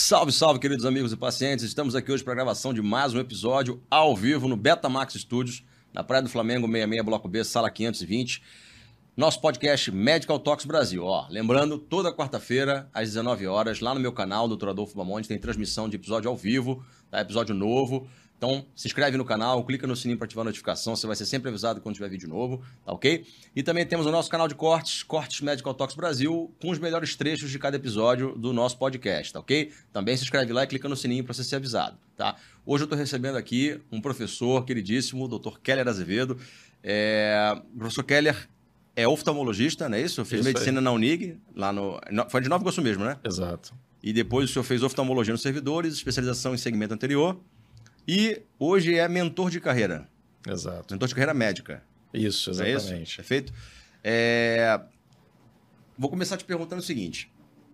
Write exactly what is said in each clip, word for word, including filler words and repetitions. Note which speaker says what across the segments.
Speaker 1: Salve, salve, queridos amigos e pacientes. Estamos aqui hoje para a gravação de mais um episódio ao vivo no Betamax Studios, na Praia do Flamengo, sessenta e seis, Bloco B, Sala quinhentos e vinte. Nosso podcast Medical Talks Brasil. Ó, lembrando, toda quarta-feira, às dezenove horas, lá no meu canal, doutor Adolfo Bamonte, tem transmissão de episódio ao vivo, tá? Episódio novo. Então, se inscreve no canal, clica no sininho para ativar a notificação, você vai ser sempre avisado quando tiver vídeo novo, tá ok? E também temos o nosso canal de cortes, Cortes Medical Talks Brasil, com os melhores trechos de cada episódio do nosso podcast, tá ok? Também se inscreve lá e clica no sininho para você ser avisado, tá? Hoje eu estou recebendo aqui um professor queridíssimo, o doutor Keller Azevedo. É... O professor Keller é oftalmologista, não é isso? Fez
Speaker 2: isso
Speaker 1: medicina
Speaker 2: aí.
Speaker 1: na Unig, lá no... foi de Nova Iguaçu mesmo, né?
Speaker 2: Exato.
Speaker 1: E depois o senhor fez oftalmologia nos servidores, especialização em segmento anterior. E hoje é mentor de carreira.
Speaker 2: Exato.
Speaker 1: Mentor de carreira médica.
Speaker 2: Isso, exatamente.
Speaker 1: É isso? Perfeito? É... Vou começar te perguntando o seguinte.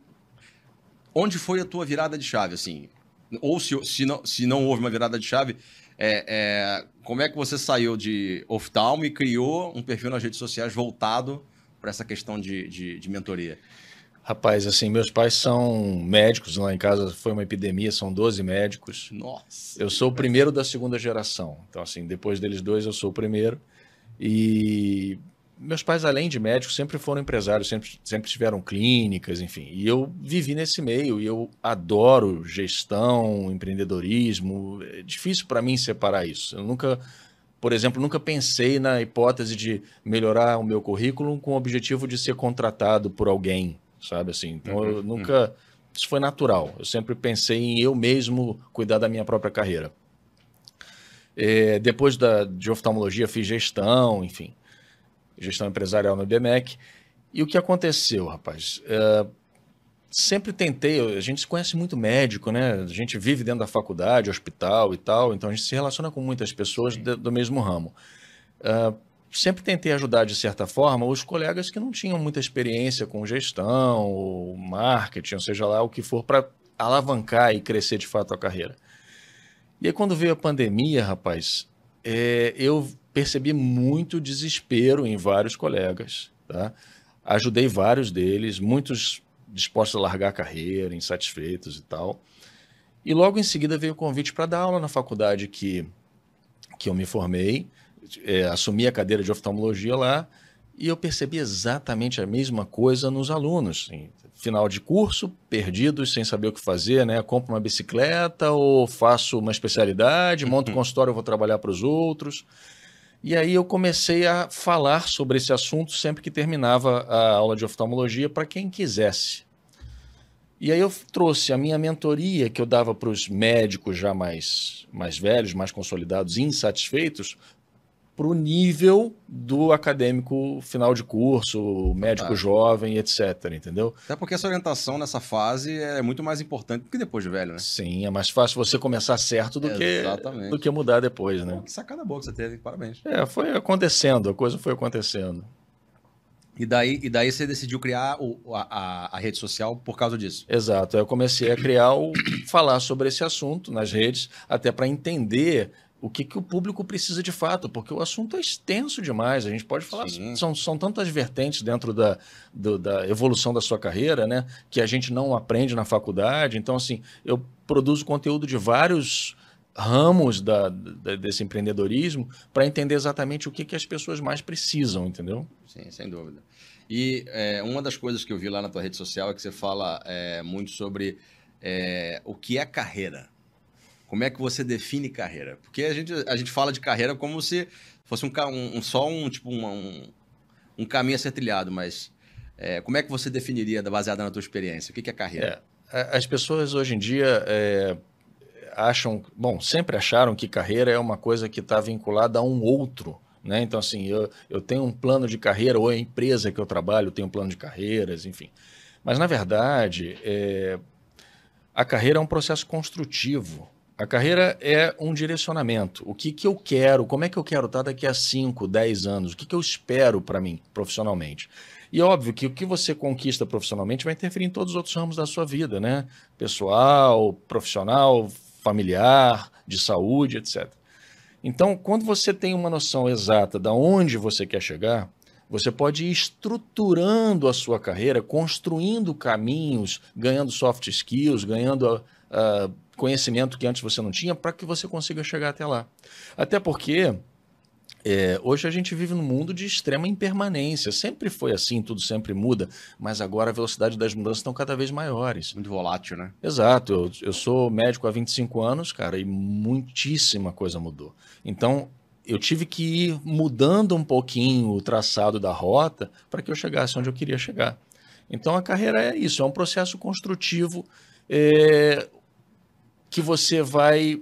Speaker 1: Onde foi a tua virada de chave, assim? Ou se, se, não, se não houve uma virada de chave, é, é... como é que você saiu de oftalmo e criou um perfil nas redes sociais voltado para essa questão de, de, de mentoria?
Speaker 2: Rapaz, assim, meus pais são médicos, lá em casa foi uma epidemia, são doze médicos.
Speaker 1: Nossa!
Speaker 2: Eu sou o primeiro da segunda geração. Então, assim, depois deles dois, eu sou o primeiro. E meus pais, além de médicos, sempre foram empresários, sempre, sempre tiveram clínicas, enfim. E eu vivi nesse meio e eu adoro gestão, empreendedorismo. É difícil para mim separar isso. Eu nunca... Por exemplo, nunca pensei na hipótese de melhorar o meu currículo com o objetivo de ser contratado por alguém, sabe assim? Então,
Speaker 1: Uhum,
Speaker 2: eu nunca... Uhum. Isso foi natural. Eu sempre pensei em eu mesmo cuidar da minha própria carreira. É, depois da, de oftalmologia, fiz gestão, enfim. Gestão empresarial no I B M E C. E o que aconteceu, rapaz? É, sempre tentei... A gente se conhece muito médico, né? A gente vive dentro da faculdade, hospital e tal. Então, a gente se relaciona com muitas pessoas de, do mesmo ramo. Uh, sempre tentei ajudar, de certa forma, os colegas que não tinham muita experiência com gestão, ou marketing, ou seja lá o que for, para alavancar e crescer de fato a carreira. E aí, quando veio a pandemia, rapaz, é, eu percebi muito desespero em vários colegas. Tá? Ajudei vários deles, muitos dispostos a largar a carreira, insatisfeitos e tal. E logo em seguida veio o convite para dar aula na faculdade que, que eu me formei. É, assumi a cadeira de oftalmologia lá e eu percebi exatamente a mesma coisa nos alunos. Assim, final de curso, perdidos, sem saber o que fazer, né? Compro uma bicicleta ou faço uma especialidade, monto um consultório, eu vou trabalhar para os outros. E aí eu comecei a falar sobre esse assunto sempre que terminava a aula de oftalmologia para quem quisesse. E aí eu trouxe a minha mentoria que eu dava para os médicos já mais, mais velhos, mais consolidados, insatisfeitos, para o nível do acadêmico final de curso, médico ah. jovem, etcétera, entendeu?
Speaker 1: Até porque essa orientação nessa fase é muito mais importante do que depois de velho, né?
Speaker 2: Sim, é mais fácil você começar certo do, que, do que mudar depois, né?
Speaker 1: Pô, que sacada boa que você teve, parabéns.
Speaker 2: É, foi acontecendo, a coisa foi acontecendo.
Speaker 1: E daí, e daí você decidiu criar o, a, a rede social por causa disso?
Speaker 2: Exato, eu comecei a criar, o, falar sobre esse assunto nas redes, até para entender o que, que o público precisa de fato, porque o assunto é extenso demais. A gente pode falar, são, são tantas vertentes dentro da, do, da evolução da sua carreira, né, que a gente não aprende na faculdade. Então, assim, eu produzo conteúdo de vários ramos da, da, desse empreendedorismo para entender exatamente o que, que as pessoas mais precisam, entendeu?
Speaker 1: Sim, sem dúvida. E é, uma das coisas que eu vi lá na tua rede social é que você fala é, muito sobre é, o que é carreira. Como é que você define carreira? Porque a gente, a gente fala de carreira como se fosse um, um, só um, tipo, um, um caminho a ser trilhado, mas é, como é que você definiria, baseada na tua experiência? O que é carreira?
Speaker 2: É, as pessoas hoje em dia é, acham, bom, sempre acharam que carreira é uma coisa que está vinculada a um outro, né? Então, assim, eu, eu tenho um plano de carreira, ou a empresa que eu trabalho tem um plano de carreiras, enfim. Mas, na verdade, é, a carreira é um processo construtivo. A carreira é um direcionamento. O que, que eu quero, como é que eu quero estar daqui a cinco, dez anos? O que, que eu espero para mim, profissionalmente? E óbvio que o que você conquista profissionalmente vai interferir em todos os outros ramos da sua vida, né? Pessoal, profissional, familiar, de saúde, etcétera. Então, quando você tem uma noção exata de onde você quer chegar, você pode ir estruturando a sua carreira, construindo caminhos, ganhando soft skills, ganhando uh, conhecimento que antes você não tinha para que você consiga chegar até lá. Até porque é, hoje a gente vive num mundo de extrema impermanência. Sempre foi assim, tudo sempre muda, mas agora a velocidade das mudanças estão cada vez maiores.
Speaker 1: Muito volátil, né?
Speaker 2: Exato. Eu, eu sou médico há vinte e cinco anos, cara, e muitíssima coisa mudou. Então, eu tive que ir mudando um pouquinho o traçado da rota para que eu chegasse onde eu queria chegar. Então, a carreira é isso, é um processo construtivo é, que você vai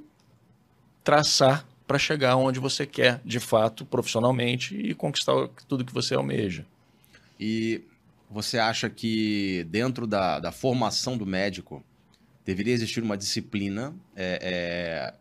Speaker 2: traçar para chegar onde você quer, de fato, profissionalmente, e conquistar tudo que você almeja.
Speaker 1: E você acha que dentro da, da formação do médico deveria existir uma disciplina é, é,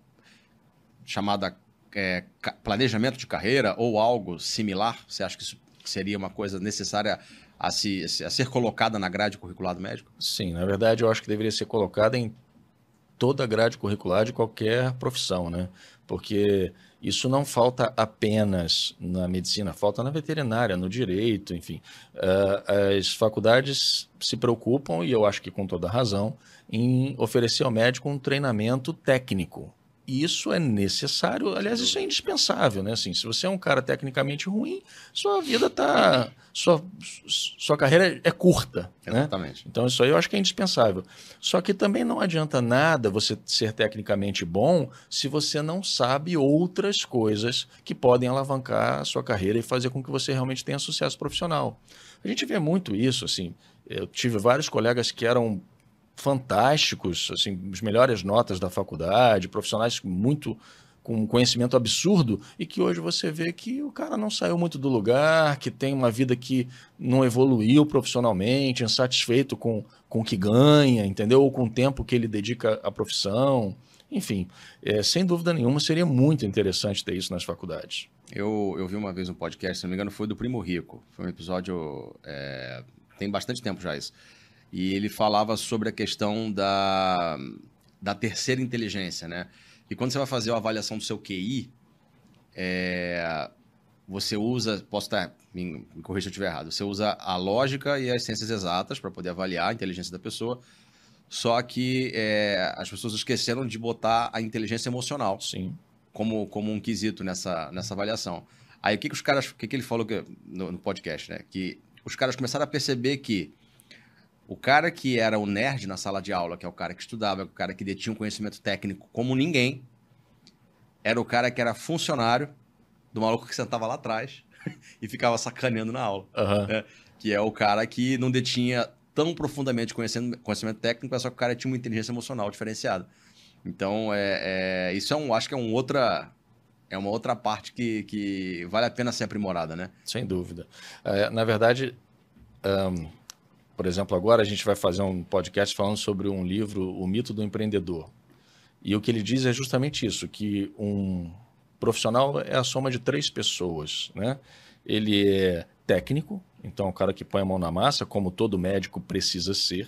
Speaker 1: chamada é, planejamento de carreira ou algo similar? Você acha que isso seria uma coisa necessária a, se, a ser colocada na grade curricular do médico?
Speaker 2: Sim, na verdade eu acho que deveria ser colocada em toda a grade curricular de qualquer profissão, né? Porque isso não falta apenas na medicina, falta na veterinária, no direito, enfim. Uh, as faculdades se preocupam, e eu acho que com toda razão, em oferecer ao médico um treinamento técnico. E isso é necessário, aliás, isso é indispensável, né? Assim, se você é um cara tecnicamente ruim, sua vida tá... Sua, sua carreira é curta,
Speaker 1: Exatamente.
Speaker 2: Né? Então isso aí eu acho que é indispensável. Só que também não adianta nada você ser tecnicamente bom se você não sabe outras coisas que podem alavancar a sua carreira e fazer com que você realmente tenha sucesso profissional. A gente vê muito isso, assim, eu tive vários colegas que eram fantásticos, assim, as melhores notas da faculdade, profissionais muito com um conhecimento absurdo, e que hoje você vê que o cara não saiu muito do lugar, que tem uma vida que não evoluiu profissionalmente, insatisfeito com, com o que ganha, entendeu? Ou com o tempo que ele dedica à profissão. Enfim, é, sem dúvida nenhuma, seria muito interessante ter isso nas faculdades.
Speaker 1: Eu, eu vi uma vez um podcast, se não me engano, foi do Primo Rico. Foi um episódio... É, tem bastante tempo já isso. E ele falava sobre a questão da, da terceira inteligência, né? E quando você vai fazer a avaliação do seu Q I, é, você usa, posso estar, me, me corrija se eu estiver errado, você usa a lógica e as ciências exatas para poder avaliar a inteligência da pessoa, só que é, as pessoas esqueceram de botar a inteligência emocional
Speaker 2: Sim.
Speaker 1: Como, como um quesito nessa, nessa avaliação. Aí o que, que os caras, o que, que ele falou que, no, no podcast, né? Que os caras começaram a perceber que o cara que era o nerd na sala de aula, que é o cara que estudava, o cara que detinha um conhecimento técnico como ninguém, era o cara que era funcionário do maluco que sentava lá atrás e ficava sacaneando na aula.
Speaker 2: Uhum.
Speaker 1: Né? Que é o cara que não detinha tão profundamente conhecimento, conhecimento técnico, só que o cara tinha uma inteligência emocional diferenciada. Então, é, é, isso é um, acho que é, um outra, é uma outra parte que, que vale a pena ser aprimorada, né?
Speaker 2: Sem dúvida. É, na verdade... Um... Por exemplo, agora a gente vai fazer um podcast falando sobre um livro, O Mito do Empreendedor. E o que ele diz é justamente isso, que um profissional é a soma de três pessoas, né? Ele é técnico, então é o cara que põe a mão na massa, como todo médico precisa ser.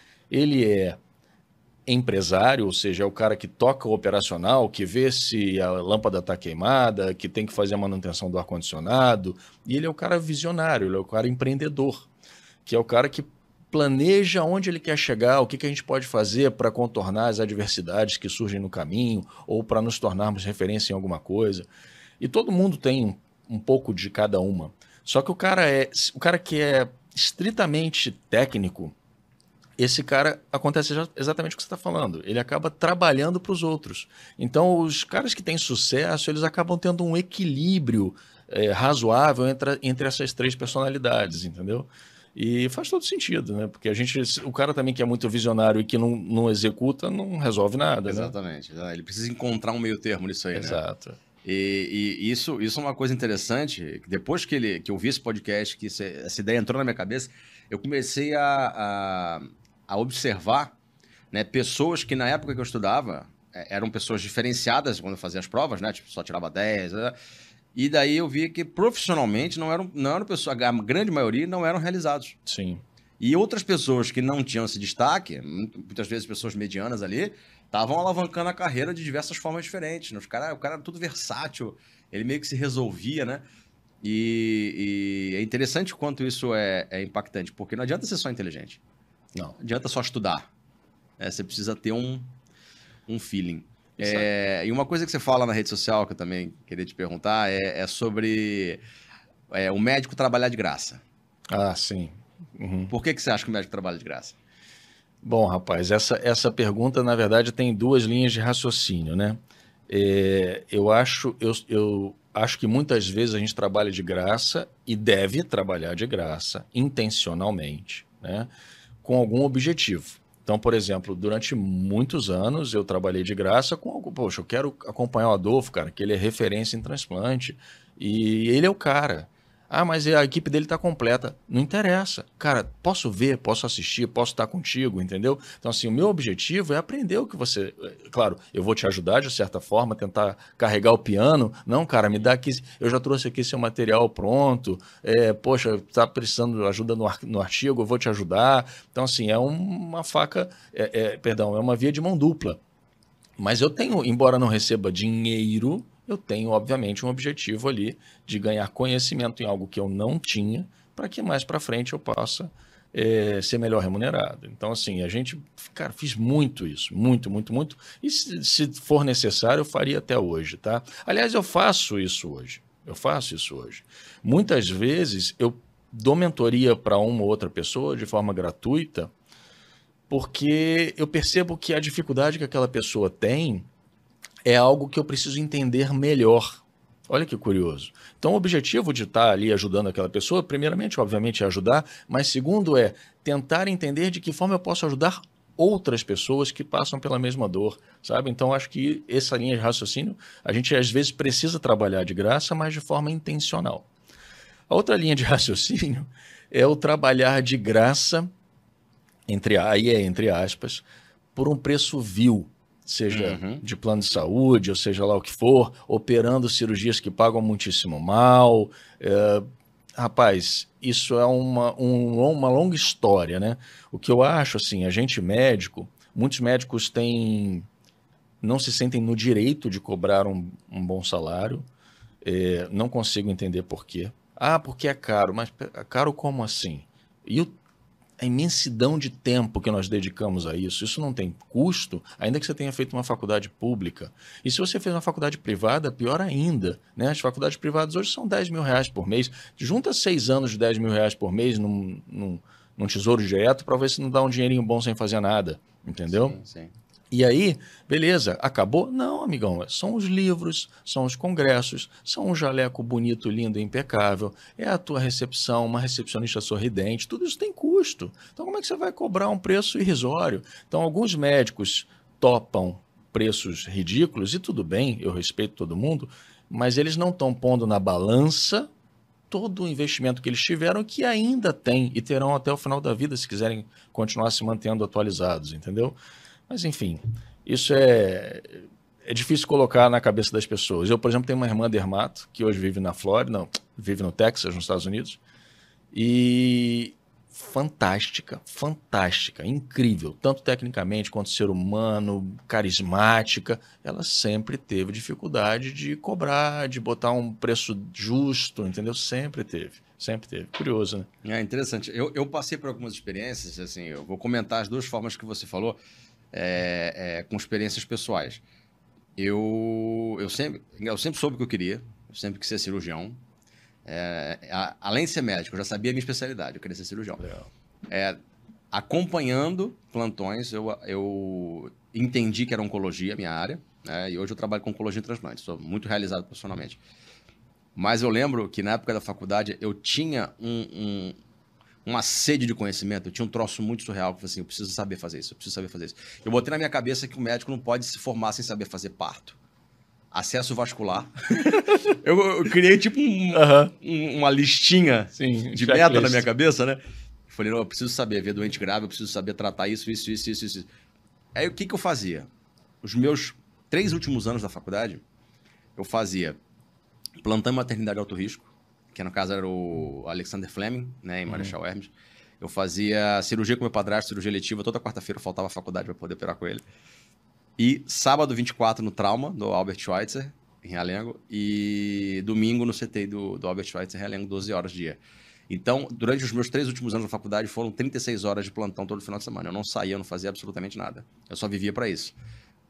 Speaker 2: Ele é empresário, ou seja, é o cara que toca o operacional, que vê se a lâmpada está queimada, que tem que fazer a manutenção do ar-condicionado. E ele é o cara visionário, ele é o cara empreendedor, que é o cara que planeja onde ele quer chegar, o que, que a gente pode fazer para contornar as adversidades que surgem no caminho ou para nos tornarmos referência em alguma coisa. E todo mundo tem um pouco de cada uma. Só que o cara, é, o cara que é estritamente técnico, esse cara acontece exatamente o que você está falando. Ele acaba trabalhando para os outros. Então, os caras que têm sucesso, eles acabam tendo um equilíbrio é, razoável entre, entre essas três personalidades, entendeu? E faz todo sentido, né? Porque a gente, o cara também que é muito visionário e que não, não executa, não resolve nada,
Speaker 1: Exatamente. Né? Ele precisa encontrar um meio termo nisso aí,
Speaker 2: Exato.
Speaker 1: Né? E, e isso, isso é uma coisa interessante. Depois que, ele, que eu vi esse podcast, que essa ideia entrou na minha cabeça, eu comecei a, a, a observar, né, pessoas que na época que eu estudava eram pessoas diferenciadas quando eu fazia as provas, né? Tipo, só tirava dez, né? E daí eu vi que profissionalmente não eram, não eram pessoas, a grande maioria não eram realizados.
Speaker 2: Sim.
Speaker 1: E outras pessoas que não tinham esse destaque, muitas vezes pessoas medianas ali, estavam alavancando a carreira de diversas formas diferentes. Né? Os cara, o cara era tudo versátil, ele meio que se resolvia, né? E, e é interessante o quanto isso é, é impactante, porque não adianta ser só inteligente.
Speaker 2: Não.
Speaker 1: Não adianta só estudar. É, você precisa ter um... um feeling. É, e uma coisa que você fala na rede social, que eu também queria te perguntar, é, é sobre é, o médico trabalhar de graça.
Speaker 2: Ah, sim. Uhum.
Speaker 1: Por que, que você acha que o médico trabalha de graça?
Speaker 2: Bom, rapaz, essa, essa pergunta, na verdade, tem duas linhas de raciocínio, né? É, eu, acho, eu, eu acho que muitas vezes a gente trabalha de graça e deve trabalhar de graça, intencionalmente, né? Com algum objetivo. Então, por exemplo, durante muitos anos eu trabalhei de graça com algo. Poxa, eu quero acompanhar o Adolfo, cara, que ele é referência em transplante. E ele é o cara. Ah, mas a equipe dele está completa. Não interessa. Cara, posso ver, posso assistir, posso estar contigo, entendeu? Então, assim, o meu objetivo é aprender o que você... Claro, eu vou te ajudar de certa forma, tentar carregar o piano. Não, cara, me dá aqui... Eu já trouxe aqui seu material pronto. É, poxa, tá precisando de ajuda no, ar... no artigo, eu vou te ajudar. Então, assim, é uma faca... É, é, perdão, é uma via de mão dupla. Mas eu tenho, embora não receba dinheiro... eu tenho, obviamente, um objetivo ali de ganhar conhecimento em algo que eu não tinha, para que mais para frente eu possa é, ser melhor remunerado. Então, assim, a gente, cara, fiz muito isso, muito, muito, muito. E se, se for necessário, eu faria até hoje, tá? Aliás, eu faço isso hoje. Eu faço isso hoje. Muitas vezes eu dou mentoria para uma ou outra pessoa de forma gratuita, porque eu percebo que a dificuldade que aquela pessoa tem é algo que eu preciso entender melhor. Olha que curioso. Então, o objetivo de estar ali ajudando aquela pessoa, primeiramente, obviamente, é ajudar, mas segundo é tentar entender de que forma eu posso ajudar outras pessoas que passam pela mesma dor, sabe? Então, acho que essa linha de raciocínio, a gente às vezes precisa trabalhar de graça, mas de forma intencional. A outra linha de raciocínio é o trabalhar de graça, entre, aí é entre aspas, por um preço vil, seja uhum. de plano de saúde, ou seja lá o que for, operando cirurgias que pagam muitíssimo mal. É, rapaz, isso é uma, um, uma longa história, né? O que eu acho, assim, a gente médico, muitos médicos têm, não se sentem no direito de cobrar um, um bom salário, é, não consigo entender por quê. Ah, porque é caro, mas caro como assim? E o a imensidão de tempo que nós dedicamos a isso, isso não tem custo, ainda que você tenha feito uma faculdade pública. E se você fez uma faculdade privada, pior ainda, né? As faculdades privadas hoje são dez mil reais por mês. Junta seis anos de dez mil reais por mês num, num, num tesouro direto para ver se não dá um dinheirinho bom sem fazer nada, entendeu?
Speaker 1: Sim, sim.
Speaker 2: E aí, beleza, acabou? Não, amigão, são os livros, são os congressos, são um jaleco bonito, lindo, impecável, é a tua recepção, uma recepcionista sorridente, tudo isso tem custo. Então, como é que você vai cobrar um preço irrisório? Então, alguns médicos topam preços ridículos, e tudo bem, eu respeito todo mundo, mas eles não estão pondo na balança todo o investimento que eles tiveram, que ainda tem, e terão até o final da vida, se quiserem continuar se mantendo atualizados, entendeu? Mas, enfim, isso é, é difícil colocar na cabeça das pessoas. Eu, por exemplo, tenho uma irmã dermato, que hoje vive na Flórida, não, vive no Texas, nos Estados Unidos, e fantástica, fantástica, incrível, tanto tecnicamente quanto ser humano, carismática. Ela sempre teve dificuldade de cobrar, de botar um preço justo, entendeu? Sempre teve. Sempre teve. Curioso, né?
Speaker 1: É interessante. Eu, eu passei por algumas experiências, assim, eu vou comentar as duas formas que você falou, é, é, com experiências pessoais. Eu, eu, sempre, eu sempre soube o que eu queria, eu sempre quis ser cirurgião. É, a, além de ser médico, eu já sabia a minha especialidade, eu queria ser cirurgião. É, acompanhando plantões, eu, eu entendi que era oncologia, a minha área, né, e hoje eu trabalho com oncologia e transplante, sou muito realizado profissionalmente. Mas eu lembro que na época da faculdade eu tinha um, um, uma sede de conhecimento, eu tinha um troço muito surreal, que eu falei assim, eu preciso saber fazer isso, eu preciso saber fazer isso. Eu botei na minha cabeça que o médico não pode se formar sem saber fazer parto. Acesso vascular. eu, eu criei tipo um, uh-huh. um, uma listinha Sim, de meta na minha cabeça, né? Eu falei, não, eu preciso saber ver doente grave, eu preciso saber tratar isso, isso, isso, isso, isso. Aí o que, que eu fazia? Os meus três últimos anos da faculdade, eu fazia plantão em maternidade de alto risco, que no caso era o Alexander Fleming, né, em Marechal uhum. Hermes. Eu fazia cirurgia com meu padrasto, cirurgia letiva, toda quarta-feira eu faltava à faculdade para poder operar com ele. E sábado vinte e quatro no Trauma, do Albert Schweitzer, em Realengo, e domingo no C T I do, do Albert Schweitzer, em Realengo, doze horas dia. Então, durante os meus três últimos anos da faculdade, foram trinta e seis horas de plantão todo final de semana. Eu não saía, eu não fazia absolutamente nada. Eu só vivia para isso.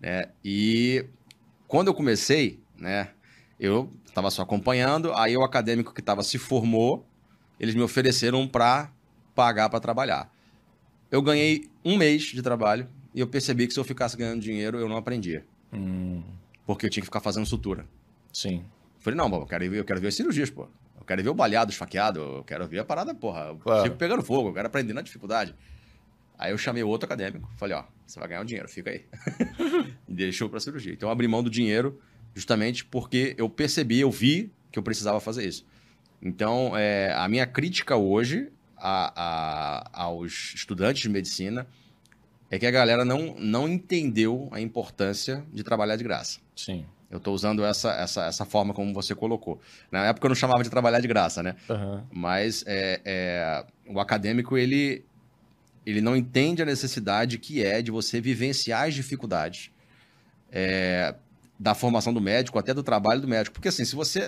Speaker 1: né? E quando eu comecei, né, eu estava só acompanhando, aí o acadêmico que estava se formou, eles me ofereceram para pagar para trabalhar. Eu ganhei um mês de trabalho e eu percebi que se eu ficasse ganhando dinheiro, eu não aprendia.
Speaker 2: Hum,
Speaker 1: Porque eu tinha que ficar fazendo sutura.
Speaker 2: sim.
Speaker 1: Falei, não, eu quero, ver, eu quero ver as cirurgias, pô. Eu quero ver o baleado esfaqueado, eu quero ver a parada, porra. O
Speaker 2: Claro.
Speaker 1: Chico pegando fogo, eu quero aprender na dificuldade. Aí eu chamei outro acadêmico, falei, ó, você vai ganhar um dinheiro, fica aí. E deixou pra cirurgia. Então eu abri mão do dinheiro justamente porque eu percebi, eu vi que eu precisava fazer isso. Então, é, a minha crítica hoje a, a, aos estudantes de medicina é que a galera não, não entendeu a importância de trabalhar de graça.
Speaker 2: Sim.
Speaker 1: Eu estou usando essa, essa, essa forma como você colocou. Na época eu não chamava de trabalhar de graça, né?
Speaker 2: Uhum.
Speaker 1: Mas é, é, o acadêmico, ele, ele não entende a necessidade que é de você vivenciar as dificuldades é, da formação do médico, até do trabalho do médico. Porque assim, se você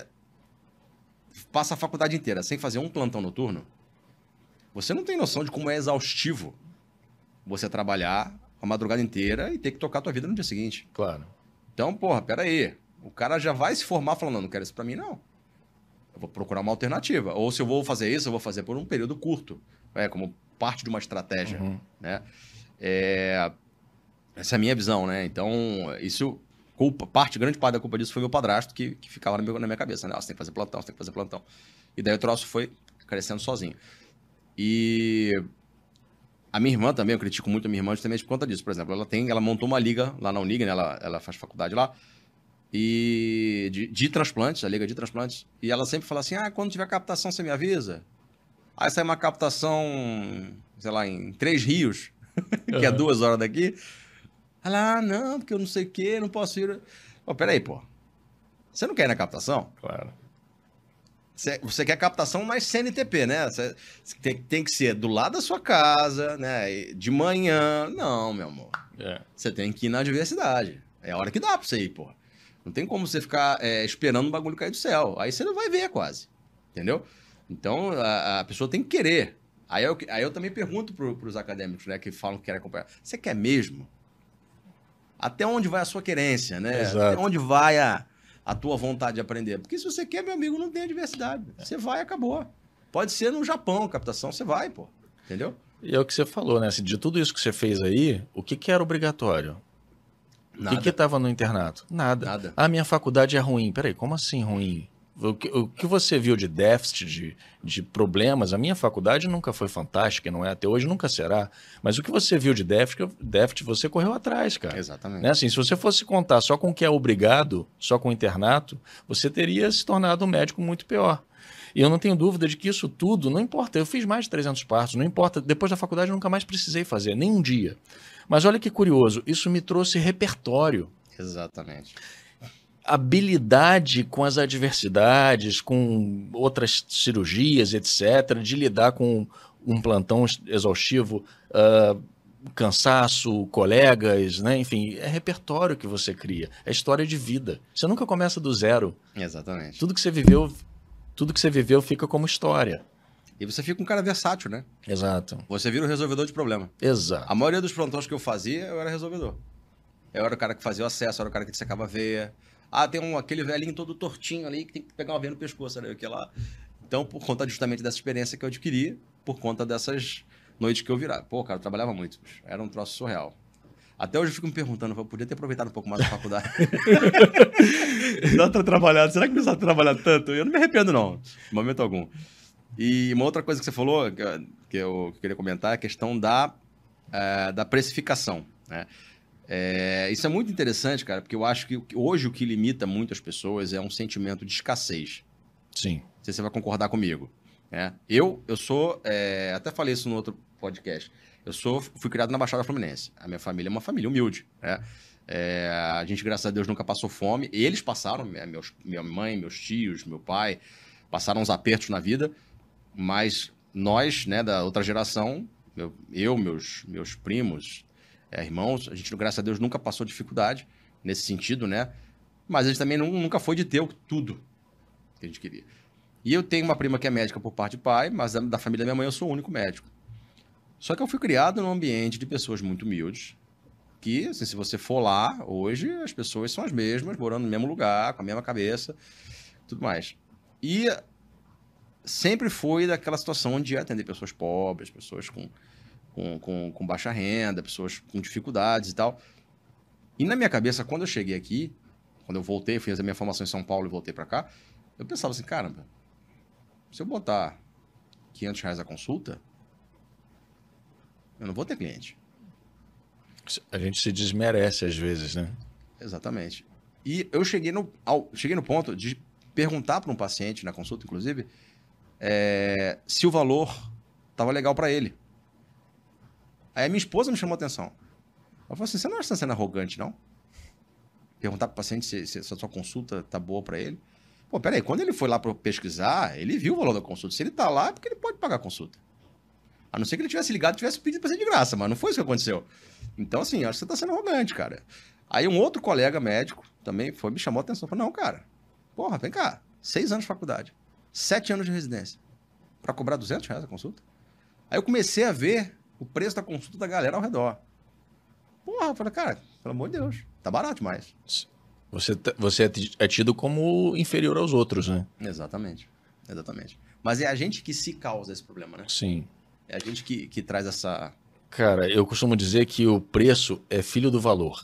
Speaker 1: passa a faculdade inteira sem fazer um plantão noturno, você não tem noção de como é exaustivo você trabalhar a madrugada inteira e ter que tocar a tua vida no dia seguinte.
Speaker 2: Claro.
Speaker 1: Então, porra, peraí. O cara já vai se formar falando, não, não quero isso pra mim, não. Eu vou procurar uma alternativa. Ou se eu vou fazer isso, eu vou fazer por um período curto. É, como parte de uma estratégia,
Speaker 2: Uhum.
Speaker 1: né? É... Essa é a minha visão, né? Então, isso... Culpa, parte, grande parte da culpa disso foi meu padrasto, que, que ficava na minha, na minha cabeça, né? Ah, você tem que fazer plantão, você tem que fazer plantão. E daí o troço foi crescendo sozinho. E... A minha irmã também, eu critico muito a minha irmã justamente por conta disso. Por exemplo, ela tem, ela montou uma liga lá na Unig, né? Ela, ela faz faculdade lá. E de, de transplantes, a liga de transplantes. E ela sempre fala assim, ah, quando tiver captação você me avisa. Aí sai uma captação, sei lá, em Três Rios, que é duas horas daqui. Ela, ah, não, porque eu não sei o quê, não posso ir. Pô, peraí, pô. Você não quer ir na captação?
Speaker 2: Claro.
Speaker 1: Você, você quer captação mais C N T P, né? Você, tem, tem que ser do lado da sua casa, né? De manhã. Não, meu amor.
Speaker 2: É.
Speaker 1: Você tem que ir na diversidade. É a hora que dá pra você ir, pô. Não tem como você ficar é, esperando o bagulho cair do céu. Aí você não vai ver quase. Entendeu? Então, a, a pessoa tem que querer. Aí eu, aí eu também pergunto pro, pros acadêmicos, né? Que falam que querem acompanhar. Você quer mesmo? Até onde vai a sua querência, né?
Speaker 2: Exato.
Speaker 1: Até onde vai a... a tua vontade de aprender. Porque se você quer, meu amigo, não tem a diversidade. Você vai e acabou. Pode ser no Japão, captação, você vai, pô. Entendeu?
Speaker 2: E é o que você falou, né? De tudo isso que você fez aí, o que, que era obrigatório?
Speaker 1: Nada.
Speaker 2: O que estava no internato? Nada.
Speaker 1: Nada.
Speaker 2: A minha faculdade é ruim. Peraí, como assim ruim? O que, o que você viu de déficit, de, de problemas, a minha faculdade nunca foi fantástica, não é até hoje, nunca será. Mas o que você viu de déficit, déficit você correu atrás, cara.
Speaker 1: Exatamente.
Speaker 2: Né? Assim, se você fosse contar só com o que é obrigado, só com o internato, você teria se tornado um médico muito pior. E eu não tenho dúvida de que isso tudo, não importa, eu fiz mais de trezentos partos, não importa, depois da faculdade eu nunca mais precisei fazer, nem um dia. Mas olha que curioso, isso me trouxe repertório.
Speaker 1: Exatamente.
Speaker 2: Habilidade com as adversidades, com outras cirurgias, etcétera, de lidar com um plantão exaustivo, uh, cansaço, colegas, né? Enfim, é repertório que você cria, é história de vida. Você nunca começa do zero.
Speaker 1: Exatamente.
Speaker 2: Tudo que você viveu, tudo que você viveu fica como história.
Speaker 1: E você fica um cara versátil, né?
Speaker 2: Exato.
Speaker 1: Você vira o resolvedor de problema.
Speaker 2: Exato.
Speaker 1: A maioria dos plantões que eu fazia, eu era resolvedor. Eu era o cara que fazia o acesso, eu era o cara que dissecava a veia. Ah, tem um, aquele velhinho todo tortinho ali que tem que pegar uma veia no pescoço, né? Que lá. Então, por conta justamente dessa experiência que eu adquiri, por conta dessas noites que eu virava. Pô, cara, eu trabalhava muito. Era um troço surreal. Até hoje eu fico me perguntando, eu podia ter aproveitado um pouco mais da faculdade. Não ter trabalhado. Será que precisava ter trabalhado tanto? Eu não me arrependo, não. De momento algum. E uma outra coisa que você falou, que eu, que eu queria comentar, é a questão da, é, da precificação, né? É, isso é muito interessante, cara, porque eu acho que hoje o que limita muito as pessoas é um sentimento de escassez.
Speaker 2: Sim.
Speaker 1: Não sei se você vai concordar comigo. Né? Eu, eu sou, é, até falei isso no outro podcast, eu sou, fui criado na Baixada Fluminense. A minha família é uma família humilde, né? É, a gente, graças a Deus, nunca passou fome. Eles passaram, meus, minha mãe, meus tios, meu pai, passaram uns apertos na vida, mas nós, né, da outra geração, eu, eu meus, meus primos, é, irmãos, a gente, graças a Deus, nunca passou dificuldade nesse sentido, né? Mas a gente também não, nunca foi de ter tudo que a gente queria. E eu tenho uma prima que é médica por parte de pai, mas da, da família da minha mãe eu sou o único médico. Só que eu fui criado num ambiente de pessoas muito humildes, que, assim, se você for lá, hoje as pessoas são as mesmas, morando no mesmo lugar, com a mesma cabeça, tudo mais. E sempre foi daquela situação de atender pessoas pobres, pessoas com, com, com, com baixa renda, pessoas com dificuldades e tal. E na minha cabeça, quando eu cheguei aqui, quando eu voltei, fiz a minha formação em São Paulo e voltei para cá, eu pensava assim, caramba, se eu botar quinhentos reais a consulta, eu não vou ter cliente.
Speaker 2: A gente se desmerece às vezes, né?
Speaker 1: Exatamente. E eu cheguei no, ao, cheguei no ponto de perguntar para um paciente na consulta, inclusive, é, se o valor estava legal para ele. Aí a minha esposa me chamou a atenção. Ela falou assim, você não acha que está sendo arrogante, não? Perguntar para o paciente se, se a sua consulta tá boa para ele. Pô, peraí, quando ele foi lá para pesquisar, ele viu o valor da consulta. Se ele tá lá, é porque ele pode pagar a consulta. A não ser que ele tivesse ligado e tivesse pedido para ser de graça, mas não foi isso que aconteceu. Então, assim, acho que você tá sendo arrogante, cara. Aí um outro colega médico também foi, me chamou a atenção. Falou, não, cara, porra, vem cá, seis anos de faculdade, sete anos de residência, para cobrar duzentos reais a consulta? Aí eu comecei a ver o preço da consulta da galera ao redor. Porra, eu falei, cara, pelo amor de Deus, tá barato demais.
Speaker 2: Você, você é tido como inferior aos outros, né?
Speaker 1: Exatamente, exatamente. Mas é a gente que se causa esse problema, né?
Speaker 2: Sim.
Speaker 1: É a gente que, que traz essa...
Speaker 2: Cara, eu costumo dizer que o preço é filho do valor.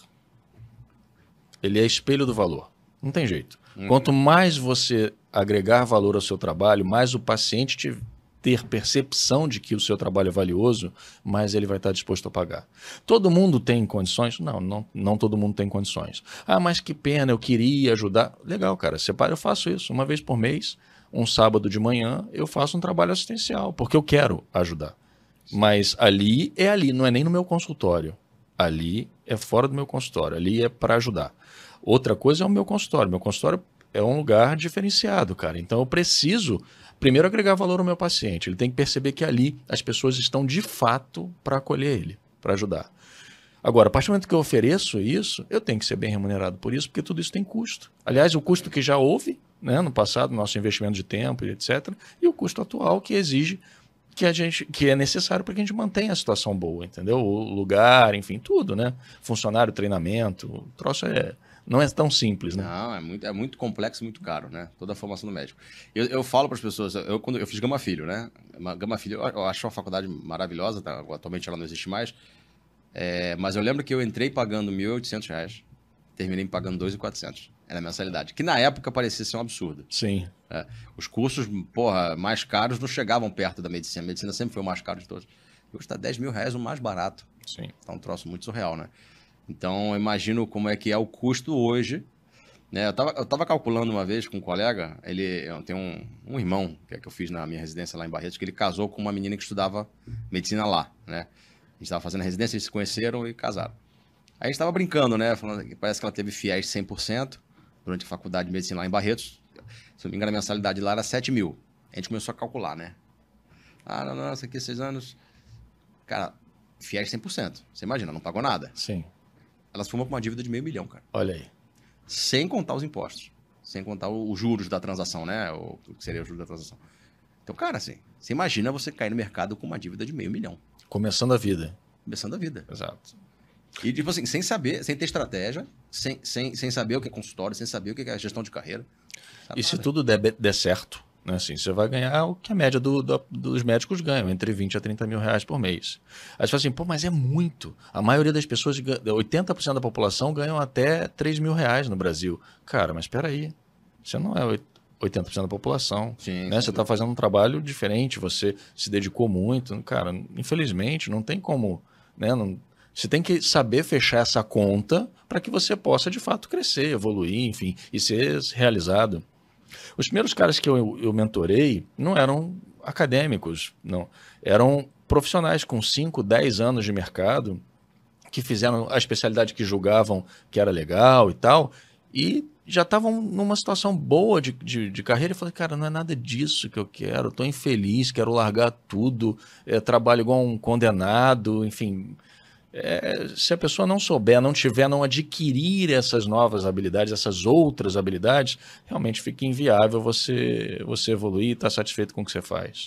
Speaker 2: Ele é espelho do valor. Não tem jeito. Uhum. Quanto mais você agregar valor ao seu trabalho, mais o paciente te ter percepção de que o seu trabalho é valioso, mais ele vai estar disposto a pagar. Todo mundo tem condições? Não, não, não todo mundo tem condições. Ah, mas que pena, eu queria ajudar. Legal, cara. Separa, eu faço isso uma vez por mês, um sábado de manhã, eu faço um trabalho assistencial, porque eu quero ajudar. Mas ali é ali, não é nem no meu consultório. Ali é fora do meu consultório, ali é para ajudar. Outra coisa é o meu consultório. Meu consultório é um lugar diferenciado, cara. Então eu preciso, primeiro, agregar valor ao meu paciente. Ele tem que perceber que ali as pessoas estão de fato para acolher ele, para ajudar. Agora, a partir do momento que eu ofereço isso, eu tenho que ser bem remunerado por isso, porque tudo isso tem custo. Aliás, o custo que já houve, né, no passado, nosso investimento de tempo, etcétera, e o custo atual que exige que, a gente, que é necessário para que a gente mantenha a situação boa, entendeu? O lugar, enfim, tudo, né? Funcionário, treinamento, o troço é, não é tão simples, né?
Speaker 1: Não, é muito, é muito complexo e muito caro, né? Toda a formação do médico. Eu, eu falo para as pessoas, eu, quando eu fiz Gama Filho, né? Gama Filho, eu, eu acho uma faculdade maravilhosa, tá? Atualmente ela não existe mais, é, mas eu lembro que eu entrei pagando mil e oitocentos reais, terminei pagando dois mil e quatrocentos. Era a mensalidade, que na época parecia ser um absurdo.
Speaker 2: Sim.
Speaker 1: É, os cursos, porra, mais caros não chegavam perto da medicina. A medicina sempre foi o mais caro de todos. Hoje está dez mil reais o mais barato.
Speaker 2: Sim.
Speaker 1: Tá um troço muito surreal, né? Então, eu imagino como é que é o custo hoje. Né? Eu, tava, eu tava calculando uma vez com um colega, ele eu tenho um, um irmão, que é que eu fiz na minha residência lá em Barretos, que ele casou com uma menina que estudava medicina lá, né? A gente estava fazendo a residência, eles se conheceram e casaram. Aí a gente estava brincando, né? Falando que parece que ela teve fiéis cem por cento durante a faculdade de medicina lá em Barretos. Se não me engano, a mensalidade lá era sete mil. A gente começou a calcular, né? Ah, não, nossa, aqui seis anos. Cara, fiéis cem por cento. Você imagina, não pagou nada.
Speaker 2: Sim.
Speaker 1: Ela se formou com uma dívida de meio milhão, cara.
Speaker 2: Olha aí.
Speaker 1: Sem contar os impostos. Sem contar os juros da transação, né? O que seria o juros da transação. Então, cara, assim, você imagina você cair no mercado com uma dívida de meio milhão.
Speaker 2: Começando a vida.
Speaker 1: Começando a vida.
Speaker 2: Exato.
Speaker 1: E, tipo assim, sem saber, sem ter estratégia, sem, sem, sem saber o que é consultório, sem saber o que é gestão de carreira.
Speaker 2: Sabe e nada. Se tudo der, der certo, né, assim, você vai ganhar o que a média do, do, dos médicos ganham, entre vinte a trinta mil reais por mês. Aí você fala assim, pô, mas é muito. A maioria das pessoas, oitenta por cento da população ganham até três mil reais no Brasil. Cara, mas espera aí, você não é oitenta por cento da população.
Speaker 1: Sim,
Speaker 2: né? Você está fazendo um trabalho diferente, você se dedicou muito. Cara, infelizmente, não tem como... Né, não, você tem que saber fechar essa conta para que você possa, de fato, crescer, evoluir, enfim, e ser realizado. Os primeiros caras que eu, eu mentorei não eram acadêmicos, não. Eram profissionais com cinco, dez anos de mercado que fizeram a especialidade que julgavam que era legal e tal, e já estavam numa situação boa de, de, de carreira e falei, cara, não é nada disso que eu quero, estou infeliz, quero largar tudo, é, trabalho igual um condenado, enfim... É, se a pessoa não souber, não tiver, não adquirir essas novas habilidades, essas outras habilidades, realmente fica inviável você, você evoluir e estar satisfeito com o que você faz.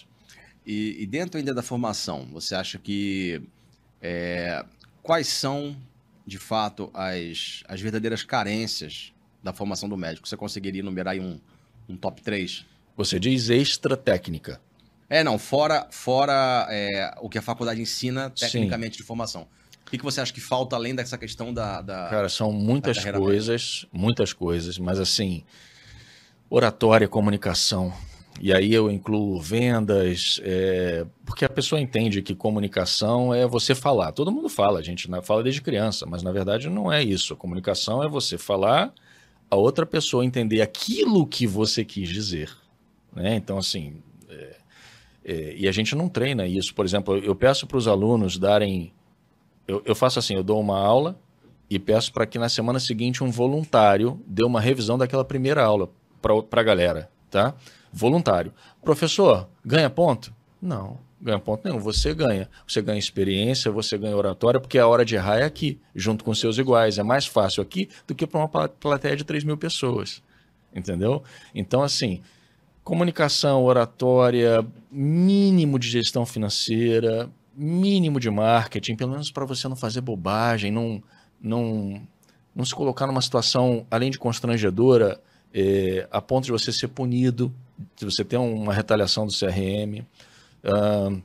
Speaker 1: E, e dentro ainda da formação, você acha que é, quais são de fato, as, as verdadeiras carências da formação do médico? Você conseguiria enumerar aí um, um top três?
Speaker 2: Você diz extra técnica.
Speaker 1: É, não, fora, fora é, o que a faculdade ensina tecnicamente
Speaker 2: Sim.
Speaker 1: de formação. O que, que você acha que falta além dessa questão da... da
Speaker 2: Cara, são muitas
Speaker 1: carreira
Speaker 2: coisas, médica. muitas coisas, mas assim, oratória, comunicação. E aí eu incluo vendas, é, porque a pessoa entende que comunicação é você falar. Todo mundo fala, a gente fala desde criança, mas na verdade não é isso. A comunicação é você falar, a outra pessoa entender aquilo que você quis dizer. Né? Então, assim, é, é, e a gente não treina isso. Por exemplo, eu peço para os alunos darem... Eu, eu faço assim, eu dou uma aula e peço para que na semana seguinte um voluntário dê uma revisão daquela primeira aula para a galera, tá? Voluntário. Professor, ganha ponto? Não, ganha ponto nenhum. Você ganha. Você ganha experiência, você ganha oratória, porque a hora de errar é aqui, junto com seus iguais. É mais fácil aqui do que para uma plateia de três mil pessoas. Entendeu? Então, assim, comunicação, oratória, mínimo de gestão financeira, mínimo de marketing, pelo menos para você não fazer bobagem, não, não, não se colocar numa situação, além de constrangedora, é, a ponto de você ser punido, de você ter uma retaliação do C R M. Uh,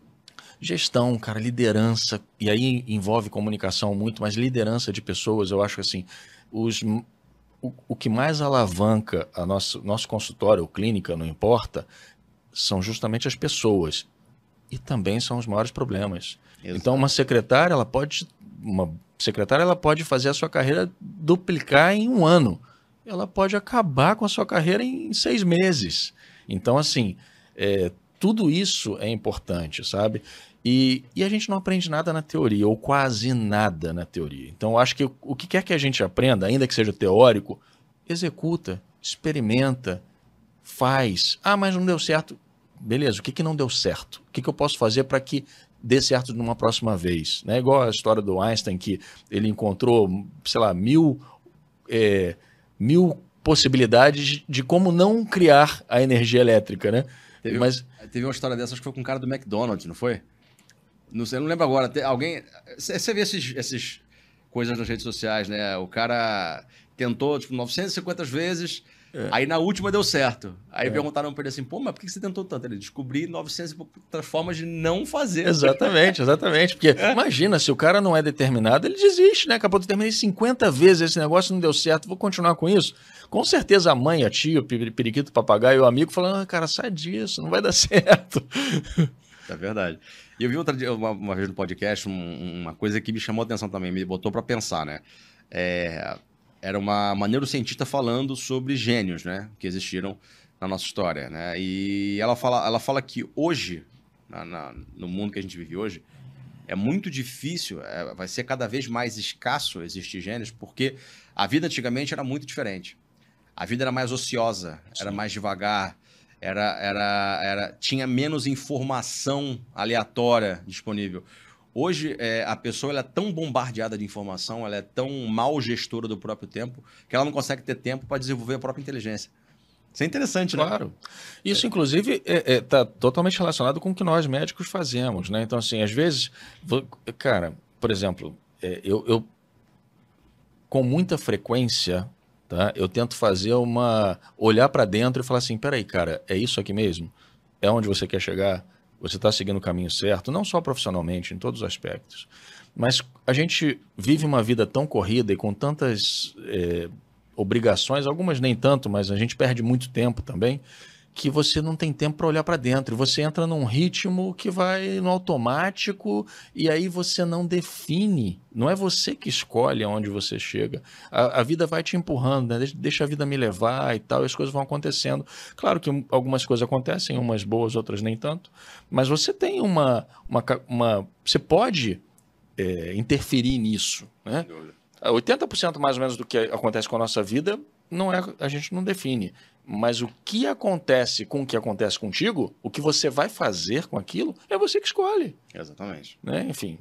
Speaker 2: gestão, cara, liderança, e aí envolve comunicação muito, mas liderança de pessoas, eu acho que assim, os, o, o que mais alavanca a nosso, nosso consultório ou clínica, não importa, são justamente as pessoas. E também são os maiores problemas. Exato. Então, uma secretária, ela pode, uma secretária, ela pode fazer a sua carreira duplicar em um ano. Ela pode acabar com a sua carreira em seis meses. Então, assim, é, tudo isso é importante, sabe? E, e a gente não aprende nada na teoria, ou quase nada na teoria. Então, eu acho que o que quer que a gente aprenda, ainda que seja teórico, executa, experimenta, faz. Ah, mas não deu certo. Beleza, o que, que não deu certo? O que, que eu posso fazer para que dê certo numa próxima vez? Né? Igual a história do Einstein, que ele encontrou, sei lá, mil, é, mil possibilidades de como não criar a energia elétrica, né?
Speaker 1: Teve,
Speaker 2: Mas...
Speaker 1: teve uma história dessas que foi com um cara do McDonald's, não foi? Não sei, eu não lembro agora. Tem alguém... Você vê esses, esses coisas nas redes sociais, né? O cara tentou, tipo, novecentas e cinquenta vezes... É. Aí na última deu certo. Aí é. perguntaram para ele assim, pô, mas por que você tentou tanto? Ele descobri novecentas formas de não fazer.
Speaker 2: Exatamente, exatamente. Porque é. imagina, se o cara não é determinado, ele desiste, né? Acabou de terminar cinquenta vezes esse negócio, não deu certo, vou continuar com isso. Com certeza a mãe, a tia, o periquito, o papagaio, o amigo falando, ah, cara, sai disso, não vai dar certo.
Speaker 1: É verdade. E eu vi outra, uma, uma vez no podcast um, uma coisa que me chamou a atenção também, me botou para pensar, né? É... Era uma, uma neurocientista falando sobre gênios, né, que existiram na nossa história, né? E ela fala, ela fala que hoje, na, na, no mundo que a gente vive hoje, é muito difícil, é, vai ser cada vez mais escasso existir gênios, porque a vida antigamente era muito diferente. A vida era mais ociosa, Sim. era mais devagar, era, era, era, tinha menos informação aleatória disponível. Hoje, é, a pessoa ela é tão bombardeada de informação, ela é tão mal gestora do próprio tempo, que ela não consegue ter tempo para desenvolver a própria inteligência. Isso é interessante,
Speaker 2: claro. né? Claro. Isso, é. inclusive, está é, é, tá totalmente relacionado com o que nós médicos fazemos, né? Então, assim, às vezes, cara, por exemplo, é, eu, eu, com muita frequência, tá? Eu tento fazer uma... olhar para dentro e falar assim, peraí, cara, é isso aqui mesmo? É onde você quer chegar? Você está seguindo o caminho certo, não só profissionalmente, em todos os aspectos. Mas a gente vive uma vida tão corrida e com tantas é, obrigações, algumas nem tanto, mas a gente perde muito tempo também, que você não tem tempo para olhar para dentro. Você entra num ritmo que vai no automático e aí você não define. Não é você que escolhe aonde você chega. A, a vida vai te empurrando, né? Deixa, deixa a vida me levar e tal, e as coisas vão acontecendo. Claro que algumas coisas acontecem, umas boas, outras nem tanto, mas você tem uma... uma, uma você pode é, interferir nisso, né? oitenta por cento mais ou menos do que acontece com a nossa vida, não é, a gente não define. Mas o que acontece com o que acontece contigo, o que você vai fazer com aquilo, é você que escolhe.
Speaker 1: Exatamente.
Speaker 2: Né? Enfim.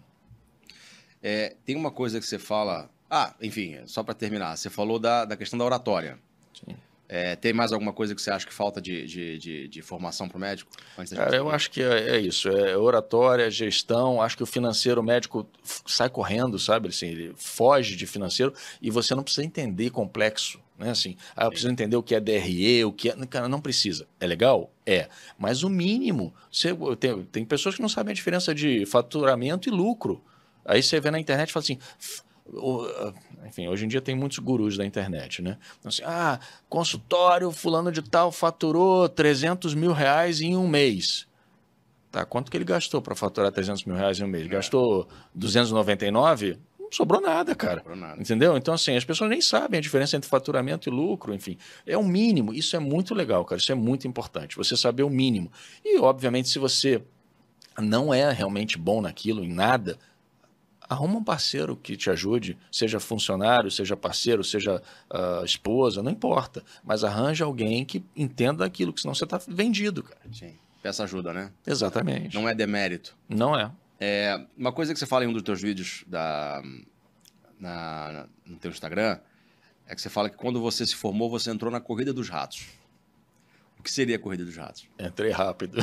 Speaker 1: É, tem uma coisa que você fala... Ah, enfim, só para terminar. Você falou da, da questão da oratória.
Speaker 2: Sim.
Speaker 1: É, tem mais alguma coisa que você acha que falta de, de, de, de formação para o médico?
Speaker 2: Cara, eu acho que é, é isso, é oratória, gestão, acho que o financeiro, o médico sai correndo, sabe, assim, ele foge de financeiro e você não precisa entender complexo, né, assim, ah, eu preciso entender o que é D R E, o que é, cara, não precisa, é legal? É, mas o mínimo, você, tem, tem pessoas que não sabem a diferença de faturamento e lucro, aí você vê na internet e fala assim... Enfim, hoje em dia tem muitos gurus da internet, né? Então, assim, ah, consultório fulano de tal faturou trezentos mil reais em um mês. Tá, quanto que ele gastou para faturar trezentos mil reais em um mês? É. Gastou duzentos e noventa e nove? Não sobrou nada, cara. Não sobrou nada. Entendeu? Então, assim, as pessoas nem sabem a diferença entre faturamento e lucro, enfim. É o mínimo. Isso é muito legal, cara. Isso é muito importante. Você saber o mínimo. E, obviamente, se você não é realmente bom naquilo, em nada... Arruma um parceiro que te ajude, seja funcionário, seja parceiro, seja uh, esposa, não importa. Mas arranja alguém que entenda aquilo, que senão você está vendido, cara.
Speaker 1: Sim, peça ajuda, né?
Speaker 2: Exatamente.
Speaker 1: Não é demérito.
Speaker 2: Não é.
Speaker 1: é. Uma coisa que você fala em um dos teus vídeos da, na, na, no teu Instagram é que você fala que quando você se formou, você entrou na corrida dos ratos. O que seria a corrida dos ratos?
Speaker 2: Entrei rápido.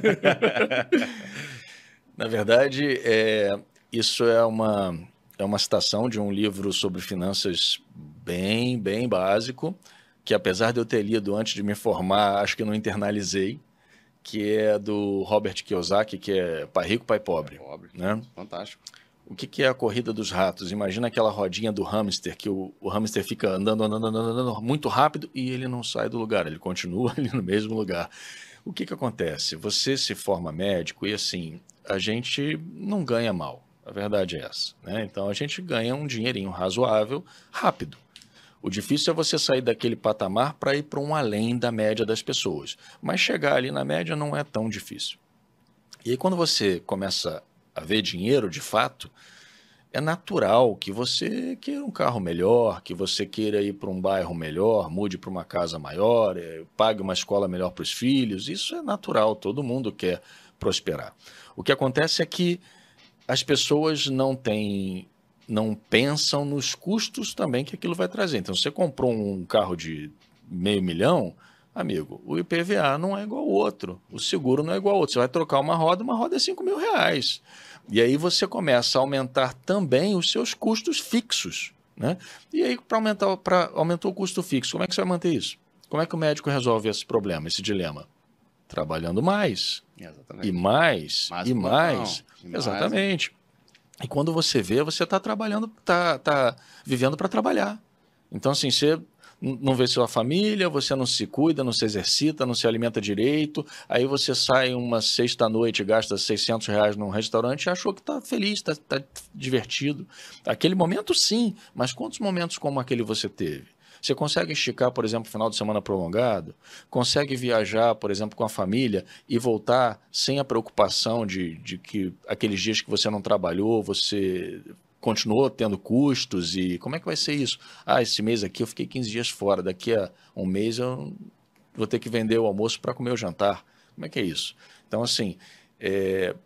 Speaker 2: Na verdade, é... Isso é uma, é uma citação de um livro sobre finanças bem, bem básico, que apesar de eu ter lido antes de me formar, acho que não internalizei, que é do Robert Kiyosaki, que é Pai Rico, Pai Pobre.
Speaker 1: Pai Pobre,
Speaker 2: né?
Speaker 1: Fantástico.
Speaker 2: O que, que é a corrida dos ratos? Imagina aquela rodinha do hamster, que o, o hamster fica andando, andando, andando, andando muito rápido e ele não sai do lugar, ele continua ali no mesmo lugar. O que, que acontece? Você se forma médico e assim, a gente não ganha mal. A verdade é essa, né? Então a gente ganha um dinheirinho razoável, rápido. O difícil é você sair daquele patamar para ir para um além da média das pessoas. Mas chegar ali na média não é tão difícil. E aí quando você começa a ver dinheiro de fato, é natural que você queira um carro melhor, que você queira ir para um bairro melhor, mude para uma casa maior, pague uma escola melhor para os filhos. Isso é natural, todo mundo quer prosperar. O que acontece é que as pessoas não têm, não pensam nos custos também que aquilo vai trazer. Então, se você comprou um carro de meio milhão, amigo, o I P V A não é igual ao outro, o seguro não é igual ao outro. Você vai trocar uma roda, uma roda é cinco mil reais. E aí você começa a aumentar também os seus custos fixos, né? E aí, para aumentar, para aumentar o custo fixo, como é que você vai manter isso? Como é que o médico resolve esse problema, esse dilema? Trabalhando mais.
Speaker 1: Exatamente.
Speaker 2: E mais,
Speaker 1: mais
Speaker 2: e mais.
Speaker 1: Não, e mais.
Speaker 2: Exatamente. E quando você vê, você está trabalhando, está tá vivendo para trabalhar. Então, assim, você não vê sua família, você não se cuida, não se exercita, não se alimenta direito, aí você sai uma sexta-noite e gasta seiscentos reais num restaurante e achou que está feliz, está tá divertido. Aquele momento, sim, mas quantos momentos como aquele você teve? Você consegue esticar, por exemplo, final de semana prolongado? Consegue viajar, por exemplo, com a família e voltar sem a preocupação de, de que aqueles dias que você não trabalhou, você continuou tendo custos? E como é que vai ser isso? Ah, esse mês aqui eu fiquei quinze dias fora, daqui a um mês eu vou ter que vender o almoço para comer o jantar. Como é que é isso? Então, assim, é,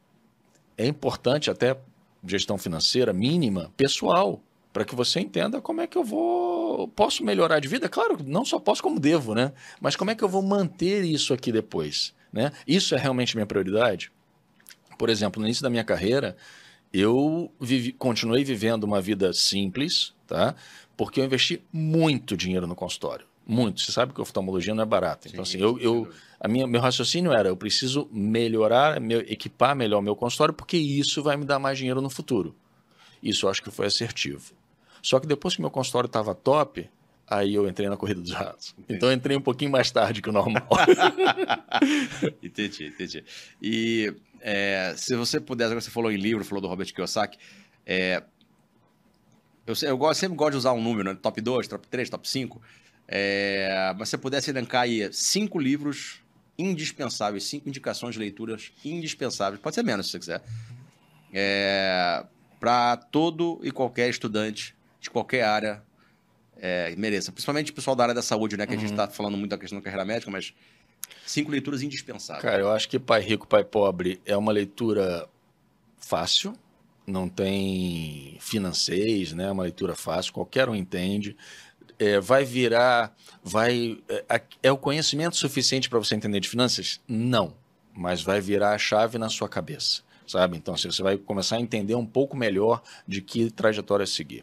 Speaker 2: é importante até gestão financeira mínima, pessoal, para que você entenda como é que eu vou, posso melhorar de vida. Claro, não só posso como devo, né? Mas como é que eu vou manter isso aqui depois, né? Isso é realmente minha prioridade? Por exemplo, no início da minha carreira, eu vivi, continuei vivendo uma vida simples, tá? Porque eu investi muito dinheiro no consultório. Muito. Você sabe que a oftalmologia não é barata. Então, sim, assim, eu, eu, a minha, meu raciocínio era, eu preciso melhorar, meu, equipar melhor o meu consultório, porque isso vai me dar mais dinheiro no futuro. Isso eu acho que foi assertivo. Só que depois que meu consultório estava top, aí eu entrei na corrida dos ratos. Entendi. Então eu entrei um pouquinho mais tarde que o normal.
Speaker 1: Entendi, entendi. E é, se você pudesse, agora você falou em livro, falou do Robert Kiyosaki, é, eu, eu gosto, sempre gosto de usar um número, né? Top dois, top três, top cinco, é, mas se você pudesse elencar aí cinco livros indispensáveis, cinco indicações de leituras indispensáveis, pode ser menos se você quiser, é, para todo e qualquer estudante de qualquer área é, mereça. Principalmente o pessoal da área da saúde, né? Que uhum. a gente está falando muito da questão da carreira médica, mas cinco leituras indispensáveis.
Speaker 2: Cara, eu acho que Pai Rico, Pai Pobre é uma leitura fácil, não tem financeiros, né? É uma leitura fácil, qualquer um entende. é, vai virar... vai é, é o conhecimento suficiente para você entender de finanças? Não. Mas vai virar a chave na sua cabeça, sabe? Então, assim, você vai começar a entender um pouco melhor de que trajetória seguir.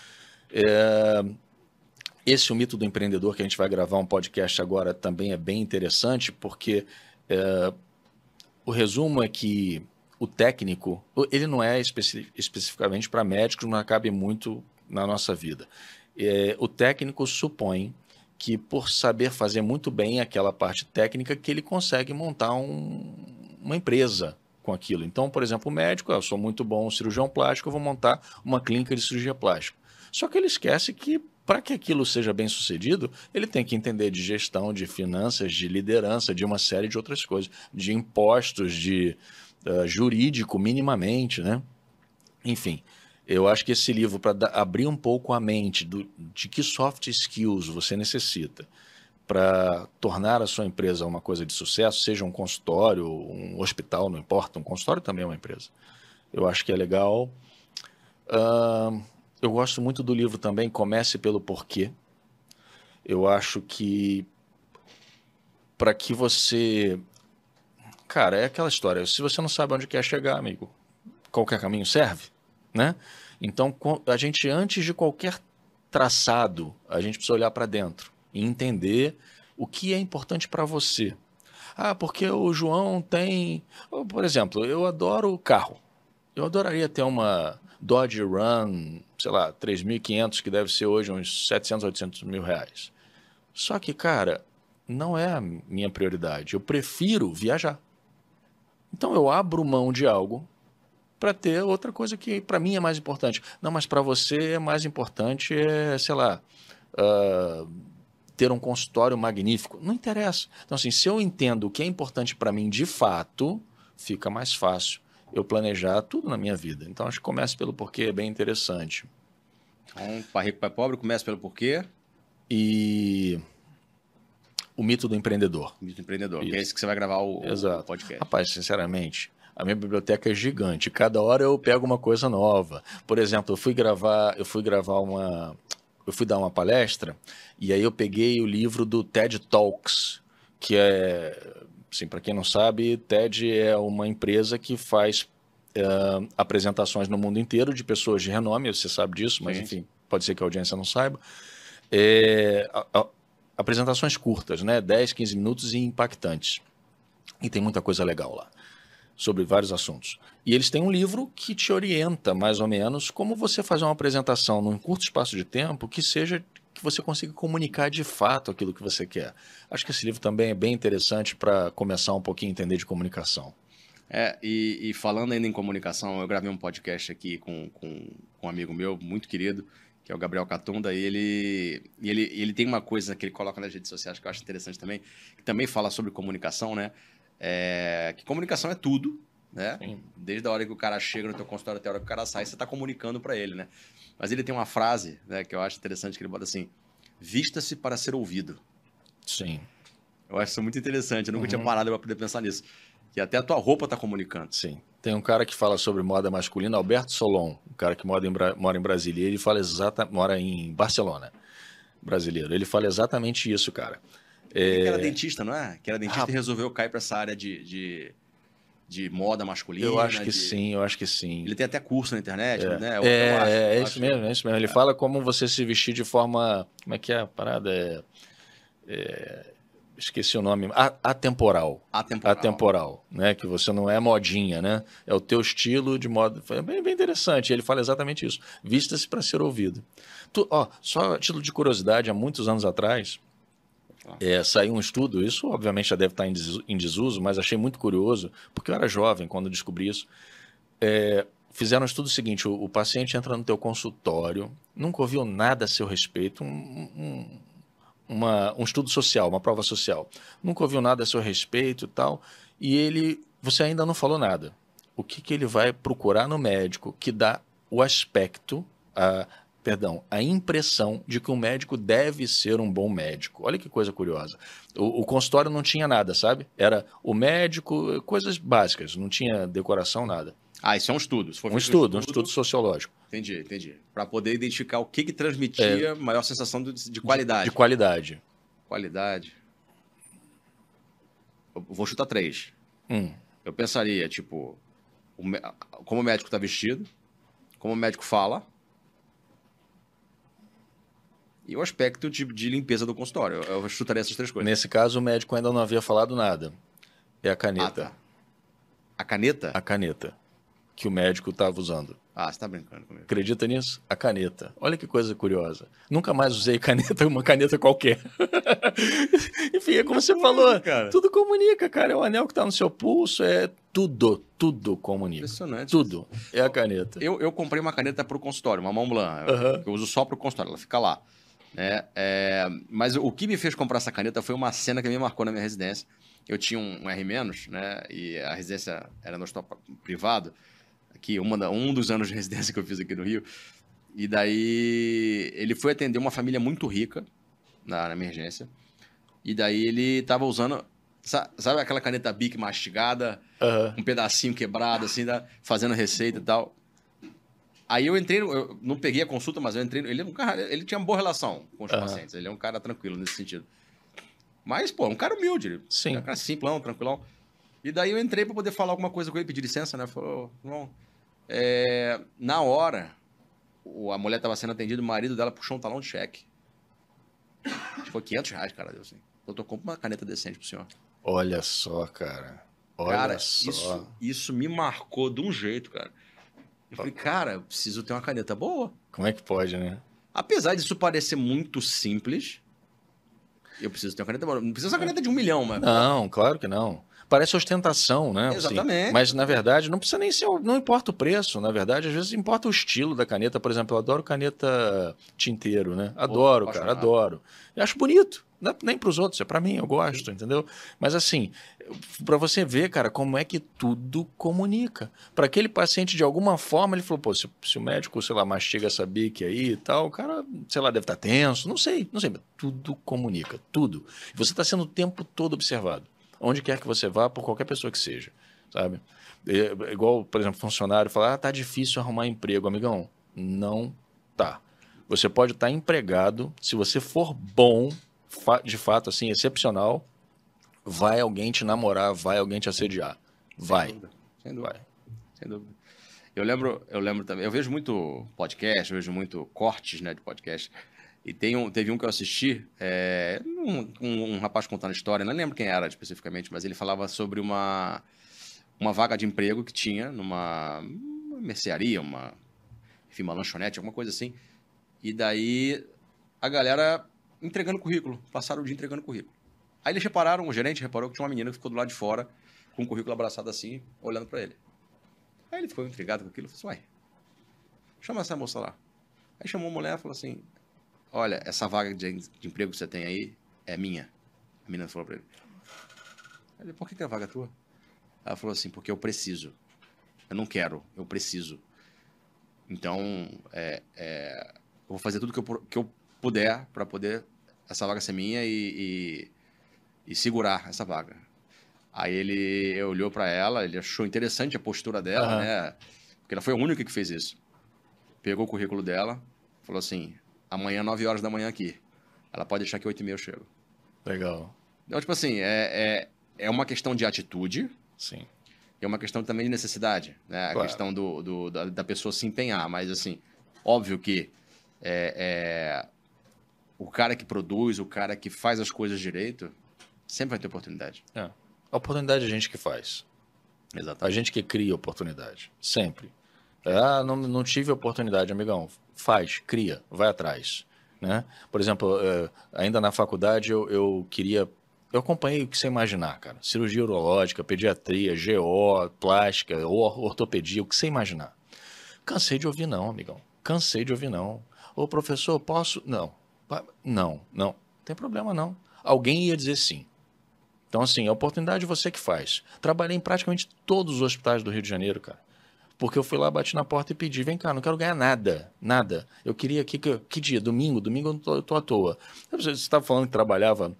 Speaker 2: É, esse O Mito do Empreendedor, que a gente vai gravar um podcast agora, também é bem interessante, porque é, o resumo é que o técnico, ele não é especi especificamente para médicos, mas cabe muito na nossa vida. É, o técnico supõe que, por saber fazer muito bem aquela parte técnica, que ele consegue montar um, uma empresa com aquilo. Então, por exemplo, o médico, eu sou muito bom cirurgião plástico, eu vou montar uma clínica de cirurgia plástica. Só que ele esquece que, para que aquilo seja bem sucedido, ele tem que entender de gestão, de finanças, de liderança, de uma série de outras coisas, de impostos, de uh, jurídico, minimamente, né? Enfim, eu acho que esse livro, para abrir um pouco a mente do, de que soft skills você necessita para tornar a sua empresa uma coisa de sucesso, seja um consultório, um hospital, não importa, um consultório também é uma empresa. Eu acho que é legal. Uh, eu gosto muito do livro também, Comece pelo Porquê. Eu acho que para que você... Cara, é aquela história, se você não sabe onde quer chegar, amigo, qualquer caminho serve, né? Então, a gente, antes de qualquer traçado, a gente precisa olhar para dentro e entender o que é importante para você. Ah, porque o João tem... Por exemplo, eu adoro carro. Eu adoraria ter uma Dodge Ram, sei lá, três mil e quinhentos, que deve ser hoje uns setecentos, oitocentos mil reais. Só que, cara, não é a minha prioridade. Eu prefiro viajar. Então, eu abro mão de algo para ter outra coisa que para mim é mais importante. Não, mas para você é mais importante, é, sei lá, uh, ter um consultório magnífico. Não interessa. Então, assim, se eu entendo o que é importante para mim de fato, fica mais fácil eu planejar tudo na minha vida. Então, acho que Comece pelo Porquê é bem interessante.
Speaker 1: Então, Pai Rico, Pai Pobre, Comece pelo Porquê.
Speaker 2: E O Mito do Empreendedor.
Speaker 1: O Mito do Empreendedor, isso. Que é esse que você vai gravar o, o podcast.
Speaker 2: Rapaz, sinceramente... A minha biblioteca é gigante. Cada hora eu pego uma coisa nova. Por exemplo, eu fui gravar, eu fui gravar uma, eu fui dar uma palestra e aí eu peguei o livro do TED Talks, que é, assim, para quem não sabe, TED é uma empresa que faz é, apresentações no mundo inteiro de pessoas de renome. Você sabe disso, mas Sim. enfim, pode ser que a audiência não saiba. É, a, a, apresentações curtas, né? dez, quinze minutos e impactantes. E tem muita coisa legal lá, sobre vários assuntos. E eles têm um livro que te orienta, mais ou menos, como você fazer uma apresentação num curto espaço de tempo que seja que você consiga comunicar de fato aquilo que você quer. Acho que esse livro também é bem interessante para começar um pouquinho a entender de comunicação.
Speaker 1: É, e, e falando ainda em comunicação, eu gravei um podcast aqui com, com, com um amigo meu, muito querido, que é o Gabriel Catunda, e ele, e ele, ele tem uma coisa que ele coloca nas redes sociais que eu acho interessante também, que também fala sobre comunicação, né? É, que comunicação é tudo, né? Sim. Desde a hora que o cara chega no teu consultório até a hora que o cara sai, você está comunicando para ele, né? Mas ele tem uma frase, né, que eu acho interessante, que ele bota assim: vista-se para ser ouvido.
Speaker 2: Sim.
Speaker 1: Eu acho isso muito interessante, eu nunca
Speaker 2: uhum.
Speaker 1: tinha parado para poder pensar nisso. Que até a tua roupa está comunicando.
Speaker 2: Sim. Tem um cara que fala sobre moda masculina, Alberto Solon, um cara que mora em, Bra... mora em Brasília, ele fala exatamente, mora em Barcelona, brasileiro. Ele fala exatamente isso, cara.
Speaker 1: Ele que era dentista, não é? Que era dentista ah, e resolveu cair para essa área de, de, de moda masculina.
Speaker 2: Eu acho que
Speaker 1: de...
Speaker 2: sim, eu acho que sim.
Speaker 1: Ele tem até curso na internet,
Speaker 2: é.
Speaker 1: né?
Speaker 2: Eu,
Speaker 1: é,
Speaker 2: eu acho, é, é
Speaker 1: eu
Speaker 2: isso
Speaker 1: acho...
Speaker 2: mesmo, é isso mesmo. Ele é. fala como você se vestir de forma... Como é que é a parada? É, é, esqueci o nome. Atemporal.
Speaker 1: Atemporal.
Speaker 2: Atemporal, né? Que você não é modinha, né? É o teu estilo de moda. É bem, bem interessante. Ele fala exatamente isso. Vista-se para ser ouvido. Tu, ó, só a título de curiosidade, há muitos anos atrás... É, saiu um estudo, isso obviamente já deve estar em desuso, mas achei muito curioso, porque eu era jovem quando descobri isso. É, fizeram um estudo seguinte: o, o paciente entra no teu consultório, nunca ouviu nada a seu respeito, um, um, uma, um estudo social, uma prova social, nunca ouviu nada a seu respeito e tal, e ele, você ainda não falou nada. O que, que ele vai procurar no médico que dá o aspecto, a Perdão, a impressão de que um médico deve ser um bom médico. Olha que coisa curiosa. O, o consultório não tinha nada, sabe? Era o médico, coisas básicas, não tinha decoração, nada.
Speaker 1: Ah, isso é um estudo. Se for
Speaker 2: Um
Speaker 1: feito
Speaker 2: estudo, um estudo sociológico.
Speaker 1: Entendi, entendi. Para poder identificar o que, que transmitia maior sensação de, de qualidade.
Speaker 2: De, de qualidade.
Speaker 1: Qualidade. Eu vou chutar três.
Speaker 2: Hum.
Speaker 1: Eu pensaria, tipo, o me- como o médico está vestido, como o médico fala e o aspecto de, de limpeza do consultório. Eu, eu chutaria essas três coisas.
Speaker 2: Nesse caso, o médico ainda não havia falado nada. É a caneta.
Speaker 1: Ah, tá. A caneta?
Speaker 2: A caneta que o médico estava usando.
Speaker 1: Ah, você tá brincando comigo.
Speaker 2: Acredita nisso? A caneta. Olha que coisa curiosa. Nunca mais usei caneta, uma caneta qualquer. Enfim, é como você falou,
Speaker 1: cara.
Speaker 2: tudo comunica, cara. É o anel que está no seu pulso, é tudo, tudo comunica.
Speaker 1: Impressionante.
Speaker 2: Tudo. É a caneta.
Speaker 1: Eu, eu comprei uma caneta para o consultório, uma Mont Blanc,
Speaker 2: Uhum.
Speaker 1: que eu uso só para o consultório, ela fica lá. Né? É, mas o que me fez comprar essa caneta foi uma cena que me marcou na minha residência. Eu tinha um, um R menos, né? E a residência era no hospital privado, aqui, uma da, um dos anos de residência que eu fiz aqui no Rio. E daí ele foi atender uma família muito rica na, na emergência. E daí ele tava usando, sa- sabe aquela caneta Bic mastigada,
Speaker 2: Uhum.
Speaker 1: um pedacinho quebrado, assim, da, fazendo receita e tal. Aí eu entrei, no- eu não peguei a consulta, mas eu entrei. no- Ele, é um cara, ele tinha uma boa relação com os
Speaker 2: Aham.
Speaker 1: pacientes, ele é um cara tranquilo nesse sentido. Mas, pô, um cara humilde, ele
Speaker 2: Sim.
Speaker 1: é um cara simplão, tranquilão. E daí eu entrei pra poder falar alguma coisa com ele, pedir licença, né? Falou, não. É, na hora, o- a mulher tava sendo atendida, o marido dela puxou um talão de cheque. Acho que foi quinhentos reais, cara, deu assim. Doutor, compra uma caneta decente pro senhor.
Speaker 2: Olha só, cara. Olha
Speaker 1: Cara,
Speaker 2: só.
Speaker 1: isso, isso me marcou de um jeito, cara. Eu falei, cara, eu preciso ter uma caneta boa.
Speaker 2: Como é que pode, né?
Speaker 1: Apesar disso parecer muito simples, eu preciso ter uma caneta boa. Não precisa ser uma caneta de um milhão, mas...
Speaker 2: Não, claro que não. Parece ostentação, né? Assim,
Speaker 1: Exatamente.
Speaker 2: mas, na verdade, não precisa nem ser. o- Não importa o preço, na verdade, às vezes importa o estilo da caneta. Por exemplo, eu adoro caneta tinteiro, né? Adoro, cara,
Speaker 1: apaixonado.
Speaker 2: adoro. Eu acho bonito. Não é nem para os outros, é para mim, eu gosto, entendeu? Mas assim, para você ver, cara, como é que tudo comunica. Para aquele paciente, de alguma forma, ele falou, pô, se, se o médico, sei lá, mastiga essa bique aí e tal, o cara, sei lá, deve estar tenso, não sei, não sei, mas tudo comunica, tudo. E você está sendo o tempo todo observado. Onde quer que você vá, por qualquer pessoa que seja, sabe? É, igual, por exemplo, funcionário falar, ah, tá difícil arrumar emprego, amigão. Não tá. Você pode estar empregado, se você for bom, fa- de fato, assim, excepcional, vai alguém te namorar, vai alguém te assediar. Vai.
Speaker 1: Sem dúvida. Sem dúvida.
Speaker 2: Vai.
Speaker 1: Sem dúvida. Eu lembro, eu lembro também, eu vejo muito podcast, eu vejo muito cortes, né, de podcast. E tem um, teve um que eu assisti, é, um, um, um rapaz contando história, não lembro quem era especificamente, mas ele falava sobre uma, uma vaga de emprego que tinha numa uma mercearia, uma, enfim, uma lanchonete, alguma coisa assim. E daí a galera entregando currículo, passaram o dia entregando currículo. Aí eles repararam, o gerente reparou que tinha uma menina que ficou do lado de fora, com o currículo abraçado assim, olhando pra ele. Aí ele ficou intrigado com aquilo e falou assim, uai, chama essa moça lá. Aí chamou a mulher e falou assim, olha, essa vaga de, de emprego que você tem aí é minha. A menina falou pra ele. Ele, por que, que a vaga é tua? Ela falou assim, porque eu preciso. Eu não quero, eu preciso. Então, é, é, eu vou fazer tudo que eu, pu- que eu puder para poder essa vaga ser minha e, e, e segurar essa vaga. Aí ele olhou para ela, ele achou interessante a postura dela,
Speaker 2: Aham.
Speaker 1: né? Porque ela foi a única que fez isso. Pegou o currículo dela, falou assim, amanhã, nove horas da manhã aqui. Ela pode deixar que oito e meia eu chego.
Speaker 2: Legal.
Speaker 1: Então, tipo assim, é, é, é uma questão de atitude,
Speaker 2: Sim.
Speaker 1: é uma questão também de necessidade, né? A
Speaker 2: Claro.
Speaker 1: questão do, do- da, da pessoa se empenhar. Mas, assim, óbvio que é, é, o cara que produz, o cara que faz as coisas direito, sempre vai ter oportunidade.
Speaker 2: É. A oportunidade é a gente que faz. A
Speaker 1: Exatamente.
Speaker 2: gente que cria oportunidade. Sempre. Ah, não, não tive oportunidade, amigão. Faz, cria, vai atrás. Né? Por exemplo, eh, ainda na faculdade eu, eu queria... Eu acompanhei o que você imaginar, cara. Cirurgia urológica, pediatria, G O, plástica, or- ortopedia, o que você imaginar. Cansei de ouvir não, amigão. Cansei de ouvir não. Ô, professor, posso... Não. Pa- Não, não. Não tem problema, não. Alguém ia dizer sim. Então, assim, a oportunidade você que faz. Trabalhei em praticamente todos os hospitais do Rio de Janeiro, cara. Porque eu fui lá, bati na porta e pedi, vem cá, não quero ganhar nada, nada. Eu queria aqui, que, que dia? Domingo? Domingo eu não tô, eu tô à toa. Você estava falando que trabalhava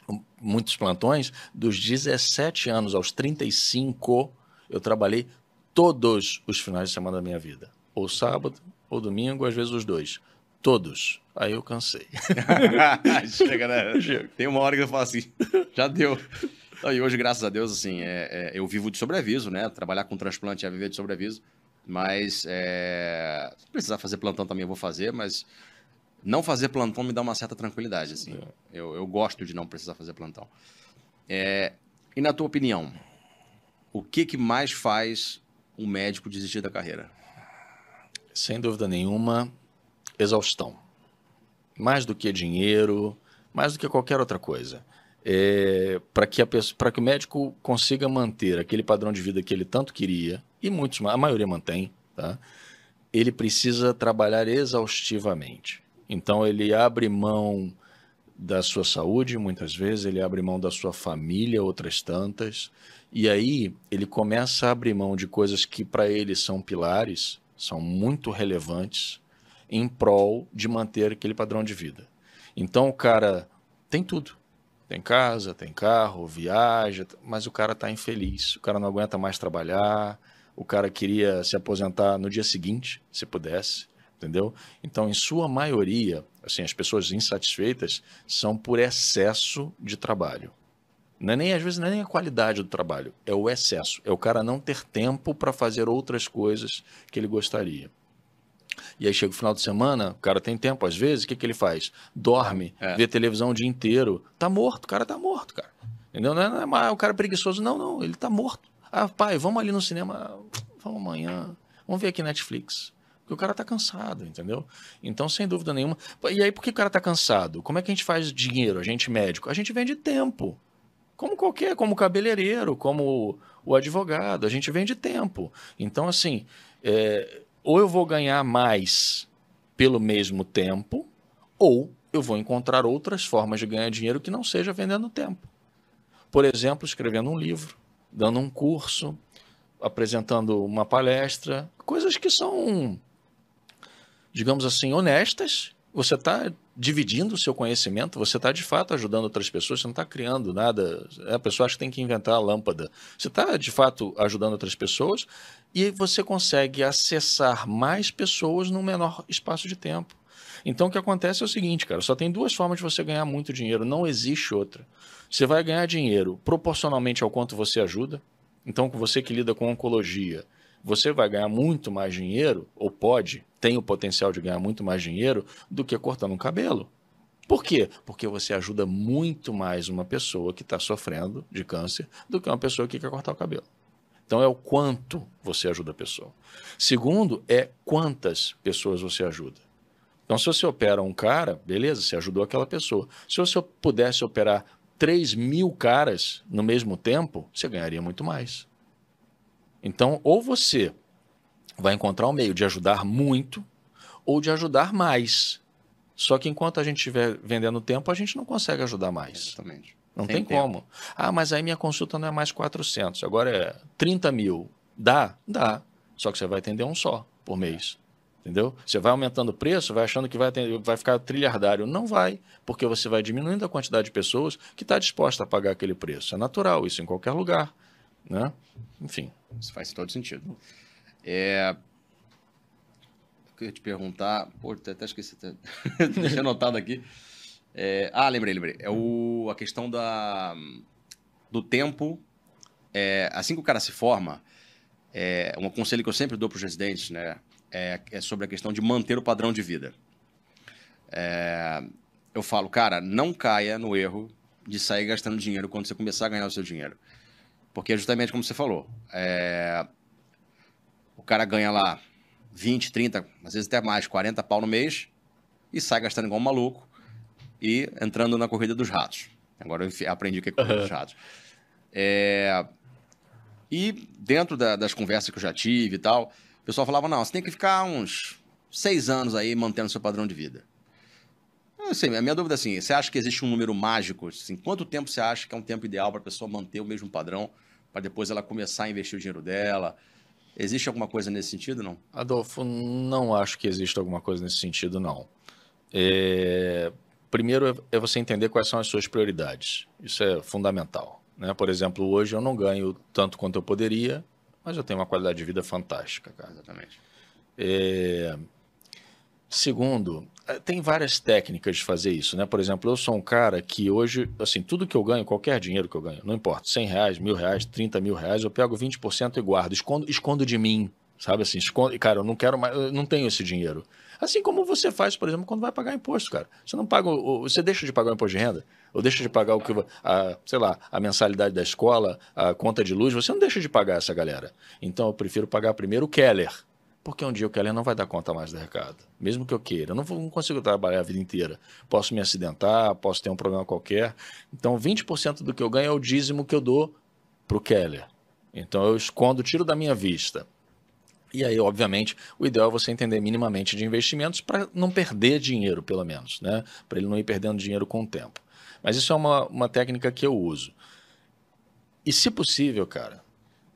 Speaker 2: muitos plantões, dos dezessete anos aos trinta e cinco, eu trabalhei todos os finais de semana da minha vida. Ou sábado, ou domingo, às vezes os dois. Todos. Aí eu cansei.
Speaker 1: Chega, né? Chega. Tem uma hora que eu falo assim, já deu. E hoje, graças a Deus, assim, é, é, eu vivo de sobreaviso, né? Trabalhar com transplante é viver de sobreaviso. Mas, é, se precisar fazer plantão também eu vou fazer, mas não fazer plantão me dá uma certa tranquilidade, assim. É. Eu, eu gosto de não precisar fazer plantão. É, e na tua opinião, o que, que mais faz um médico desistir da carreira?
Speaker 2: Sem dúvida nenhuma, exaustão. Mais do que dinheiro, mais do que qualquer outra coisa. É, para que, que o médico consiga manter aquele padrão de vida que ele tanto queria, e muitos, a maioria mantém, tá? Ele precisa trabalhar exaustivamente. Então, ele abre mão da sua saúde, muitas vezes, ele abre mão da sua família, outras tantas, e aí ele começa a abrir mão de coisas que para ele são pilares, são muito relevantes, em prol de manter aquele padrão de vida. Então, o cara tem tudo. Tem casa, tem carro, viaja, mas o cara está infeliz, o cara não aguenta mais trabalhar, o cara queria se aposentar no dia seguinte, se pudesse, entendeu? Então, em sua maioria, assim, as pessoas insatisfeitas são por excesso de trabalho. Não é nem, às vezes, não é nem a qualidade do trabalho, é o excesso, é o cara não ter tempo para fazer outras coisas que ele gostaria. E aí chega o final de semana, o cara tem tempo, às vezes, o que, que ele faz? Dorme, é. vê televisão o dia inteiro. Tá morto, o cara tá morto, cara. Entendeu? Não é, não é mais o cara preguiçoso, não, não, ele tá morto. Ah, pai, vamos ali no cinema, vamos amanhã, vamos ver aqui Netflix. Porque o cara tá cansado, entendeu? Então, sem dúvida nenhuma. E aí, por que o cara tá cansado? Como é que a gente faz dinheiro, a gente médico? A gente vende tempo. Como qualquer, como o cabeleireiro, como o advogado, a gente vende tempo. Então, assim, é... ou eu vou ganhar mais pelo mesmo tempo, ou eu vou encontrar outras formas de ganhar dinheiro que não seja vendendo tempo. Por exemplo, escrevendo um livro, dando um curso, apresentando uma palestra, coisas que são, digamos assim, honestas. Você está dividindo o seu conhecimento, você está de fato ajudando outras pessoas, você não está criando nada. A pessoa acha que tem que inventar a lâmpada. Você está de fato ajudando outras pessoas e você consegue acessar mais pessoas num menor espaço de tempo. Então o que acontece é o seguinte, cara, só tem duas formas de você ganhar muito dinheiro, não existe outra. Você vai ganhar dinheiro proporcionalmente ao quanto você ajuda. Então, você que lida com oncologia, você vai ganhar muito mais dinheiro, ou pode, tem o potencial de ganhar muito mais dinheiro, do que cortando um cabelo. Por quê? Porque você ajuda muito mais uma pessoa que está sofrendo de câncer do que uma pessoa que quer cortar o cabelo. Então, é o quanto você ajuda a pessoa. Segundo, é quantas pessoas você ajuda. Então, se você opera um cara, beleza, você ajudou aquela pessoa. Se você pudesse operar três mil caras no mesmo tempo, você ganharia muito mais. Então, ou você vai encontrar um meio de ajudar muito ou de ajudar mais. Só que enquanto a gente estiver vendendo tempo, a gente não consegue ajudar mais.
Speaker 1: Exatamente.
Speaker 2: Não
Speaker 1: Sem
Speaker 2: tem
Speaker 1: tempo.
Speaker 2: como. Ah, mas aí minha consulta não é mais quatrocentos, agora é trinta mil. Dá? Dá. Só que você vai atender um só por mês. Entendeu? Você vai aumentando o preço, vai achando que vai, atender, vai ficar trilhardário. Não vai, porque você vai diminuindo a quantidade de pessoas que está disposta a pagar aquele preço. É natural, isso em qualquer lugar. Né? Enfim.
Speaker 1: Isso faz todo sentido. É... Eu queria te perguntar... Pô, até esqueci. Deixa anotado aqui. É... Ah, lembrei, lembrei. É o... a questão da... do tempo. É... Assim que o cara se forma, é... um conselho que eu sempre dou para os residentes, né? É... é sobre a questão de manter o padrão de vida. É... Eu falo, cara, não caia no erro de sair gastando dinheiro quando você começar a ganhar o seu dinheiro. Porque é justamente como você falou. É... O cara ganha lá vinte, trinta, às vezes até mais, quarenta pau no mês e sai gastando igual um maluco e entrando na corrida dos ratos. Agora eu aprendi o que é corrida uhum. dos ratos. É... E dentro da, das conversas que eu já tive e tal, o pessoal falava, não, você tem que ficar uns seis anos aí mantendo seu padrão de vida. Não sei, a minha dúvida é assim, você acha que existe um número mágico? Assim, quanto tempo você acha que é um tempo ideal para a pessoa manter o mesmo padrão, para depois ela começar a investir o dinheiro dela? Existe alguma coisa nesse sentido, não?
Speaker 2: Adolfo, não acho que exista alguma coisa nesse sentido, não. É... Primeiro é você entender quais são as suas prioridades. Isso é fundamental. Né? Por exemplo, hoje eu não ganho tanto quanto eu poderia, mas eu tenho uma qualidade de vida fantástica, cara.
Speaker 1: Exatamente.
Speaker 2: É... Segundo, tem várias técnicas de fazer isso, né? Por exemplo, eu sou um cara que hoje, assim, tudo que eu ganho, qualquer dinheiro que eu ganho, não importa, cem reais, mil reais, trinta mil reais, eu pego vinte por cento e guardo, escondo, escondo de mim, sabe assim? Escondo, cara, eu não quero mais, eu não tenho esse dinheiro. Assim como você faz, por exemplo, quando vai pagar imposto, cara. Você não paga, você deixa de pagar o imposto de renda, ou deixa de pagar o que, a, sei lá, a mensalidade da escola, a conta de luz, você não deixa de pagar essa galera. Então eu prefiro pagar primeiro o Keller. Porque um dia o Keller não vai dar conta mais do recado. Mesmo que eu queira. Eu não, vou, não consigo trabalhar a vida inteira. Posso me acidentar, posso ter um problema qualquer. Então, vinte por cento do que eu ganho é o dízimo que eu dou para o Keller. Então, eu escondo, tiro da minha vista. E aí, obviamente, o ideal é você entender minimamente de investimentos para não perder dinheiro, pelo menos. Né? Para ele não ir perdendo dinheiro com o tempo. Mas isso é uma, uma técnica que eu uso. E, se possível, cara,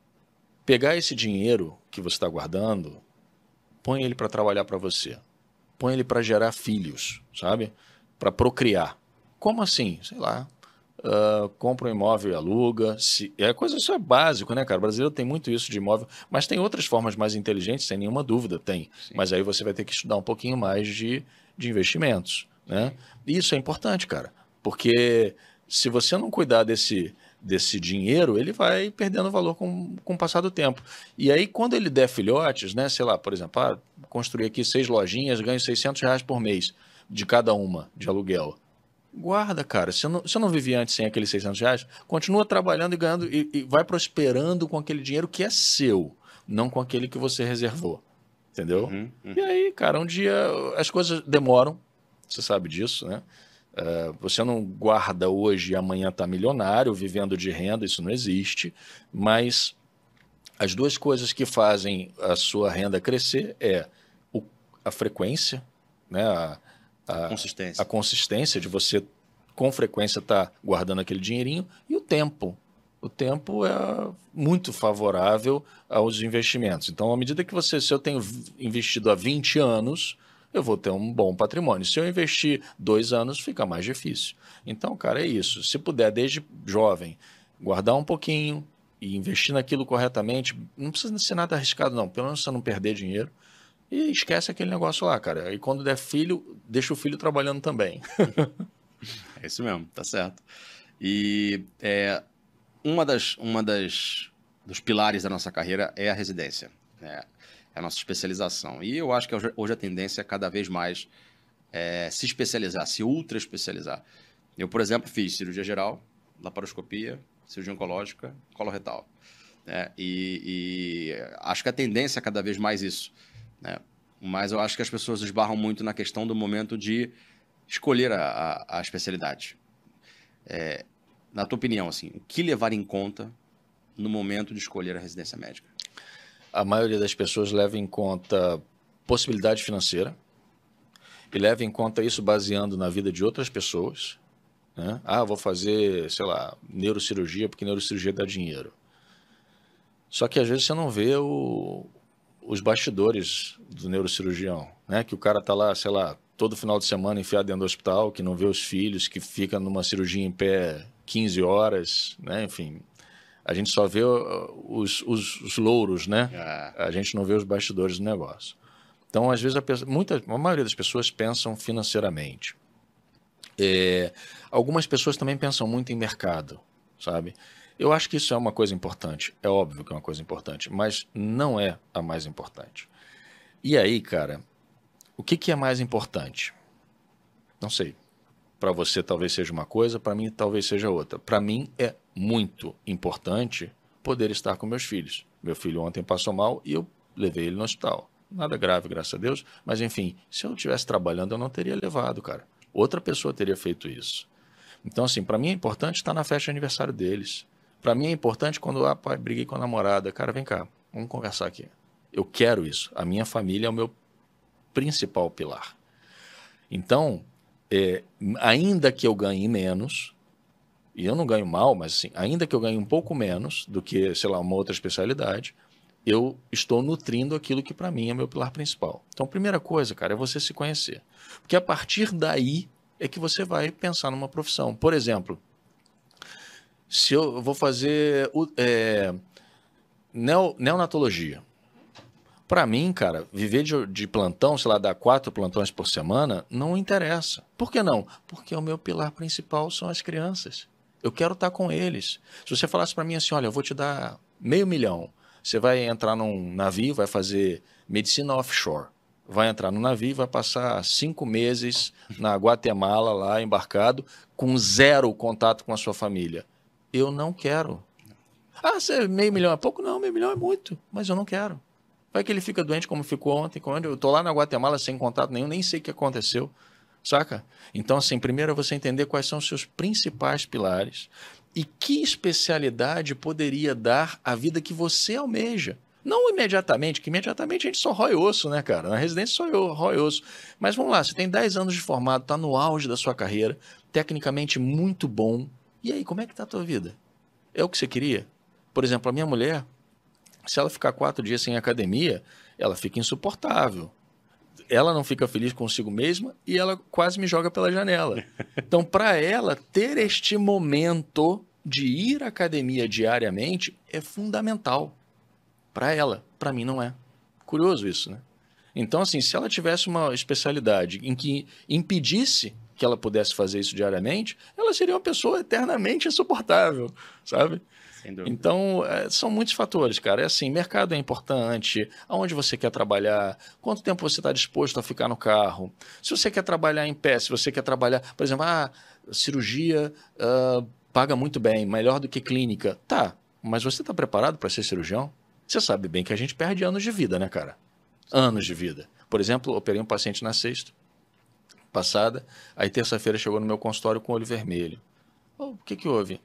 Speaker 2: pegar esse dinheiro que você está guardando, põe ele para trabalhar para você. Põe ele para gerar filhos, sabe? Para procriar. Como assim? Sei lá. Uh, compra um imóvel e aluga. Se... É coisa, isso é básico, né, cara? O brasileiro tem muito isso de imóvel, mas tem outras formas mais inteligentes, sem nenhuma dúvida, tem. Sim. Mas aí você vai ter que estudar um pouquinho mais de, de investimentos, né? E isso é importante, cara. Porque se você não cuidar desse... desse dinheiro, ele vai perdendo valor com, com o passar do tempo. E aí, quando ele der filhotes, né, sei lá, por exemplo, ah, construir aqui seis lojinhas, ganho seiscentos reais por mês de cada uma, de aluguel. Guarda, cara. Se eu não, se eu não vivia antes sem aqueles seiscentos reais, continua trabalhando e ganhando e, e vai prosperando com aquele dinheiro que é seu, não com aquele que você reservou. Entendeu? Uhum, uhum. E aí, cara, um dia as coisas demoram, você sabe disso, né? Uh, você não guarda hoje e amanhã está milionário, vivendo de renda, isso não existe, mas as duas coisas que fazem a sua renda crescer é o, a frequência, né? a, a, consistência. a consistência de você com frequência estar tá guardando aquele dinheirinho, e o tempo. O tempo é muito favorável aos investimentos. Então, à medida que você, se eu tenho investido há vinte anos, eu vou ter um bom patrimônio. Se eu investir dois anos, fica mais difícil. Então, cara, é isso. Se puder, desde jovem, guardar um pouquinho e investir naquilo corretamente, não precisa ser nada arriscado, não. Pelo menos você não perder dinheiro. E esquece aquele negócio lá, cara. E quando der filho, deixa o filho trabalhando também.
Speaker 1: É isso mesmo, tá certo. E é, uma das, uma das dos pilares da nossa carreira é a residência, né? É a nossa especialização. E eu acho que hoje a tendência é cada vez mais é, se especializar, se ultra especializar. Eu, por exemplo, fiz cirurgia geral, laparoscopia, cirurgia oncológica, coloretal. Né? E, e acho que a tendência é cada vez mais isso. Né? Mas eu acho que as pessoas esbarram muito na questão do momento de escolher a, a, a especialidade. É, na tua opinião, assim, o que levar em conta no momento de escolher a residência médica?
Speaker 2: A maioria das pessoas leva em conta possibilidade financeira e leva em conta isso baseando na vida de outras pessoas. Né? Ah, vou fazer, sei lá, neurocirurgia porque neurocirurgia dá dinheiro. Só que às vezes você não vê o, os bastidores do neurocirurgião, né? Que o cara tá lá, sei lá, todo final de semana enfiado dentro do hospital, que não vê os filhos, que fica numa cirurgia em pé quinze horas, né? Enfim... A gente só vê os, os, os louros, né? É. A gente não vê os bastidores do negócio. Então, às vezes, a, pessoa, muita, a maioria das pessoas pensam financeiramente. É, algumas pessoas também pensam muito em mercado, sabe? Eu acho que isso é uma coisa importante. É óbvio que é uma coisa importante, mas não é a mais importante. E aí, cara, o que, que é mais importante? Não sei. Para você talvez seja uma coisa, para mim talvez seja outra. Para mim é muito importante poder estar com meus filhos. Meu filho ontem passou mal e eu levei ele no hospital. Nada grave, graças a Deus. Mas enfim, se eu estivesse trabalhando, eu não teria levado, cara. Outra pessoa teria feito isso. Então, assim, para mim é importante estar na festa de aniversário deles. Para mim é importante quando, ah, pai, briguei com a namorada. Cara, vem cá, vamos conversar aqui. Eu quero isso. A minha família é o meu principal pilar. Então... É, ainda que eu ganhe menos, e eu não ganho mal, mas assim, ainda que eu ganhe um pouco menos do que, sei lá, uma outra especialidade, eu estou nutrindo aquilo que para mim é meu pilar principal. Então, a primeira coisa, cara, é você se conhecer. Porque a partir daí é que você vai pensar numa profissão. Por exemplo, se eu vou fazer... É, neo, neonatologia. Para mim, cara, viver de, de plantão, sei lá, dar quatro plantões por semana, não interessa. Por que não? Porque o meu pilar principal são as crianças. Eu quero estar com eles. Se você falasse para mim assim, olha, eu vou te dar meio milhão, você vai entrar num navio, vai fazer medicina offshore, vai entrar no navio, vai passar cinco meses na Guatemala, lá embarcado, com zero contato com a sua família. Eu não quero. Ah, você, meio milhão é pouco? Não, meio milhão é muito, mas eu não quero. Vai que ele fica doente como ficou ontem, quando eu tô lá na Guatemala sem contato nenhum, nem sei o que aconteceu, saca? Então, assim, primeiro é você entender quais são os seus principais pilares e que especialidade poderia dar a vida que você almeja. Não imediatamente, que imediatamente a gente só rói osso, né, cara? Na residência só eu rói osso. Mas vamos lá, você tem dez anos de formado, tá no auge da sua carreira, tecnicamente muito bom. E aí, como é que tá a tua vida? É o que você queria? Por exemplo, a minha mulher, se ela ficar quatro dias sem academia, ela fica insuportável. Ela não fica feliz consigo mesma e ela quase me joga pela janela. Então, para ela, ter este momento de ir à academia diariamente é fundamental. Para ela. Para mim, não é. Curioso isso, né? Então, assim, se ela tivesse uma especialidade em que impedisse que ela pudesse fazer isso diariamente, ela seria uma pessoa eternamente insuportável, sabe? Então, é, são muitos fatores, cara. É assim, mercado é importante, aonde você quer trabalhar, quanto tempo você está disposto a ficar no carro. Se você quer trabalhar em pé, se você quer trabalhar, por exemplo, ah, cirurgia uh, paga muito bem, melhor do que clínica. Tá, mas você está preparado para ser cirurgião? Você sabe bem que a gente perde anos de vida, né, cara? Anos de vida. Por exemplo, operei um paciente na sexta passada, aí terça-feira chegou no meu consultório com o olho vermelho. Oh, o que que houve?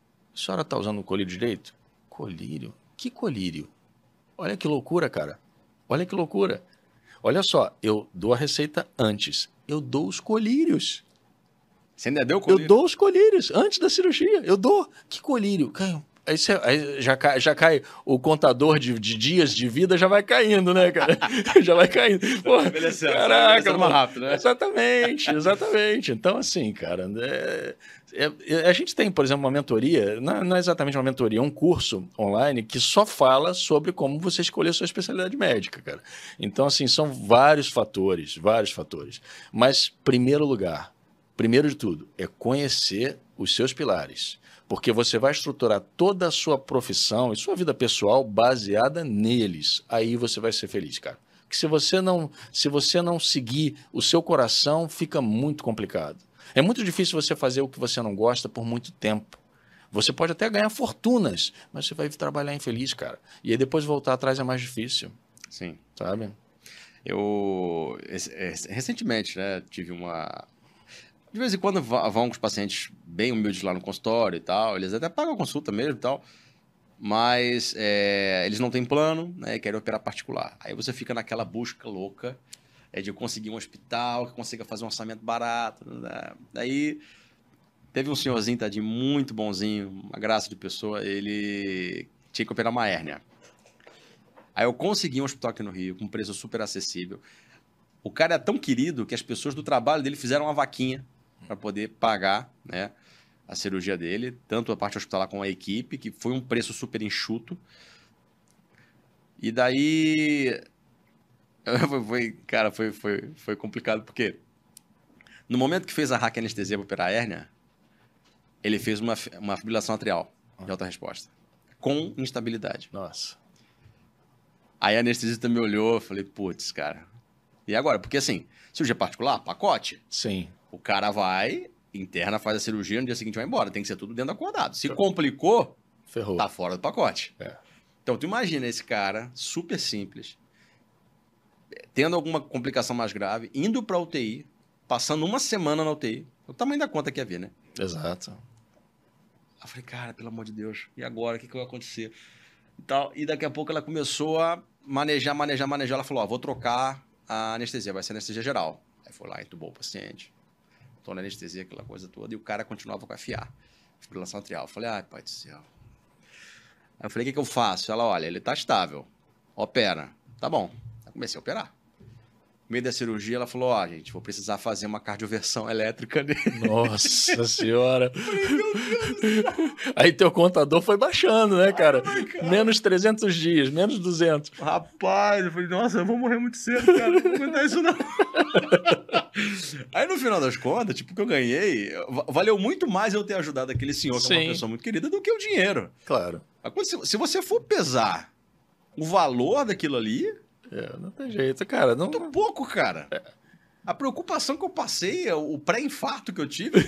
Speaker 2: A senhora está usando o colírio direito? Colírio? Que colírio? Olha que loucura, cara. Olha que loucura. Olha só, eu dou a receita antes. Eu dou os colírios.
Speaker 1: Você ainda deu o colírio?
Speaker 2: Eu dou os colírios antes da cirurgia. Eu dou. Que colírio? Aí, você, aí já, cai, já cai o contador de, de dias de vida, já vai caindo, né, cara? Já vai caindo. Pô, caraca,
Speaker 1: mais rápido, né?
Speaker 2: Exatamente, exatamente. Então, assim, cara, é, é, a gente tem, por exemplo, uma mentoria, não, não é exatamente uma mentoria, é um curso online que só fala sobre como você escolher a sua especialidade médica, cara. Então, assim, são vários fatores, vários fatores. Mas, primeiro lugar, primeiro de tudo, é conhecer os seus pilares. Porque você vai estruturar toda a sua profissão e sua vida pessoal baseada neles. Aí você vai ser feliz, cara. Porque se você não, se você não seguir o seu coração, fica muito complicado. É muito difícil você fazer o que você não gosta por muito tempo. Você pode até ganhar fortunas, mas você vai trabalhar infeliz, cara. E aí depois voltar atrás é mais difícil.
Speaker 1: Sim.
Speaker 2: Sabe?
Speaker 1: Eu, recentemente, né, tive uma... De vez em quando vão com os pacientes bem humildes lá no consultório e tal, eles até pagam a consulta mesmo e tal, mas é, eles não têm plano, né, e querem operar particular. Aí você fica naquela busca louca é, de conseguir um hospital que consiga fazer um orçamento barato. Né? Daí teve um senhorzinho, tadinho, muito bonzinho, uma graça de pessoa, ele tinha que operar uma hérnia. Aí eu consegui um hospital aqui no Rio, com um preço super acessível. O cara é tão querido que as pessoas do trabalho dele fizeram uma vaquinha para poder pagar, né, a cirurgia dele, tanto a parte hospitalar como a equipe, que foi um preço super enxuto. E daí, foi, cara, foi, foi, foi complicado, porque no momento que fez a raquianestesia para operar a hérnia, ele fez uma, uma fibrilação atrial de alta resposta, com instabilidade.
Speaker 2: Nossa.
Speaker 1: Aí a anestesista me olhou, eu falei, putz, cara, e agora? Porque assim, cirurgia particular, pacote.
Speaker 2: Sim.
Speaker 1: O cara vai, interna, faz a cirurgia, no dia seguinte vai embora. Tem que ser tudo dentro do acordado. Se complicou,
Speaker 2: ferrou.
Speaker 1: Tá fora do pacote.
Speaker 2: É.
Speaker 1: Então, tu imagina esse cara, super simples, tendo alguma complicação mais grave, indo pra U T I, passando uma semana na U T I. O tamanho da conta que ia vir, né?
Speaker 2: Exato.
Speaker 1: Aí eu falei, cara, pelo amor de Deus, e agora? O que, que vai acontecer? E, tal. E daqui a pouco ela começou a manejar, manejar, manejar. Ela falou, ó, vou trocar a anestesia, vai ser anestesia geral. Aí foi lá, entubou o paciente. Tô na anestesia, aquela coisa toda, e o cara continuava com a F A, fibrilação atrial. Eu falei, ai, pai do céu. Aí eu falei, o que, que eu faço? Ela, olha, ele tá estável, opera. Tá bom. Aí comecei a operar. meio da cirurgia, ela falou, ó, oh, gente, vou precisar fazer uma cardioversão elétrica nele.
Speaker 2: Nossa senhora. Aí teu contador foi baixando, né, cara? Ai, cara? Menos trezentos dias, menos duzentos.
Speaker 1: Rapaz, eu falei, nossa, eu vou morrer muito cedo, cara. Não vou aguentar isso, não. Aí, no final das contas, tipo, que eu ganhei, valeu muito mais eu ter ajudado aquele senhor, que Sim. é uma pessoa muito querida, do que o dinheiro.
Speaker 2: Claro.
Speaker 1: Se você for pesar o valor daquilo ali...
Speaker 2: É, não tem jeito, cara. Não...
Speaker 1: Muito pouco, cara. É. A preocupação que eu passei, o pré-infarto que eu tive...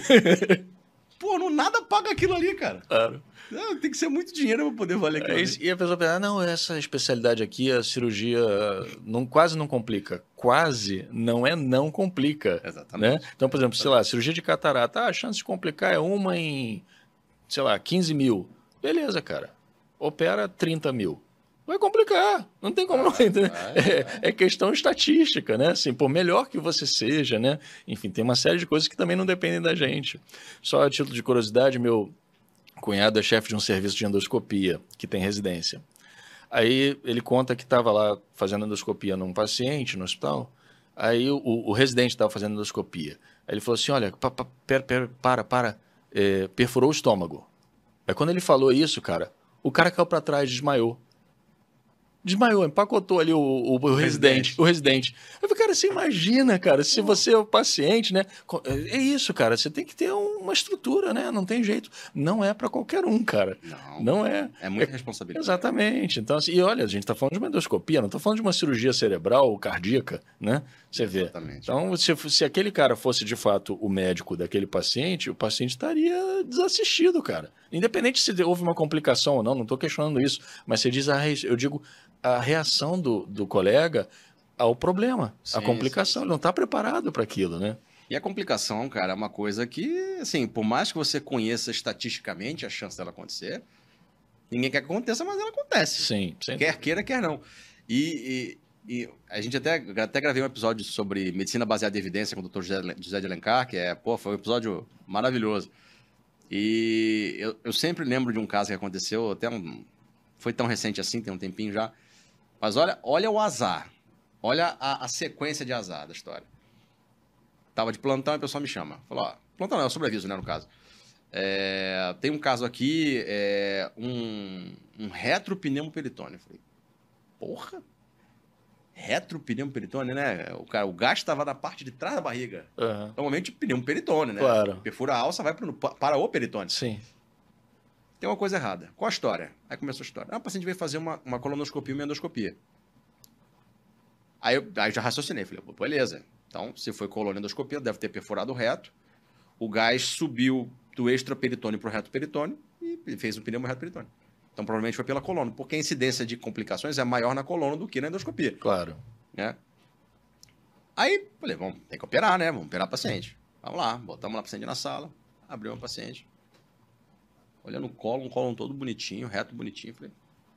Speaker 1: Pô, não nada paga aquilo ali, cara.
Speaker 2: Claro.
Speaker 1: Não, tem que ser muito dinheiro para poder valer aquilo
Speaker 2: é,
Speaker 1: ali.
Speaker 2: E a pessoa pensa, ah, não, essa especialidade aqui, a cirurgia não, quase não complica. Quase não é não complica.
Speaker 1: Exatamente.
Speaker 2: Né? Então, por exemplo, sei lá, cirurgia de catarata, ah, a chance de complicar é uma em, sei lá, quinze mil. Beleza, cara. Opera trinta mil. Vai complicar, não tem como não, entender. É, é questão estatística, né? Assim, por melhor que você seja, né? Enfim, tem uma série de coisas que também não dependem da gente. Só a título de curiosidade, meu cunhado é chefe de um serviço de endoscopia, que tem residência. Aí ele conta que estava lá fazendo endoscopia num paciente no hospital, aí o, o residente estava fazendo endoscopia. Aí ele falou assim, olha, pa, pa, pera, pera, para, para, é, perfurou o estômago. Aí quando ele falou isso, cara, o cara caiu para trás, desmaiou. Desmaiou, empacotou ali o, o, o residente, o residente. Eu falei, cara, você imagina, cara, se você é o paciente, né? É isso, cara, você tem que ter uma estrutura, né? Não tem jeito. Não é para qualquer um, cara.
Speaker 1: Não,
Speaker 2: não é.
Speaker 1: É muita
Speaker 2: é,
Speaker 1: responsabilidade.
Speaker 2: Exatamente. Então, assim, e olha, a gente tá falando de uma endoscopia, não tá falando de uma cirurgia cerebral ou cardíaca, né? Você vê.
Speaker 1: Exatamente.
Speaker 2: Então, se, se aquele cara fosse de fato o médico daquele paciente, o paciente estaria desassistido, cara. Independente se houve uma complicação ou não, não tô questionando isso, mas você diz, ah, eu digo a reação do, do colega ao problema, sim, a complicação. Sim, sim. Ele não está preparado para aquilo, né?
Speaker 1: E a complicação, cara, é uma coisa que, assim, por mais que você conheça estatisticamente a chance dela acontecer, ninguém quer que aconteça, mas ela acontece.
Speaker 2: Sim. Sim.
Speaker 1: Quer queira, quer não. E, e, e a gente até, até gravei um episódio sobre medicina baseada em evidência com o doutor José, José de Alencar, que é, pô, foi um episódio maravilhoso. E eu, eu sempre lembro de um caso que aconteceu, até um, foi tão recente assim, tem um tempinho já. Mas olha, olha o azar. Olha a, a sequência de azar da história. Tava de plantão e a pessoa me chama. Falou, ó, plantão não, é sobreaviso, né, no caso. É, tem um caso aqui, é, um, um retropneumoperitônio. Eu falei, porra? Retropneumoperitônio, né? O, cara, o gás estava na parte de trás da barriga.
Speaker 2: Uhum.
Speaker 1: Normalmente, pneumoperitônio, né?
Speaker 2: Claro.
Speaker 1: Perfura a alça, vai pro, para o peritônio.
Speaker 2: Sim.
Speaker 1: Tem uma coisa errada. Qual a história? Aí começou a história. Ah, o paciente veio fazer uma, uma colonoscopia e uma endoscopia. Aí eu aí já raciocinei. Falei, beleza. Então, se foi colonendoscopia, deve ter perfurado o reto. O gás subiu do extraperitônio para o reto peritônio e fez um pneumo reto peritônio. Então, provavelmente foi pela coluna, porque a incidência de complicações é maior na coluna do que na endoscopia.
Speaker 2: Claro.
Speaker 1: Né? Aí, falei, vamos, tem que operar, né? Vamos operar o paciente. Vamos lá, botamos lá o paciente na sala, abriu o paciente. Olhando o colo, um colo todo bonitinho, reto bonitinho. Falei,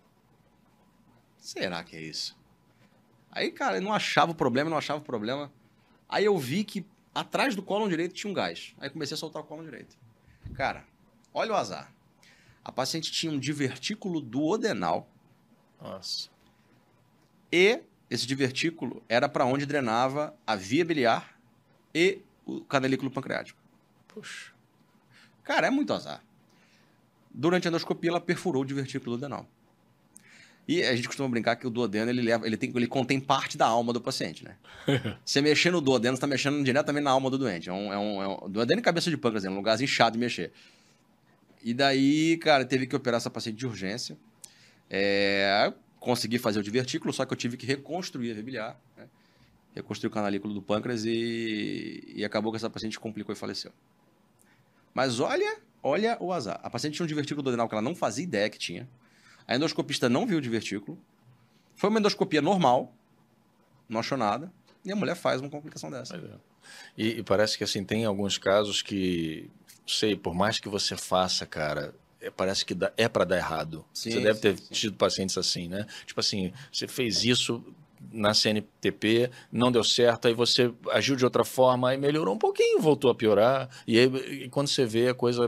Speaker 1: será que é isso? Aí, cara, eu não achava o problema, não achava o problema. Aí eu vi que atrás do colo direito tinha um gás. Aí comecei a soltar o colo direito. Cara, olha o azar. A paciente tinha um divertículo duodenal.
Speaker 2: Nossa.
Speaker 1: E esse divertículo era para onde drenava a via biliar e o canalículo pancreático.
Speaker 2: Puxa.
Speaker 1: Cara, é muito azar. Durante a endoscopia, ela perfurou o divertículo duodenal. E a gente costuma brincar que o duodeno, ele, leva, ele, tem, ele contém parte da alma do paciente, né? Você mexer no duodeno, você está mexendo diretamente na alma do doente. É um, é um, é um duodeno e cabeça de pâncreas, é um lugarzinho inchado de mexer. E daí, cara, teve que operar essa paciente de urgência. É, consegui fazer o divertículo, só que eu tive que reconstruir a via biliar, né? Reconstruir o canalículo do pâncreas e, e acabou que essa paciente complicou e faleceu. Mas olha, olha o azar. A paciente tinha um divertículo duodenal que ela não fazia ideia que tinha. A endoscopista não viu o divertículo. Foi uma endoscopia normal, não achou nada. E a mulher faz uma complicação dessa.
Speaker 2: É. E, e parece que assim, tem alguns casos que, sei, por mais que você faça, cara, é, parece que dá, é para dar errado. Sim, você deve ter sim, sim. tido pacientes assim, né? Tipo assim, você fez isso na C N T P, não deu certo, aí você agiu de outra forma, aí melhorou um pouquinho, voltou a piorar. E aí, e quando você vê, a coisa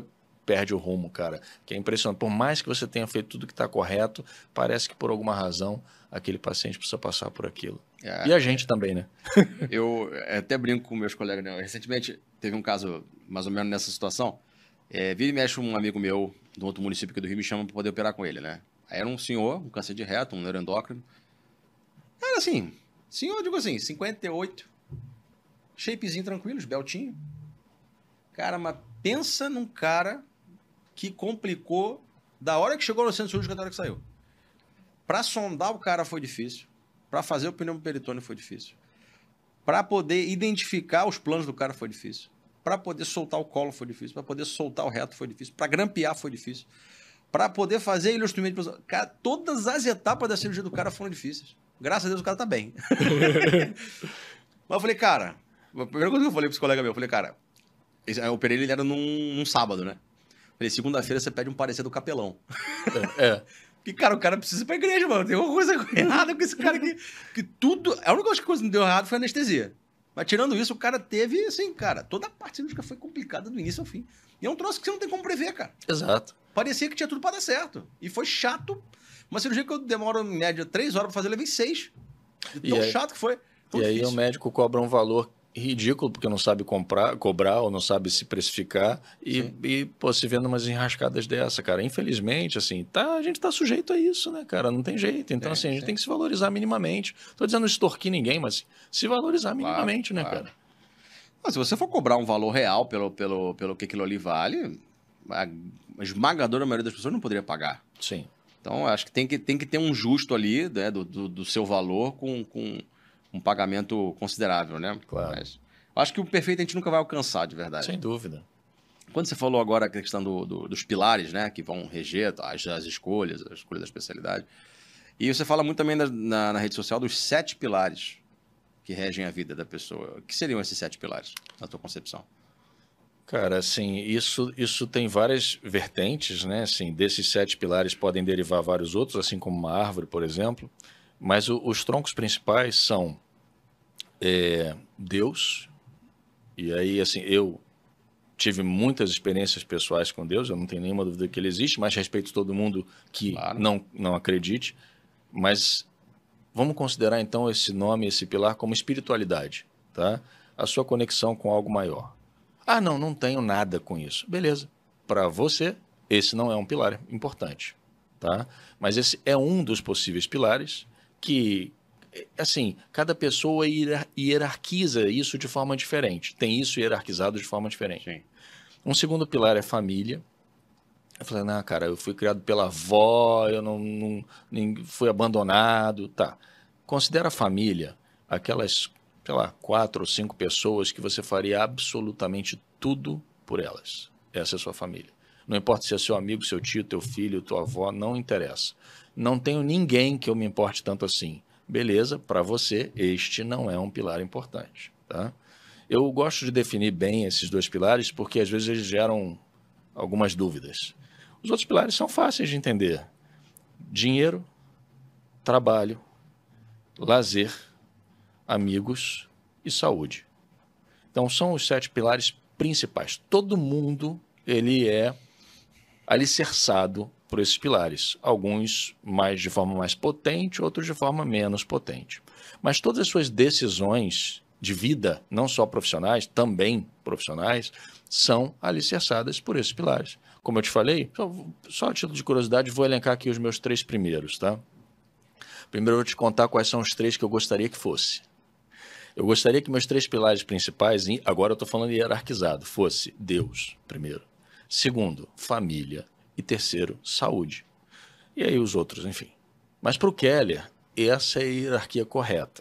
Speaker 2: perde o rumo, cara. Que é impressionante. Por mais que você tenha feito tudo que está correto, parece que por alguma razão aquele paciente precisa passar por aquilo. É, e a gente é, também, né?
Speaker 1: Eu até brinco com meus colegas, né? Recentemente teve um caso mais ou menos nessa situação. É, vira e mexe um amigo meu de um outro município aqui do Rio me chama para poder operar com ele, né? Aí era um senhor, um câncer de reto, um neuroendócrino. Era assim, senhor, digo assim, cinquenta e oito, shapezinho tranquilo, esbeltinho. Cara, mas pensa num cara que complicou da hora que chegou no centro cirúrgico até a hora que saiu. Para sondar o cara foi difícil. Para fazer o pneumoperitônio foi difícil. Para poder identificar os planos do cara foi difícil. Para poder soltar o colo foi difícil. Para poder soltar o reto foi difícil. Para grampear foi difícil. Para poder fazer ileostomia. Cara, todas as etapas da cirurgia do cara foram difíceis. Graças a Deus o cara tá bem. Mas eu falei, cara... A primeira coisa que eu falei para esse colega meu, eu falei, cara... Eu operei ele era num, num sábado, né? Eu falei, segunda-feira você pede um parecer do capelão.
Speaker 2: É. é.
Speaker 1: Porque, cara, o cara precisa ir pra igreja, mano. Tem uma coisa errada com esse cara aqui. Que tudo... A única coisa que não deu errado foi a anestesia. Mas tirando isso, o cara teve, assim, cara... Toda a parte cirúrgica foi complicada do início ao fim. E é um troço que você não tem como prever, cara.
Speaker 2: Exato.
Speaker 1: Parecia que tinha tudo pra dar certo. E foi chato. Uma cirurgia que eu demoro, em média, três horas pra fazer, eu levei seis. De tão
Speaker 2: aí,
Speaker 1: chato que foi.
Speaker 2: Tão e difícil. Aí o médico cobra um valor ridículo, porque não sabe comprar, cobrar ou não sabe se precificar. E, e pô, se vendo umas enrascadas dessa, cara. Infelizmente, assim, tá, a gente tá sujeito a isso, né, cara? Não tem jeito. Então, é, assim, a gente sim. tem que se valorizar minimamente. Tô dizendo extorquir ninguém, mas se valorizar claro, minimamente, né, claro. cara?
Speaker 1: Mas se você for cobrar um valor real pelo, pelo, pelo que aquilo ali vale, a esmagadora maioria das pessoas não poderia pagar.
Speaker 2: Sim.
Speaker 1: Então, acho que tem que, tem que ter um justo ali, né, do, do, do seu valor com... com um pagamento considerável, né?
Speaker 2: Claro.
Speaker 1: Mas acho que o perfeito a gente nunca vai alcançar, de verdade.
Speaker 2: Sem dúvida.
Speaker 1: Quando você falou agora a questão do, do, dos pilares, né? Que vão reger as, as escolhas, a escolha da especialidade. E você fala muito também na, na, na rede social dos sete pilares que regem a vida da pessoa. O que seriam esses sete pilares, na tua concepção?
Speaker 2: Cara, assim, isso, isso tem várias vertentes, né? Assim, desses sete pilares podem derivar vários outros, assim como uma árvore, por exemplo. Mas o, os troncos principais são é, Deus, e aí, assim, eu tive muitas experiências pessoais com Deus, eu não tenho nenhuma dúvida que ele existe, mas respeito todo mundo que claro. não, não acredite. Mas vamos considerar, então, esse nome, esse pilar como espiritualidade, tá? A sua conexão com algo maior. Ah, não, não tenho nada com isso. Beleza. Para você, esse não é um pilar importante, tá? Mas esse é um dos possíveis pilares que, assim, cada pessoa hierarquiza isso de forma diferente. Tem isso hierarquizado de forma diferente.
Speaker 1: Sim.
Speaker 2: Um segundo pilar é família. Eu falei, não, cara, eu fui criado pela avó, eu não, não nem fui abandonado, tá. Considera a família aquelas, sei lá, quatro ou cinco pessoas que você faria absolutamente tudo por elas. Essa é a sua família. Não importa se é seu amigo, seu tio, teu filho, tua avó, não interessa. Não tenho ninguém que eu me importe tanto assim. Beleza, para você, este não é um pilar importante, tá? Eu gosto de definir bem esses dois pilares porque às vezes eles geram algumas dúvidas. Os outros pilares são fáceis de entender. Dinheiro, trabalho, lazer, amigos e saúde. Então, são os sete pilares principais. Todo mundo ele é alicerçado por esses pilares. Alguns mais de forma mais potente, outros de forma menos potente. Mas todas as suas decisões de vida, não só profissionais, também profissionais, são alicerçadas por esses pilares. Como eu te falei, só, só a título de curiosidade, vou elencar aqui os meus três primeiros, tá? Primeiro eu vou te contar quais são os três que eu gostaria que fosse. Eu gostaria que meus três pilares principais, agora eu estou falando hierarquizado, fosse Deus, primeiro. Segundo, família. E terceiro, saúde. E aí os outros, enfim. Mas para o Keller, essa é a hierarquia correta.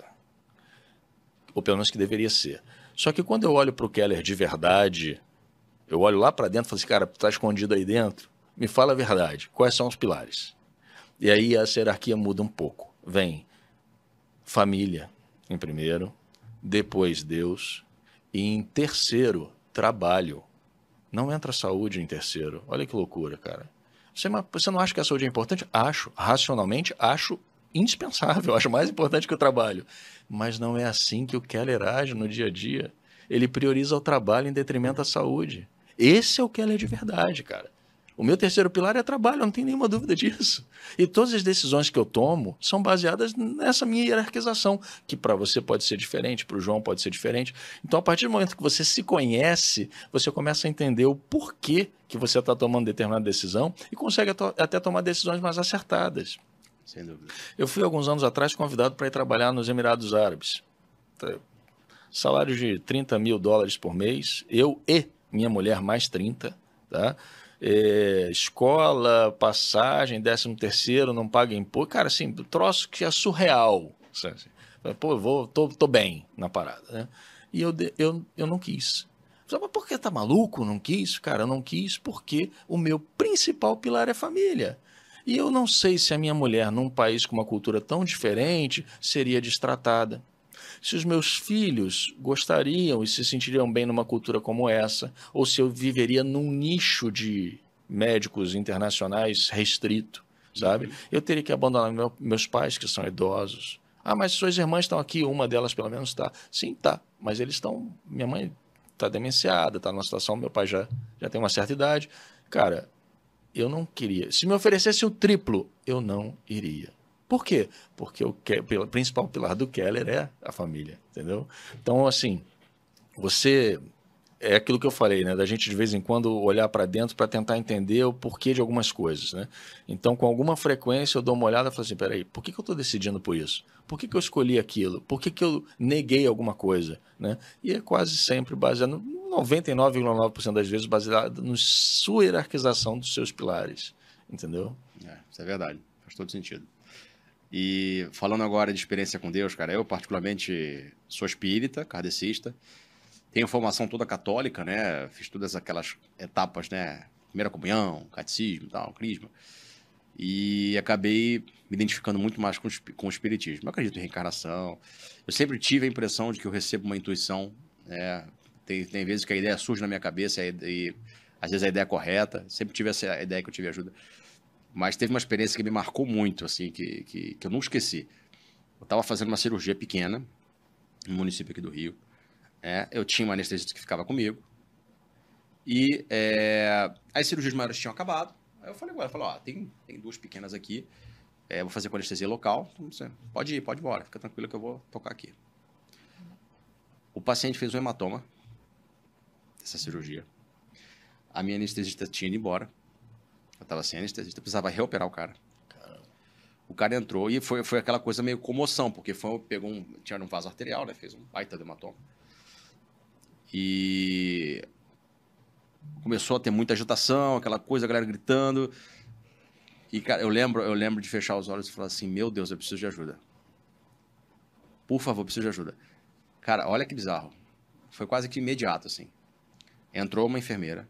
Speaker 2: Ou pelo menos que deveria ser. Só que quando eu olho para o Keller de verdade, eu olho lá para dentro e falo assim, cara, tu está escondido aí dentro? Me fala a verdade. Quais são os pilares? E aí essa hierarquia muda um pouco. Vem família em primeiro, depois Deus, e em terceiro, trabalho. Não entra saúde em terceiro. Olha que loucura, cara. Você, você não acha que a saúde é importante? Acho. Racionalmente, acho indispensável. Acho mais importante que o trabalho. Mas não é assim que o Keller age no dia a dia. Ele prioriza o trabalho em detrimento da saúde. Esse é o Keller de verdade, cara. O meu terceiro pilar é trabalho, eu não tenho nenhuma dúvida disso. E todas as decisões que eu tomo são baseadas nessa minha hierarquização, que para você pode ser diferente, para o João pode ser diferente. Então, a partir do momento que você se conhece, você começa a entender o porquê que você está tomando determinada decisão e consegue até tomar decisões mais acertadas.
Speaker 1: Sem dúvida.
Speaker 2: Eu fui, alguns anos atrás, convidado para ir trabalhar nos Emirados Árabes. Salário de trinta mil dólares por mês, eu e minha mulher mais trinta, tá? É, escola, passagem, décimo terceiro, não paga imposto. Cara, assim, troço que é surreal. Sabe? Pô, eu vou, tô, tô bem na parada, né? E eu, eu, eu não quis. Mas por que tá maluco? Não quis? Cara, eu não quis porque o meu principal pilar é família. E eu não sei se a minha mulher, num país com uma cultura tão diferente, seria destratada. Se os meus filhos gostariam e se sentiriam bem numa cultura como essa, ou se eu viveria num nicho de médicos internacionais restrito, sabe? Eu teria que abandonar meu, meus pais, que são idosos. Ah, mas suas irmãs estão aqui, uma delas pelo menos está. Sim, tá, mas eles estão... Minha mãe está demenciada, está numa situação, meu pai já, já tem uma certa idade. Cara, eu não queria. Se me oferecesse o triplo, eu não iria. Por quê? Porque o, o principal pilar do Keller é a família, entendeu? Então, assim, você... É aquilo que eu falei, né? Da gente, de vez em quando, olhar para dentro para tentar entender o porquê de algumas coisas, né? Então, com alguma frequência, eu dou uma olhada e falo assim, peraí, por que, que eu estou decidindo por isso? Por que, que eu escolhi aquilo? Por que, que eu neguei alguma coisa? Né? E é quase sempre baseado, noventa e nove vírgula nove por cento das vezes, baseado na sua hierarquização dos seus pilares, entendeu?
Speaker 1: É, isso é verdade, faz todo sentido. E falando agora de experiência com Deus, cara, eu particularmente sou espírita, kardecista, tenho formação toda católica, né? Fiz todas aquelas etapas, né? Primeira comunhão, catecismo, tal, crisma. E acabei me identificando muito mais com, com o espiritismo. Eu acredito em reencarnação. Eu sempre tive a impressão de que eu recebo uma intuição, né? Tem, tem vezes que a ideia surge na minha cabeça e, e às vezes a ideia é correta. Sempre tive essa ideia que eu tive ajuda. Mas teve uma experiência que me marcou muito, assim, que, que, que eu nunca esqueci. Eu estava fazendo uma cirurgia pequena, no município aqui do Rio. É, eu tinha uma anestesista que ficava comigo. E é, as cirurgias maiores tinham acabado. Aí eu falei com ela, falei, ó, tem, tem duas pequenas aqui. É, vou fazer com anestesia local. Então você pode ir, pode ir embora. Fica tranquilo que eu vou tocar aqui. O paciente fez um hematoma dessa cirurgia. A minha anestesista tinha ido embora. Eu estava sem anestesista, precisava reoperar o cara. Caramba. O cara entrou e foi, foi aquela coisa meio comoção, porque foi, pegou um, tinha um vaso arterial, né? Fez um baita de hematoma. E começou a ter muita agitação, aquela coisa, a galera gritando. E, cara, eu lembro, eu lembro de fechar os olhos e falar assim, meu Deus, eu preciso de ajuda. Por favor, eu preciso de ajuda. Cara, olha que bizarro. Foi quase que imediato, assim. Entrou uma enfermeira.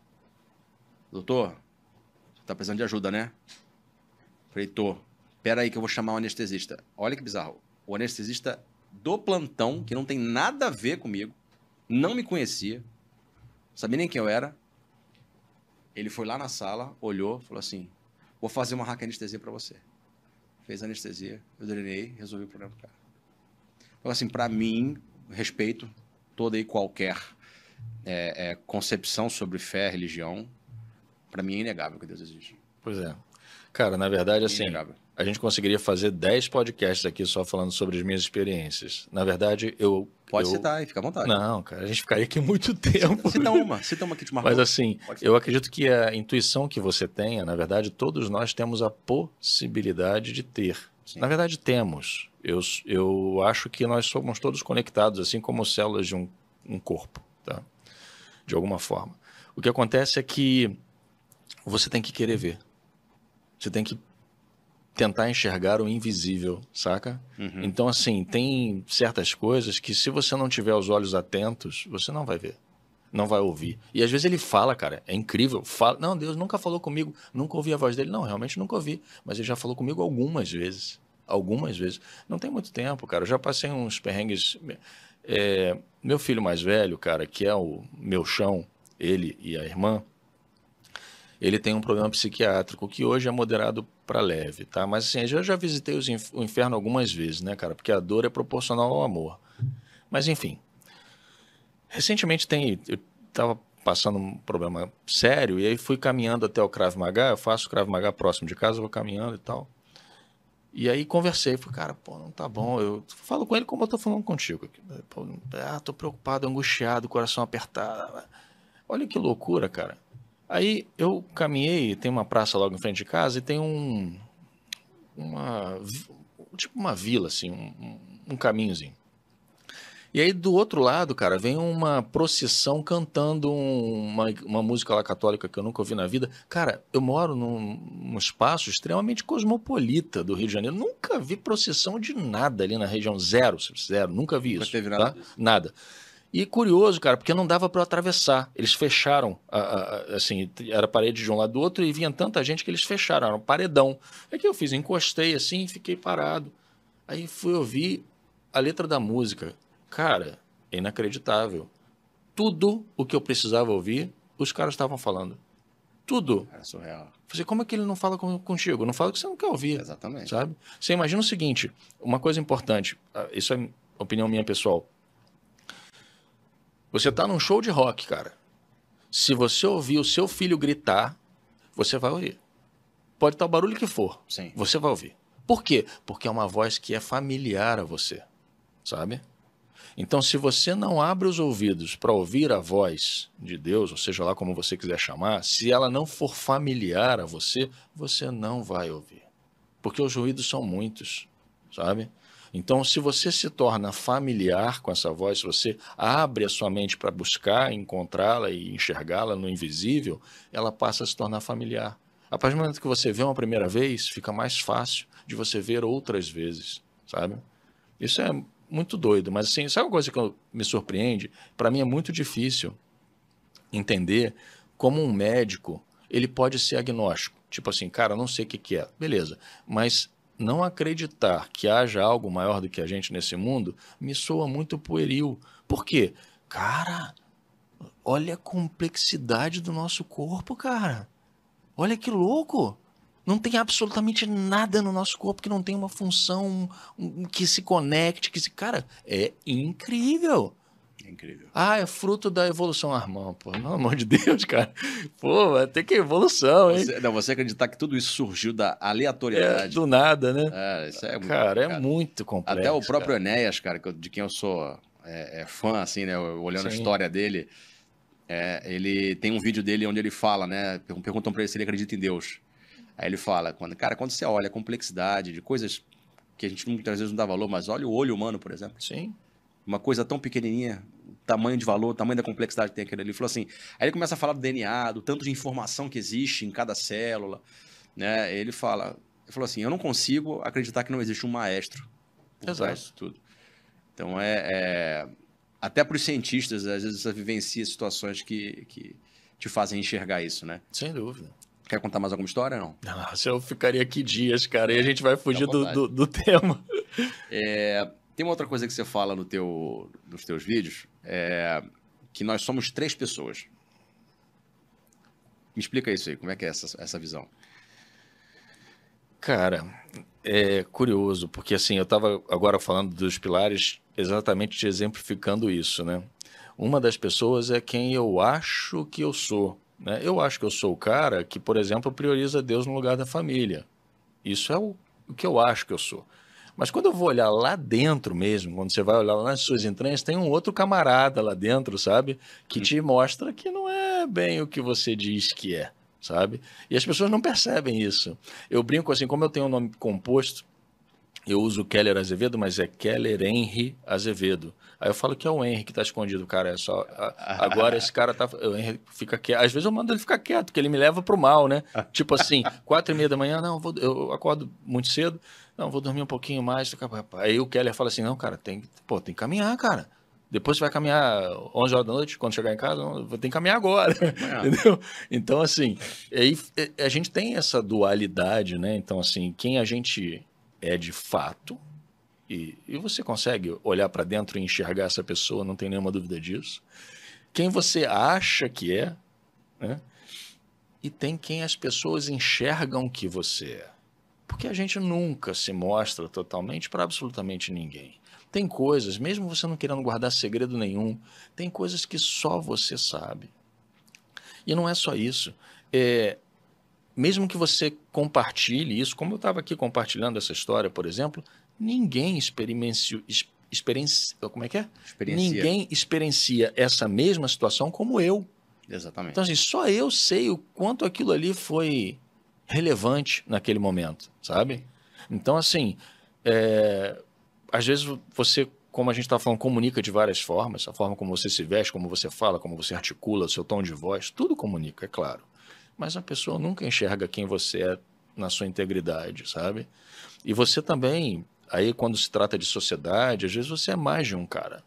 Speaker 1: Doutor, tá precisando de ajuda, né? Falei, tô. Pera aí que eu vou chamar o anestesista. Olha que bizarro. O anestesista do plantão, que não tem nada a ver comigo, não me conhecia, sabia nem quem eu era. Ele foi lá na sala, olhou, falou assim, vou fazer uma raquianestesia pra você. Fez a anestesia, eu drenei, resolvi o problema do cara. Então, assim, pra mim, respeito toda e qualquer é, é, concepção sobre fé, religião. Para mim é inegável que Deus existe.
Speaker 2: Pois é. Cara, na verdade, assim,
Speaker 1: inegável.
Speaker 2: A gente conseguiria fazer dez podcasts aqui só falando sobre as minhas experiências. Na verdade, eu...
Speaker 1: Pode
Speaker 2: eu...
Speaker 1: citar aí, fica à vontade.
Speaker 2: Não, cara, a gente ficaria aqui muito tempo.
Speaker 1: Cita, cita uma, cita uma que te marcou.
Speaker 2: Mas assim, eu acredito que a intuição que você tenha, na verdade, todos nós temos a possibilidade de ter. Sim. Na verdade, temos. Eu, eu acho que nós somos todos conectados, assim como células de um, um corpo, tá? De alguma forma. O que acontece é que você tem que querer ver. Você tem que tentar enxergar o invisível, saca? Uhum. Então, assim, tem certas coisas que se você não tiver os olhos atentos, você não vai ver, não vai ouvir. E às vezes ele fala, cara, é incrível, fala, não, Deus nunca falou comigo, nunca ouvi a voz dele. Não, realmente nunca ouvi, mas ele já falou comigo algumas vezes, algumas vezes. Não tem muito tempo, cara, eu já passei uns perrengues. É, meu filho mais velho, cara, que é o meu chão, ele e a irmã, ele tem um problema psiquiátrico que hoje é moderado para leve, tá? Mas assim, eu já visitei os inf- o inferno algumas vezes, né, cara? Porque a dor é proporcional ao amor. Mas enfim, recentemente tem, eu tava passando um problema sério, e aí fui caminhando até o Krav Maga, eu faço Krav Maga próximo de casa, vou caminhando e tal. E aí conversei, falei, cara, pô, não tá bom, eu falo com ele como eu tô falando contigo. Pô, ah, tô preocupado, angustiado, coração apertado. Olha que loucura, cara. Aí eu caminhei, tem uma praça logo em frente de casa e tem um, uma, tipo uma vila, assim, um, um caminhozinho. E aí do outro lado, cara, vem uma procissão cantando um, uma, uma música lá católica que eu nunca ouvi na vida. Cara, eu moro num, num espaço extremamente cosmopolita do Rio de Janeiro. Nunca vi procissão de nada ali na região. Zero, zero. Nunca vi
Speaker 1: Nunca
Speaker 2: isso.
Speaker 1: teve nada
Speaker 2: Tá?
Speaker 1: disso.
Speaker 2: Nada. E curioso, cara, porque não dava para eu atravessar. Eles fecharam, a, a, assim, era parede de um lado do outro e vinha tanta gente que eles fecharam, era um paredão. É que eu fiz, encostei assim, fiquei parado. Aí fui ouvir a letra da música. Cara, é inacreditável. Tudo o que eu precisava ouvir, os caras estavam falando. Tudo.
Speaker 1: É surreal.
Speaker 2: Falei, como é que ele não fala com, contigo? Não fala que você não quer ouvir.
Speaker 1: Exatamente.
Speaker 2: Sabe? Você imagina o seguinte, uma coisa importante, isso é opinião minha pessoal. Você tá num show de rock, cara. Se você ouvir o seu filho gritar, você vai ouvir. Pode estar o barulho que for.
Speaker 1: Sim.
Speaker 2: Você vai ouvir. Por quê? Porque é uma voz que é familiar a você. Sabe? Então, se você não abre os ouvidos para ouvir a voz de Deus, ou seja lá como você quiser chamar, se ela não for familiar a você, você não vai ouvir. Porque os ruídos são muitos, sabe? Então, se você se torna familiar com essa voz, se você abre a sua mente para buscar, encontrá-la e enxergá-la no invisível, ela passa a se tornar familiar. A partir do momento que você vê uma primeira vez, fica mais fácil de você ver outras vezes, sabe? Isso é muito doido, mas assim, sabe uma coisa que me surpreende? Para mim é muito difícil entender como um médico ele pode ser agnóstico. Tipo assim, cara, eu não sei o que, que é. Beleza, mas não acreditar que haja algo maior do que a gente nesse mundo me soa muito pueril. Por quê? Cara, olha a complexidade do nosso corpo, cara. Olha que louco. Não tem absolutamente nada no nosso corpo que não tenha uma função um, que se conecte, que se... Cara, é incrível.
Speaker 1: É incrível.
Speaker 2: Ah, é fruto da evolução. Ah, irmão, pô, pelo amor de Deus, cara. Pô, vai ter que evolução, hein?
Speaker 1: Você, não, você acreditar que tudo isso surgiu da
Speaker 2: É,
Speaker 1: aleatoriedade.
Speaker 2: do nada, né?
Speaker 1: É, isso é muito
Speaker 2: Cara, é
Speaker 1: complicado.
Speaker 2: muito complexo.
Speaker 1: Até o próprio
Speaker 2: cara.
Speaker 1: Enéas, cara, que eu- de quem eu sou é, é fã, assim, né? eu- Olhando a
Speaker 2: Sim.
Speaker 1: história dele, é, ele tem um vídeo dele onde ele fala, né? per- Perguntam pra ele se ele acredita em Deus. Aí ele fala, quando, cara, quando você olha a complexidade de coisas que a gente muitas vezes não dá valor, mas olha o olho humano, por exemplo.
Speaker 2: Sim.
Speaker 1: Uma coisa tão pequenininha, tamanho de valor, tamanho da complexidade que tem aquele ali. Ele falou assim, aí ele começa a falar do D N A, do tanto de informação que existe em cada célula, né? Ele fala, ele falou assim, eu não consigo acreditar que não existe um maestro por
Speaker 2: Exato.
Speaker 1: trás disso tudo. Então é, é até para os cientistas às vezes você vivencia situações que, que te fazem enxergar isso, né?
Speaker 2: Sem dúvida.
Speaker 1: Quer contar mais alguma história, não?
Speaker 2: Nossa, eu ficaria aqui dias, cara, e a gente vai fugir
Speaker 1: Fica à
Speaker 2: do,
Speaker 1: vontade.
Speaker 2: do, do tema.
Speaker 1: É, tem uma outra coisa que você fala no teu, nos teus vídeos, é que nós somos três pessoas. Me explica isso aí, como é que é essa, essa visão?
Speaker 2: Cara, é curioso, porque assim, eu estava agora falando dos pilares exatamente te exemplificando isso, né? Uma das pessoas é quem eu acho que eu sou, né? Eu acho que eu sou o cara que, por exemplo, prioriza Deus no lugar da família. Isso é o, o que eu acho que eu sou. Mas quando eu vou olhar lá dentro mesmo, quando você vai olhar lá nas suas entranhas, tem um outro camarada lá dentro, sabe? Que te mostra que não é bem o que você diz que é, sabe? E as pessoas não percebem isso. Eu brinco assim, como eu tenho um nome composto, eu uso Keller Azevedo, mas é Keller Henry Azevedo. Aí eu falo que é o Henry que tá escondido, cara. É só. a- Agora esse cara tá. O Henry fica quieto. Às vezes eu mando ele ficar quieto, porque ele me leva pro mal, né? Tipo assim, quatro e meia da manhã, não, vou, eu acordo muito cedo, não, vou dormir um pouquinho mais. Aí o Keller fala assim: não, cara, tem, pô, tem que caminhar, cara. Depois você vai caminhar onze horas da noite, quando chegar em casa, não, vou ter que caminhar agora. Entendeu? Então, assim, aí a gente tem essa dualidade, né? Então, assim, quem a gente é de fato, e, e você consegue olhar para dentro e enxergar essa pessoa, não tem nenhuma dúvida disso. Quem você acha que é, né? E tem quem as pessoas enxergam que você é. Porque a gente nunca se mostra totalmente para absolutamente ninguém. Tem coisas, mesmo você não querendo guardar segredo nenhum, tem coisas que só você sabe. E não é só isso. É, mesmo que você compartilhe isso, como eu estava aqui compartilhando essa história, por exemplo, ninguém experiencia, experiencia, como é que é?
Speaker 1: Experiencia.
Speaker 2: Ninguém experiencia essa mesma situação como eu.
Speaker 1: Exatamente.
Speaker 2: Então, assim, só eu sei o quanto aquilo ali foi relevante naquele momento, sabe? Então, assim, é, às vezes você, como a gente está falando, comunica de várias formas, a forma como você se veste, como você fala, como você articula, seu tom de voz, tudo comunica, é claro. Mas a pessoa nunca enxerga quem você é na sua integridade, sabe? E você também, aí quando se trata de sociedade, às vezes você é mais de um cara.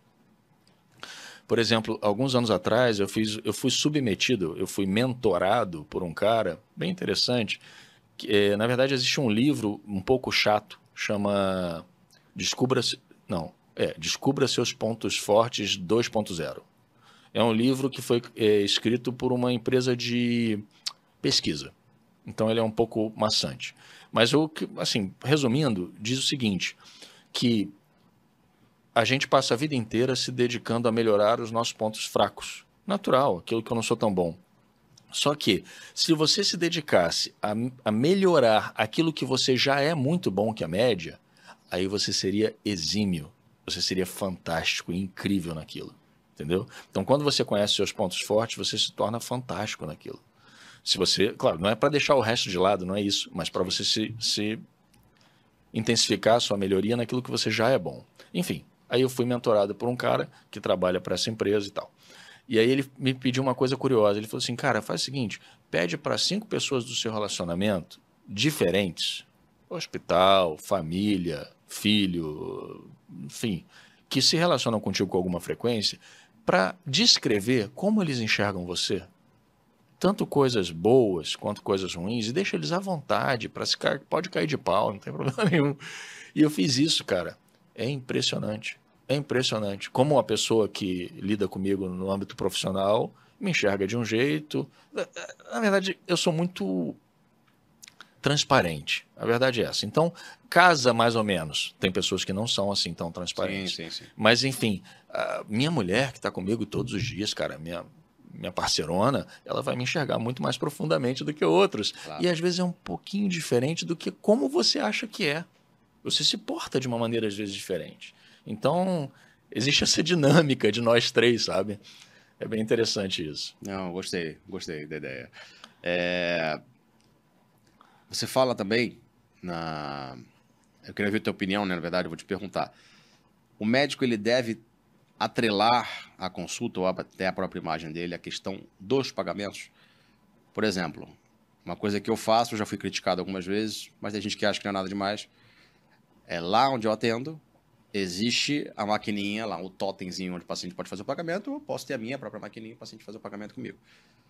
Speaker 2: Por exemplo, alguns anos atrás eu, fiz, eu fui submetido, eu fui mentorado por um cara bem interessante. Que, é, na verdade, existe um livro um pouco chato, chama Descubra... Não, é, Descubra Seus Pontos Fortes dois ponto zero. É um livro que foi é, escrito por uma empresa de pesquisa. Então ele é um pouco maçante. Mas, o que, assim, resumindo, diz o seguinte, que a gente passa a vida inteira se dedicando a melhorar os nossos pontos fracos. Natural, aquilo que eu não sou tão bom. Só que, se você se dedicasse a, a melhorar aquilo que você já é muito bom, que é a média, aí você seria exímio. Você seria fantástico e incrível naquilo. Entendeu? Então, quando você conhece seus pontos fortes, você se torna fantástico naquilo. Se você, claro, não é para deixar o resto de lado, não é isso, mas para você se, se intensificar a sua melhoria naquilo que você já é bom. Enfim, aí eu fui mentorado por um cara que trabalha para essa empresa e tal. E aí ele me pediu uma coisa curiosa. Ele falou assim, cara, faz o seguinte, pede para cinco pessoas do seu relacionamento diferentes, hospital, família, filho, enfim, que se relacionam contigo com alguma frequência, para descrever como eles enxergam você. Tanto coisas boas quanto coisas ruins, e deixa eles à vontade, para se cair, pode cair de pau, não tem problema nenhum. E eu fiz isso, cara. É impressionante. É impressionante. Como uma pessoa que lida comigo no âmbito profissional me enxerga de um jeito. Na verdade, eu sou muito transparente. A verdade é essa. Então, casa mais ou menos. Tem pessoas que não são assim tão transparentes.
Speaker 1: Sim, sim, sim.
Speaker 2: Mas, enfim, a minha mulher que está comigo todos os dias, cara, minha... minha parceirona, ela vai me enxergar muito mais profundamente do que outros. Claro. E às vezes é um pouquinho diferente do que como você acha que é. Você se porta de uma maneira às vezes diferente. Então, existe essa dinâmica de nós três, sabe? É bem interessante isso.
Speaker 1: Não, gostei, gostei da ideia. É... Você fala também, na... eu queria ver a tua opinião, né? Na verdade, eu vou te perguntar. O médico, ele deve atrelar a consulta ou até a própria imagem dele a questão dos pagamentos? Por exemplo, uma coisa que eu faço, eu já fui criticado algumas vezes, mas tem gente que acha que não é nada demais, é lá onde eu atendo, existe a maquininha lá, o totemzinho onde o paciente pode fazer o pagamento, eu posso ter a minha própria maquininha e o paciente fazer o pagamento comigo.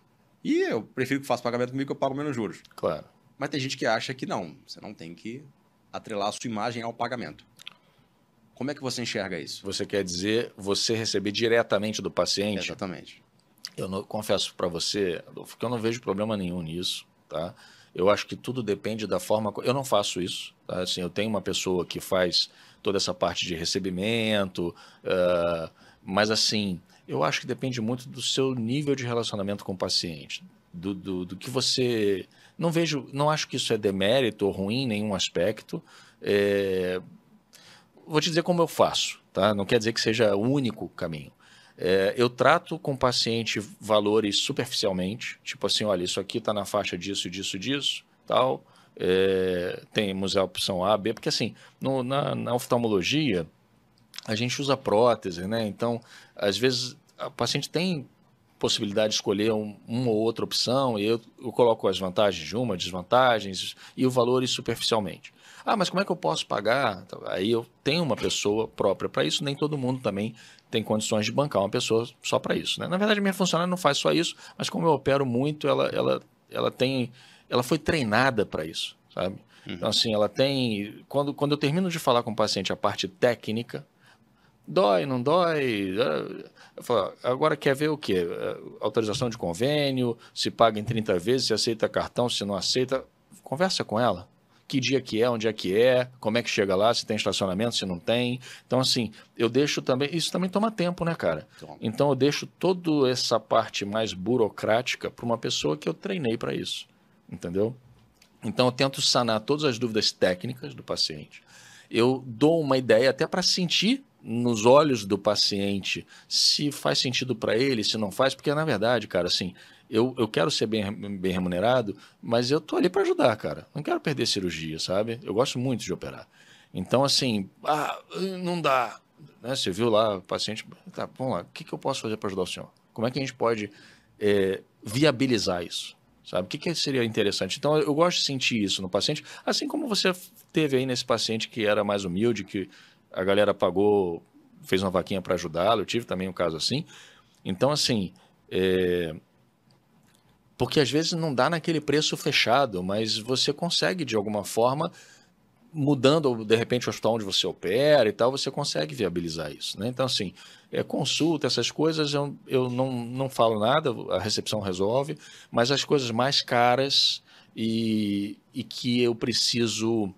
Speaker 1: E eu prefiro que faça pagamento comigo que eu pago menos juros.
Speaker 2: Claro.
Speaker 1: Mas tem gente que acha que não, você não tem que atrelar a sua imagem ao pagamento. Como é que você enxerga isso?
Speaker 2: Você quer dizer você receber diretamente do paciente?
Speaker 1: Exatamente.
Speaker 2: Eu não, confesso para você, Adolfo, que eu não vejo problema nenhum nisso, tá? Eu acho que tudo depende da forma... Eu não faço isso, tá? Assim, eu tenho uma pessoa que faz toda essa parte de recebimento, uh, mas assim, eu acho que depende muito do seu nível de relacionamento com o paciente, do, do, do que você... Não vejo, não acho que isso é demérito ou ruim em nenhum aspecto. É... Vou te dizer como eu faço, tá? Não quer dizer que seja o único caminho. É, eu trato com o paciente valores superficialmente, tipo assim, olha, isso aqui está na faixa disso, disso, disso, tal. É, temos a opção A, B, porque assim, no, na, na oftalmologia, a gente usa prótese, né? Então, às vezes, o paciente tem possibilidade de escolher um, uma ou outra opção, e eu, eu coloco as vantagens de uma, desvantagens, e o valores superficialmente. Ah, mas como é que eu posso pagar? Aí eu tenho uma pessoa própria para isso, nem todo mundo também tem condições de bancar uma pessoa só para isso, né? Na verdade, minha funcionária não faz só isso, mas como eu opero muito, ela, ela, ela, tem, ela foi treinada para isso, sabe? Uhum. Então, assim, ela tem... Quando, quando eu termino de falar com o paciente a parte técnica, dói, não dói... Eu falo, agora quer ver o quê? Autorização de convênio, se paga em trinta vezes, se aceita cartão, se não aceita... Conversa com ela. que dia que é, onde é que é, como é que chega lá, se tem estacionamento, se não tem. Então, assim, eu deixo também... Isso também toma tempo, né, cara? Então, eu deixo toda essa parte mais burocrática para uma pessoa que eu treinei para isso, entendeu? Então, eu tento sanar todas as dúvidas técnicas do paciente. Eu dou uma ideia até para sentir nos olhos do paciente se faz sentido para ele, se não faz, porque, na verdade, cara, assim, eu, eu quero ser bem, bem remunerado, mas eu tô ali para ajudar, cara. Não quero perder cirurgia, sabe? Eu gosto muito de operar. Então, assim, ah, não dá. Né? Você viu lá o paciente, tá, vamos lá, o que, que eu posso fazer para ajudar o senhor? Como é que a gente pode é, viabilizar isso? Sabe? O que, que seria interessante? Então, eu gosto de sentir isso no paciente, assim como você teve aí nesse paciente que era mais humilde, que a galera pagou, fez uma vaquinha para ajudá-lo. Eu tive também um caso assim. Então, assim, é... porque às vezes não dá naquele preço fechado, mas você consegue, de alguma forma, mudando, de repente, o hospital onde você opera e tal, você consegue viabilizar isso, né? Então, assim, é, consulta, essas coisas, eu, eu não, não falo nada, a recepção resolve, mas as coisas mais caras e, e que eu preciso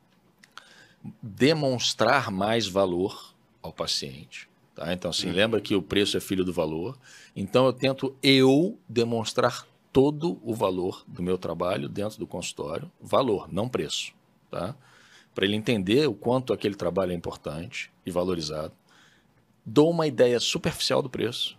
Speaker 2: demonstrar mais valor ao paciente. Tá? Então, assim, uhum. lembra que o preço é filho do valor. Então, eu tento eu demonstrar todo o valor do meu trabalho dentro do consultório. Valor, não preço. Tá? Para ele entender o quanto aquele trabalho é importante e valorizado. Dou uma ideia superficial do preço,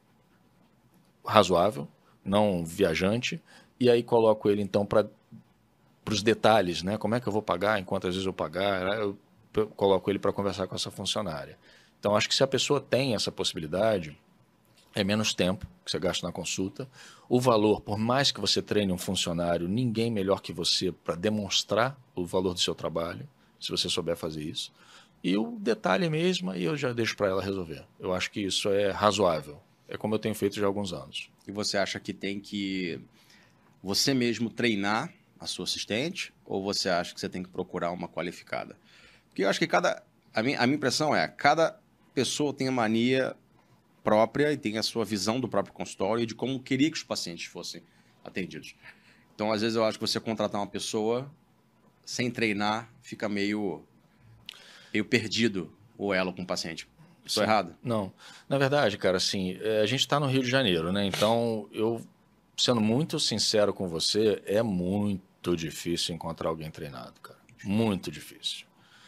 Speaker 2: razoável, não viajante, e aí coloco ele, então, para para os detalhes, né? Como é que eu vou pagar, em quantas vezes eu pagar, eu coloco ele para conversar com essa funcionária. Então, acho que se a pessoa tem essa possibilidade, é menos tempo que você gasta na consulta. O valor, por mais que você treine um funcionário, ninguém melhor que você para demonstrar o valor do seu trabalho, se você souber fazer isso. E o detalhe mesmo, aí eu já deixo para ela resolver. Eu acho que isso é razoável. É como eu tenho feito já há alguns anos.
Speaker 1: E você acha que tem que você mesmo treinar a sua assistente, ou você acha que você tem que procurar uma qualificada? Porque eu acho que cada... A minha, a minha impressão é, cada pessoa tem a mania própria e tem a sua visão do próprio consultório e de como queria que os pacientes fossem atendidos. Então, às vezes, eu acho que você contratar uma pessoa sem treinar, fica meio, meio perdido o elo com o paciente. Estou errado?
Speaker 2: Não. Na verdade, cara, assim, a gente está no Rio de Janeiro, né? Então, eu, sendo muito sincero com você, é muito Muito difícil encontrar alguém treinado, cara. Muito difícil.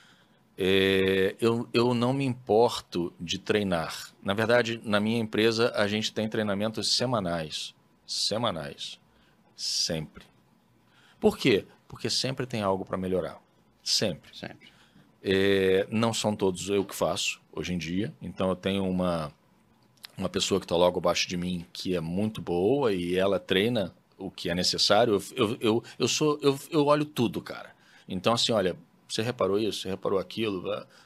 Speaker 2: É, eu, eu não me importo de treinar. Na verdade, na minha empresa, a gente tem treinamentos semanais. Semanais. Sempre. Por quê? Porque sempre tem algo para melhorar. Sempre.
Speaker 1: Sempre.
Speaker 2: É, não são todos eu que faço, hoje em dia. Então, eu tenho uma, uma pessoa que está logo abaixo de mim, que é muito boa, e ela treina o que é necessário. Eu, eu, eu, eu, sou, eu, eu olho tudo, cara. Então, assim, olha, você reparou isso, você reparou aquilo,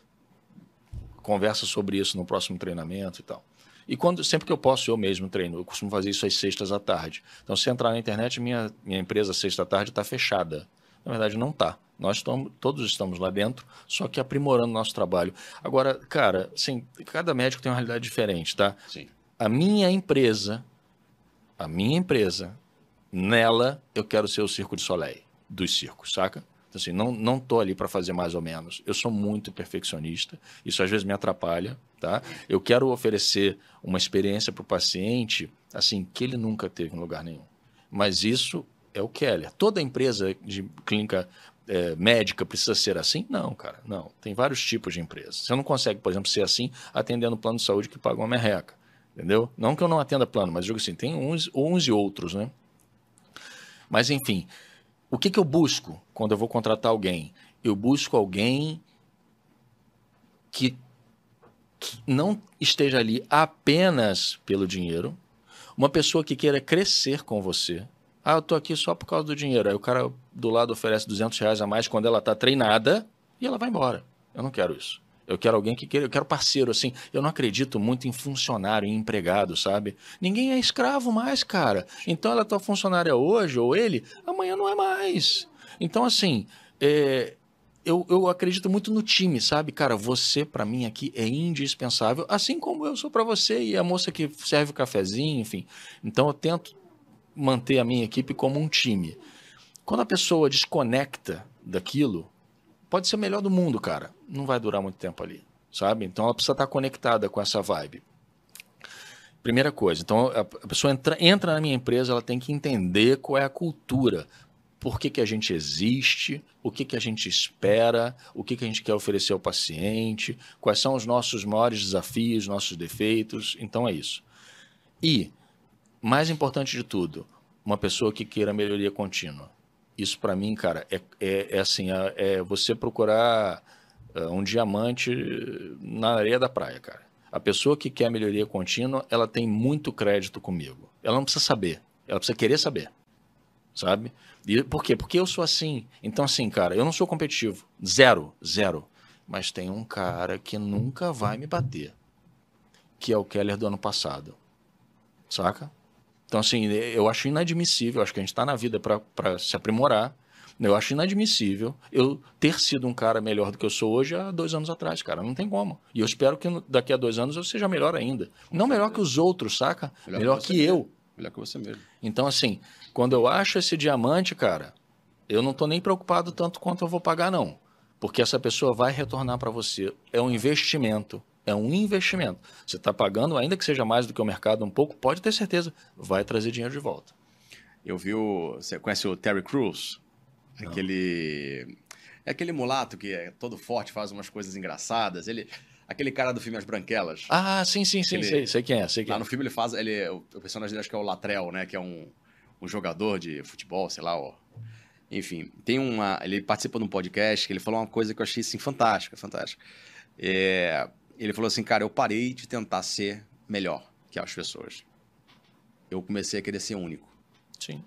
Speaker 2: conversa sobre isso no próximo treinamento e tal. E quando, sempre que eu posso, eu mesmo treino. Eu costumo fazer isso às sextas à tarde. Então, se entrar na internet, minha, minha empresa, sexta à tarde, está fechada. Na verdade, não está. Nós estamos, todos estamos lá dentro, só que aprimorando o nosso trabalho. Agora, cara, assim, cada médico tem uma realidade diferente, tá?
Speaker 1: Sim.
Speaker 2: A minha empresa, a minha empresa... Nela, eu quero ser o Circo de Soleil dos circos, saca? Então, assim, não, não tô ali para fazer mais ou menos. Eu sou muito perfeccionista. Isso às vezes me atrapalha, tá? Eu quero oferecer uma experiência para o paciente, assim, que ele nunca teve em lugar nenhum. Mas isso é o Keller. Toda empresa de clínica é, médica precisa ser assim? Não, cara, não. Tem vários tipos de empresas. Você não consegue, por exemplo, ser assim atendendo plano de saúde que paga uma merreca, entendeu? Não que eu não atenda plano, mas digo assim, tem uns, uns e outros, né? Mas, enfim, o que, que eu busco quando eu vou contratar alguém? Eu busco alguém que, que não esteja ali apenas pelo dinheiro, uma pessoa que queira crescer com você. Ah, eu estou aqui só por causa do dinheiro. Aí o cara do lado oferece duzentos reais a mais quando ela está treinada e ela vai embora. Eu não quero isso. Eu quero alguém que queira, eu quero parceiro, assim. Eu não acredito muito em funcionário, em empregado, sabe? Ninguém é escravo mais, cara. Então ela é tua funcionária hoje, ou ele, amanhã não é mais. Então, assim, é, eu, eu acredito muito no time, sabe? Cara, você, pra mim, aqui é indispensável, assim como eu sou pra você e a moça que serve o cafezinho, enfim. Então eu tento manter a minha equipe como um time. Quando a pessoa desconecta daquilo, pode ser o melhor do mundo, cara. Não vai durar muito tempo ali, sabe? Então ela precisa estar conectada com essa vibe. Primeira coisa, então a pessoa entra, entra na minha empresa, ela tem que entender qual é a cultura, por que, que a gente existe, o que, que a gente espera, o que, que a gente quer oferecer ao paciente, quais são os nossos maiores desafios, nossos defeitos. Então é isso. E, mais importante de tudo, uma pessoa que queira melhoria contínua. Isso para mim, cara, é, é, é assim, é, é você procurar uh, um diamante na areia da praia, cara. A pessoa que quer melhoria contínua, ela tem muito crédito comigo. Ela não precisa saber, ela precisa querer saber, sabe? E por quê? Porque eu sou assim. Então, assim, cara, eu não sou competitivo. Zero, zero. Mas tem um cara que nunca vai me bater, que é o Keller do ano passado. Saca? Então, assim, eu acho inadmissível, eu acho que a gente está na vida para se aprimorar. Eu acho inadmissível eu ter sido um cara melhor do que eu sou hoje há dois anos atrás, cara. Não tem como. E eu espero que daqui a dois anos eu seja melhor ainda. Não melhor que os outros, saca? Melhor, melhor que, que eu.
Speaker 1: Melhor que você mesmo.
Speaker 2: Então, assim, quando eu acho esse diamante, cara, eu não tô nem preocupado tanto quanto eu vou pagar, não. Porque essa pessoa vai retornar para você. É um investimento. É um investimento. Você está pagando, ainda que seja mais do que o mercado um pouco, pode ter certeza, vai trazer dinheiro de volta.
Speaker 1: Eu vi o... Você conhece o Terry Crews?
Speaker 2: Não.
Speaker 1: Aquele... É aquele mulato que é todo forte, faz umas coisas engraçadas. Ele... Aquele cara do filme As Branquelas.
Speaker 2: Ah, sim, sim, sim. Ele... Sei, sei quem é. Sei quem
Speaker 1: Lá
Speaker 2: é.
Speaker 1: no filme ele faz... Ele... O personagem dele acho que é o Latrell, né? Que é um, um jogador de futebol, sei lá, ó. Enfim, tem uma... Ele participa de um podcast que ele falou uma coisa que eu achei, assim, fantástica, fantástica. É... Ele falou assim, cara, eu parei de tentar ser melhor que as pessoas. Eu comecei a querer ser único.
Speaker 2: Sim.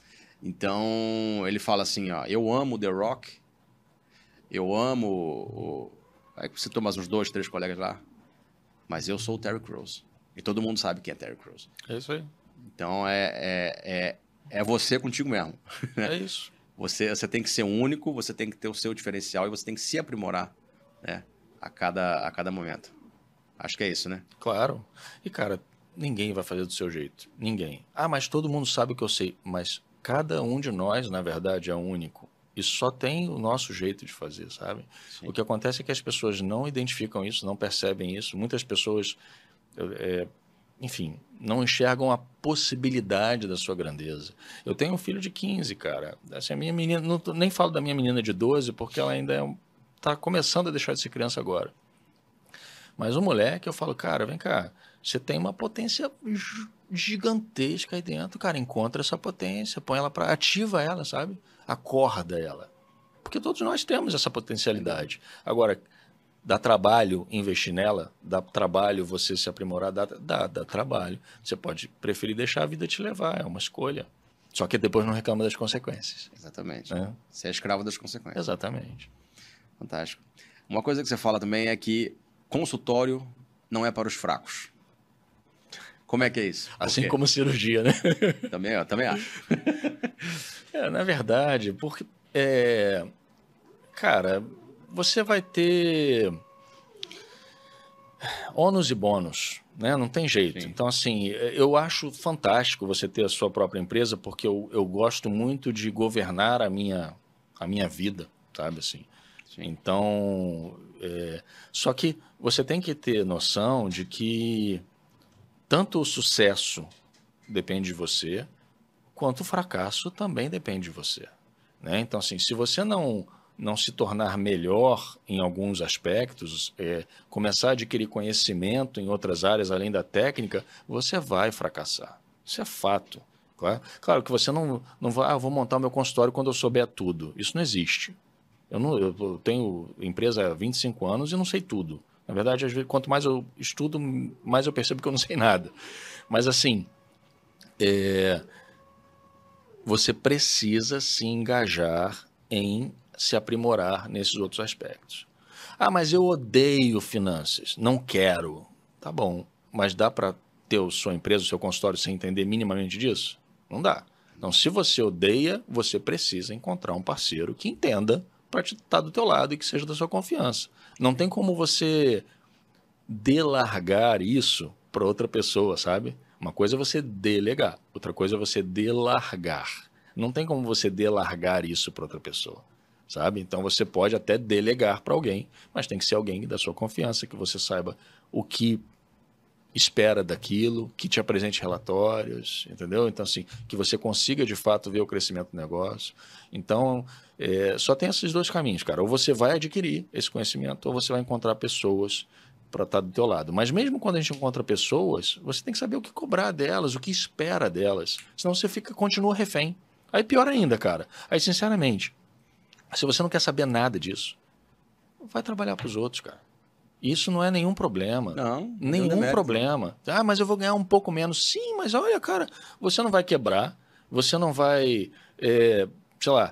Speaker 1: Então, ele fala assim, ó, eu amo The Rock, eu amo... O... Aí você toma uns dois, três colegas lá, mas eu sou o Terry Crews. E todo mundo sabe quem é Terry Crews.
Speaker 2: É isso aí.
Speaker 1: Então, é, é, é, é você contigo mesmo.
Speaker 2: É isso.
Speaker 1: Você, você tem que ser único, você tem que ter o seu diferencial e você tem que se aprimorar, né? A cada, a cada momento. Acho que é isso, né?
Speaker 2: Claro. E, cara, ninguém vai fazer do seu jeito. Ninguém. Ah, mas todo mundo sabe o que eu sei. Mas cada um de nós, na verdade, é único. E só tem o nosso jeito de fazer, sabe? Sim. O que acontece é que as pessoas não identificam isso, não percebem isso. Muitas pessoas, é, enfim, não enxergam a possibilidade da sua grandeza. Eu tenho um filho de quinze, cara. Assim, a minha menina, não, nem falo da minha menina de doze, porque ela ainda é, tá começando a deixar de ser criança agora. Mas o moleque, eu falo, cara, vem cá, você tem uma potência gigantesca aí dentro, cara, encontra essa potência, põe ela para ativa ela, sabe? Acorda ela. Porque todos nós temos essa potencialidade. Agora, dá trabalho investir nela? Dá trabalho você se aprimorar? Dá, dá, dá trabalho. Você pode preferir deixar a vida te levar, é uma escolha. Só que depois não reclama das consequências.
Speaker 1: Exatamente.
Speaker 2: É?
Speaker 1: Você é escravo das consequências.
Speaker 2: Exatamente.
Speaker 1: Fantástico. Uma coisa que você fala também é que consultório não é para os fracos. Como é que é isso? Por
Speaker 2: assim
Speaker 1: quê?
Speaker 2: como cirurgia, né?
Speaker 1: Também, eu também acho.
Speaker 2: É, na verdade, porque, é, cara, você vai ter ônus e bônus, né? Não tem jeito. Sim. Então, assim, eu acho fantástico você ter a sua própria empresa, porque eu, eu gosto muito de governar a minha, a minha vida, sabe, assim. Sim. Então, é, só que você tem que ter noção de que tanto o sucesso depende de você, quanto o fracasso também depende de você, né? Então, assim, se você não, não se tornar melhor em alguns aspectos, é, começar a adquirir conhecimento em outras áreas além da técnica, você vai fracassar. Isso é fato. Claro, claro que você não, não vai, ah, vou montar o meu consultório quando eu souber tudo. Isso não existe. Eu, não, eu tenho empresa há vinte e cinco anos e não sei tudo. Na verdade, às vezes, quanto mais eu estudo, mais eu percebo que eu não sei nada. Mas, assim, é, você precisa se engajar em se aprimorar nesses outros aspectos. Ah, mas eu odeio finanças, não quero. Tá bom, mas dá para ter a sua empresa, o seu consultório, sem entender minimamente disso? Não dá. Então, se você odeia, você precisa encontrar um parceiro que entenda para estar do teu lado e que seja da sua confiança. Não tem como você delargar isso para outra pessoa, sabe? Uma coisa é você delegar, outra coisa é você delargar. Não tem como você delargar isso para outra pessoa. sabe? Então você pode até delegar para alguém, mas tem que ser alguém da sua confiança, que você saiba o que espera daquilo, que te apresente relatórios, entendeu? Então, assim, que você consiga, de fato, ver o crescimento do negócio. Então, é, só tem esses dois caminhos, cara. Ou você vai adquirir esse conhecimento, ou você vai encontrar pessoas para estar do teu lado. Mas mesmo quando a gente encontra pessoas, você tem que saber o que cobrar delas, o que espera delas. Senão você fica, continua refém. Aí pior ainda, cara. Aí, sinceramente, se você não quer saber nada disso, vai trabalhar para os outros, cara. Isso não é nenhum problema.
Speaker 1: Não, não
Speaker 2: nenhum problema. Ah, mas eu vou ganhar um pouco menos. Sim, mas olha, cara, você não vai quebrar, você não vai, é, sei lá,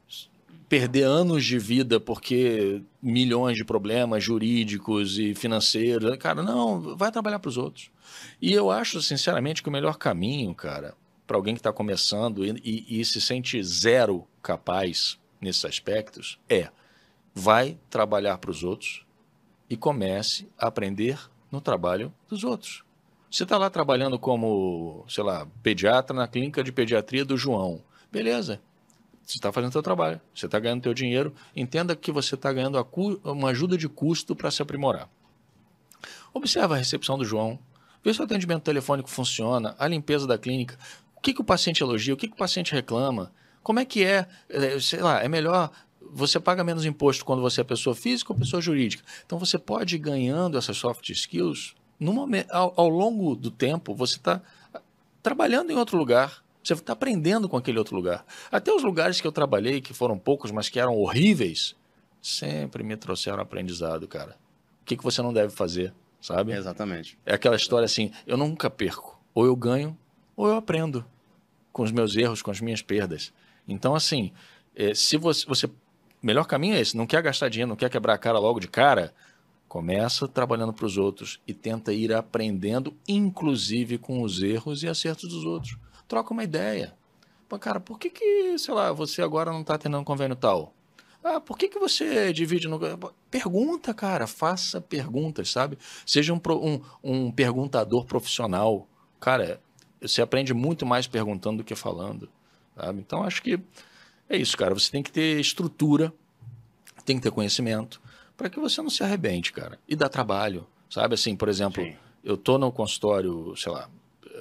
Speaker 2: perder anos de vida porque milhões de problemas jurídicos e financeiros. Cara, não, vai trabalhar para os outros. E eu acho, sinceramente, que o melhor caminho, cara, para alguém que está começando e, e, e se sente zero capaz nesses aspectos, é vai trabalhar para os outros e comece a aprender no trabalho dos outros. Você está lá trabalhando como, sei lá, pediatra na clínica de pediatria do João. Beleza. Você está fazendo o seu trabalho, você está ganhando o seu dinheiro, entenda que você está ganhando uma ajuda de custo para se aprimorar. Observa a recepção do João, vê se o atendimento telefônico funciona, a limpeza da clínica, o que, que o paciente elogia, o que, que o paciente reclama, como é que é, sei lá, é melhor, você paga menos imposto quando você é pessoa física ou pessoa jurídica. Então você pode ir ganhando essas soft skills, no momento, ao, ao longo do tempo, você está trabalhando em outro lugar, você está aprendendo com aquele outro lugar. Até os lugares que eu trabalhei, que foram poucos, mas que eram horríveis, sempre me trouxeram aprendizado, cara. O que, que você não deve fazer, sabe?
Speaker 1: Exatamente.
Speaker 2: É aquela história assim, eu nunca perco. Ou eu ganho, ou eu aprendo com os meus erros, com as minhas perdas. Então, assim, se você... você melhor caminho é esse, não quer gastar dinheiro, não quer quebrar a cara logo de cara, começa trabalhando para os outros e tenta ir aprendendo, inclusive com os erros e acertos dos outros. Troca uma ideia. Pô, cara, por que que, sei lá, você agora não está atendendo convênio tal? Ah, por que que você divide no... Pergunta, cara, faça perguntas, sabe? Seja um, um, um perguntador profissional. Cara, você aprende muito mais perguntando do que falando, sabe? Então, acho que é isso, cara. Você tem que ter estrutura, tem que ter conhecimento, para que você não se arrebente, cara. E dá trabalho, sabe? Assim, por exemplo, Sim. eu tô no consultório, sei lá,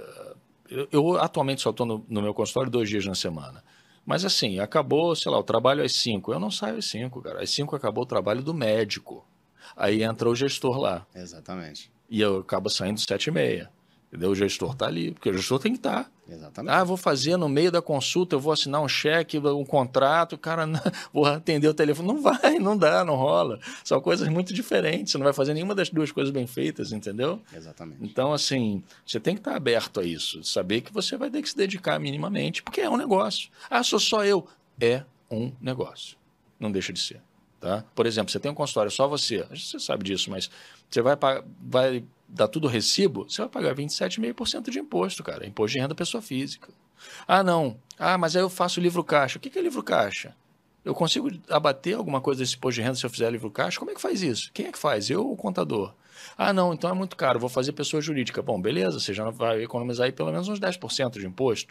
Speaker 2: eu, eu atualmente só tô no, no meu consultório dois dias na semana. Mas assim, acabou, sei lá, o trabalho às cinco. Eu não saio às cinco, cara. Às cinco acabou o trabalho do médico. Aí entra o gestor lá.
Speaker 1: Exatamente.
Speaker 2: E eu acabo saindo às sete e meia. Entendeu? O gestor está ali, porque o gestor tem que estar.
Speaker 1: Exatamente.
Speaker 2: Ah, vou fazer no meio da consulta, eu vou assinar um cheque, um contrato, cara, não, vou atender o telefone. Não vai, não dá, não rola. São coisas muito diferentes, você não vai fazer nenhuma das duas coisas bem feitas, entendeu?
Speaker 1: Exatamente.
Speaker 2: Então, assim, você tem que estar aberto a isso, saber que você vai ter que se dedicar minimamente, porque é um negócio. Ah, sou só eu. É um negócio. Não deixa de ser. Tá? Por exemplo, você tem um consultório, só você, você sabe disso, mas você vai, vai dar tudo recibo, você vai pagar vinte e sete vírgula cinco por cento de imposto, cara, imposto de renda pessoa física. Ah, não, ah, mas aí eu faço livro caixa. O que é livro caixa? Eu consigo abater alguma coisa desse imposto de renda se eu fizer livro caixa? Como é que faz isso? Quem é que faz? Eu ou o contador? Ah, não, então é muito caro, vou fazer pessoa jurídica. Bom, beleza, você já vai economizar aí pelo menos uns dez por cento de imposto.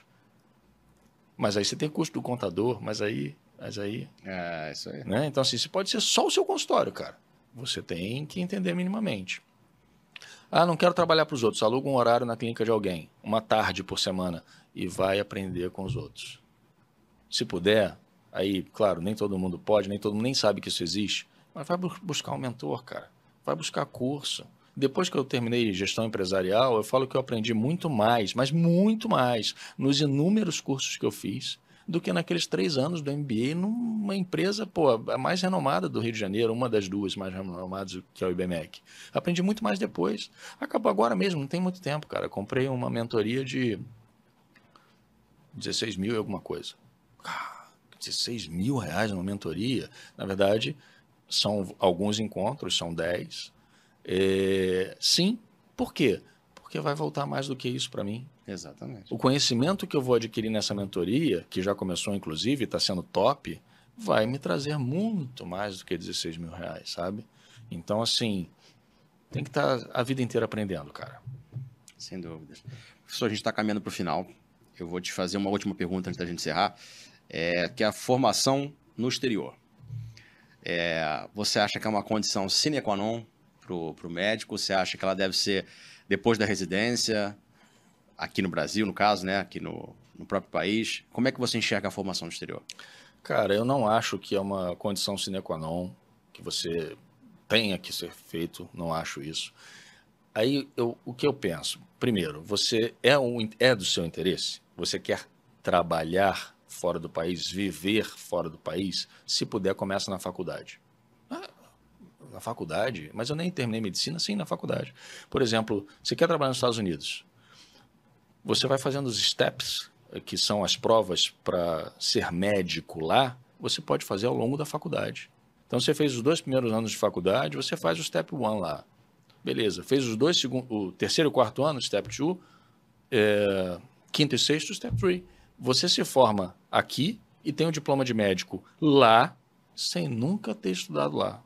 Speaker 2: Mas aí você tem custo do contador, mas aí... Mas aí...
Speaker 1: É, isso aí.
Speaker 2: Né? Então, assim, você pode ser só o seu consultório, cara. Você tem que entender minimamente. Ah, não quero trabalhar para os outros. Aluga um horário na clínica de alguém, uma tarde por semana, e vai aprender com os outros. Se puder, aí, claro, nem todo mundo pode, nem todo mundo nem sabe que isso existe, mas vai buscar um mentor, cara. Vai buscar curso. Depois que eu terminei gestão empresarial, eu falo que eu aprendi muito mais, mas muito mais, nos inúmeros cursos que eu fiz, do que naqueles três anos do M B A numa empresa, pô, a mais renomada do Rio de Janeiro, uma das duas mais renomadas, que é o IBMEC. Aprendi muito mais depois. Acabou agora mesmo, não tem muito tempo, cara. Eu comprei uma mentoria de dezesseis mil e alguma coisa. Ah, dezesseis mil reais numa mentoria? Na verdade, são alguns encontros, são dez. É, sim, por quê? Porque vai voltar mais do que isso para mim.
Speaker 1: Exatamente.
Speaker 2: O conhecimento que eu vou adquirir nessa mentoria, que já começou inclusive, está sendo top, vai me trazer muito mais do que dezesseis mil reais, sabe? Então, assim, tem que estar a vida inteira aprendendo, cara.
Speaker 1: Sem dúvidas. Professor, a gente está caminhando para o final. Eu vou te fazer uma última pergunta antes da gente encerrar, é, que é a formação no exterior. É, você acha que é uma condição sine qua non para o médico? Você acha que ela deve ser depois da residência, aqui no Brasil, no caso, né? Aqui no, no próprio país? Como é que você enxerga a formação no exterior?
Speaker 2: Cara, eu não acho que é uma condição sine qua non que você tenha que ser feito, não acho isso. Aí, eu, o que eu penso? Primeiro, você é, um, é do seu interesse? Você quer trabalhar fora do país, viver fora do país? Se puder, começa na faculdade. Ah, na faculdade? Mas eu nem terminei medicina, sim, na faculdade. Por exemplo, você quer trabalhar nos Estados Unidos? Você vai fazendo os steps, que são as provas para ser médico lá, você pode fazer ao longo da faculdade. Então, você fez os dois primeiros anos de faculdade, você faz o step one lá. Beleza, fez os dois, o terceiro e quarto ano, step two, é, quinto e sexto, step three. Você se forma aqui e tem o diploma de médico lá, sem nunca ter estudado lá.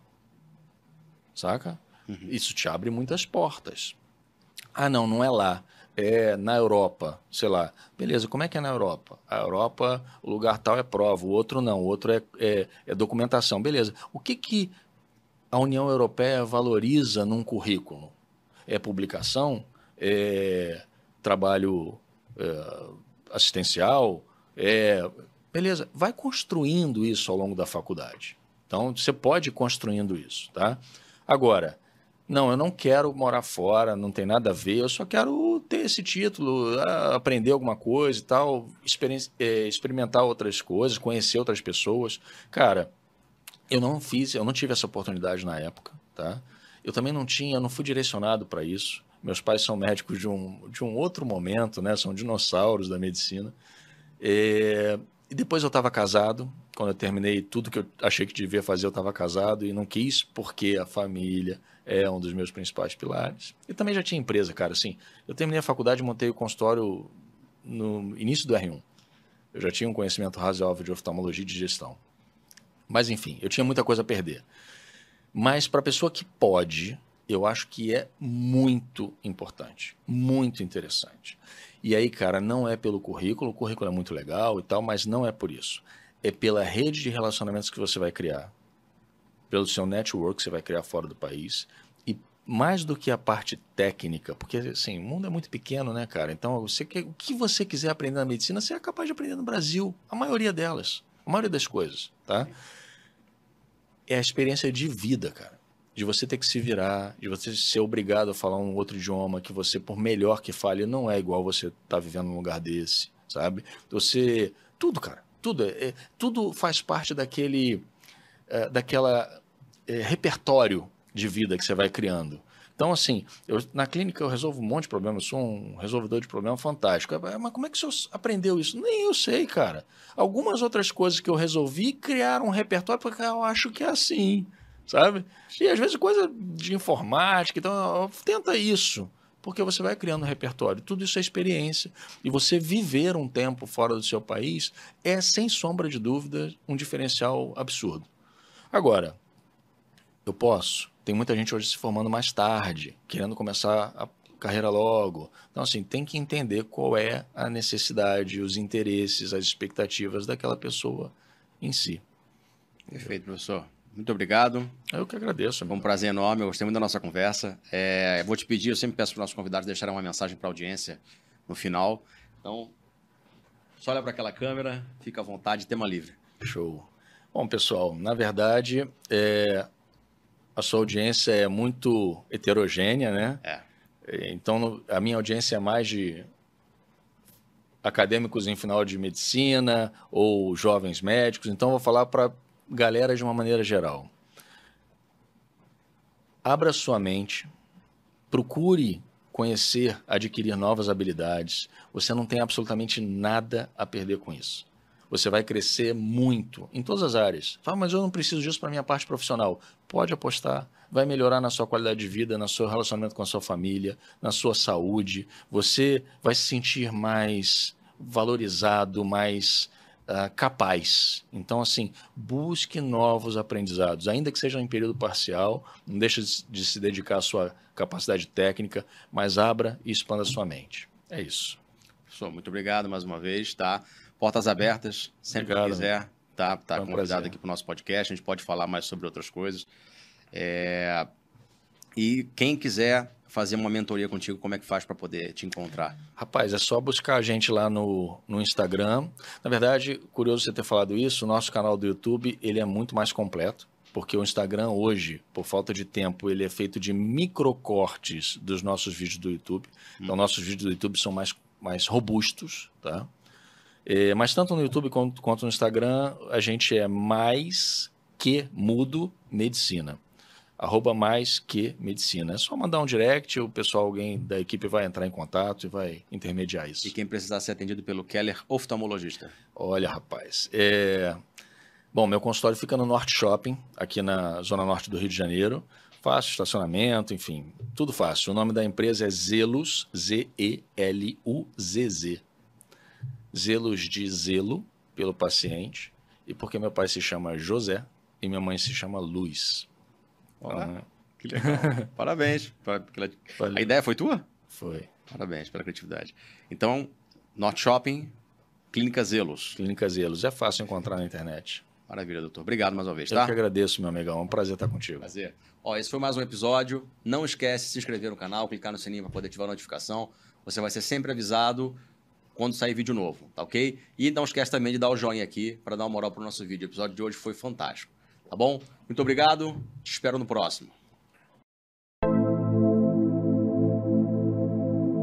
Speaker 2: Saca? Uhum. Isso te abre muitas portas. Ah, não, não é lá. É na Europa, sei lá. Beleza, como é que é na Europa? A Europa, o lugar tal é prova, o outro não, o outro é, é, é documentação. Beleza. O que, que a União Europeia valoriza num currículo? É publicação? É trabalho é, assistencial? É... Beleza, vai construindo isso ao longo da faculdade. Então, você pode ir construindo isso, tá? Agora, não, eu não quero morar fora, não tem nada a ver, eu só quero ter esse título, aprender alguma coisa e tal, experimentar outras coisas, conhecer outras pessoas. Cara, eu não fiz, eu não tive essa oportunidade na época, tá? Eu também não tinha, eu não fui direcionado para isso. Meus pais são médicos de um, de um outro momento, né? São dinossauros da medicina. É... E depois eu estava casado, quando eu terminei tudo que eu achei que devia fazer, eu estava casado e não quis, porque a família é um dos meus principais pilares. E também já tinha empresa, cara, assim, eu terminei a faculdade e montei o consultório no início do R um. Eu já tinha um conhecimento razoável de oftalmologia e de gestão. Mas, enfim, eu tinha muita coisa a perder. Mas para a pessoa que pode, eu acho que é muito importante, muito interessante. E aí, cara, não é pelo currículo, o currículo é muito legal e tal, mas não é por isso. É pela rede de relacionamentos que você vai criar, pelo seu network que você vai criar fora do país, e mais do que a parte técnica, porque, assim, o mundo é muito pequeno, né, cara? Então, você quer, o que você quiser aprender na medicina, você é capaz de aprender no Brasil, a maioria delas, a maioria das coisas, tá? É a experiência de vida, cara. De você ter que se virar, de você ser obrigado a falar um outro idioma que você, por melhor que fale, não é igual você tá vivendo num lugar desse, sabe? Você... Tudo, cara. Tudo. É, tudo faz parte daquele... É, daquela é, repertório de vida que você vai criando. Então, assim, eu, na clínica eu resolvo um monte de problemas, eu sou um resolvedor de problema fantástico. Mas como é que o senhor aprendeu isso? Nem eu sei, cara. Algumas outras coisas que eu resolvi criaram um repertório porque eu acho que é assim, sabe? E às vezes coisa de informática, então tenta isso, porque você vai criando um repertório. Tudo isso é experiência. E você viver um tempo fora do seu país é, sem sombra de dúvida, um diferencial absurdo. Agora, eu posso... Tem muita gente hoje se formando mais tarde, querendo começar a carreira logo. Então, assim, tem que entender qual é a necessidade, os interesses, as expectativas daquela pessoa em si.
Speaker 1: Perfeito, professor. Muito obrigado.
Speaker 2: Eu que agradeço.
Speaker 1: Foi um prazer enorme, eu gostei muito da nossa conversa. É, eu vou te pedir, eu sempre peço para os nossos convidados deixarem uma mensagem para a audiência no final. Então, só olha para aquela câmera, fica à vontade, tema livre.
Speaker 2: Show. Bom, pessoal, na verdade, é... a sua audiência é muito heterogênea, né?
Speaker 1: É.
Speaker 2: Então, a minha audiência é mais de acadêmicos em final de medicina ou jovens médicos. Então, eu vou falar para galera de uma maneira geral. Abra sua mente, procure conhecer, adquirir novas habilidades. Você não tem absolutamente nada a perder com isso. Você vai crescer muito em todas as áreas. Fala, mas eu não preciso disso para a minha parte profissional. Pode apostar. Vai melhorar na sua qualidade de vida, no seu relacionamento com a sua família, na sua saúde. Você vai se sentir mais valorizado, mais uh, capaz. Então, assim, busque novos aprendizados. Ainda que seja em período parcial, não deixe de se dedicar à sua capacidade técnica, mas abra e expanda a sua mente. É isso.
Speaker 1: Professor, muito obrigado mais uma vez, tá? Portas abertas, sempre
Speaker 2: Obrigado.
Speaker 1: que quiser, tá, tá
Speaker 2: Foi um
Speaker 1: convidado
Speaker 2: prazer.
Speaker 1: aqui para o nosso podcast. A gente pode falar mais sobre outras coisas. É... E quem quiser fazer uma mentoria contigo, como é que faz para poder te encontrar?
Speaker 2: Rapaz, é só buscar a gente lá no, no Instagram. Na verdade, curioso você ter falado isso, o nosso canal do YouTube, ele é muito mais completo, porque o Instagram hoje, por falta de tempo, ele é feito de microcortes dos nossos vídeos do YouTube. Hum. Então, nossos vídeos do YouTube são mais, mais robustos, tá? É, mas tanto no YouTube quanto, quanto no Instagram, a gente é mais que mudo medicina. Arroba mais que medicina. É só mandar um direct, o pessoal, alguém da equipe vai entrar em contato e vai intermediar isso.
Speaker 1: E quem precisar ser atendido pelo Keller, oftalmologista?
Speaker 2: Olha, rapaz, é... Bom, meu consultório fica no Norte Shopping, aqui na zona norte do Rio de Janeiro. Fácil, estacionamento, enfim, tudo fácil. O nome da empresa é Zelus, Z E L U Z Z. Zelos de zelo pelo paciente, e porque meu pai se chama José e minha mãe se chama Luz.
Speaker 1: Olá, então, que legal. Parabéns. Pela... A ideia foi tua?
Speaker 2: Foi.
Speaker 1: Parabéns pela criatividade. Então, Norte Shopping, Clínica Zelos.
Speaker 2: Clínica Zelos. É fácil encontrar na internet.
Speaker 1: Maravilha, doutor. Obrigado mais uma vez,
Speaker 2: Eu
Speaker 1: tá?
Speaker 2: que agradeço, meu amigão. É um prazer estar contigo.
Speaker 1: Prazer. Ó, esse foi mais um episódio. Não esquece de se inscrever no canal, clicar no sininho para poder ativar a notificação. Você vai ser sempre avisado quando sair vídeo novo, tá ok? E não esquece também de dar o joinha aqui para dar uma moral pro nosso vídeo. O episódio de hoje foi fantástico, tá bom? Muito obrigado, te espero no próximo.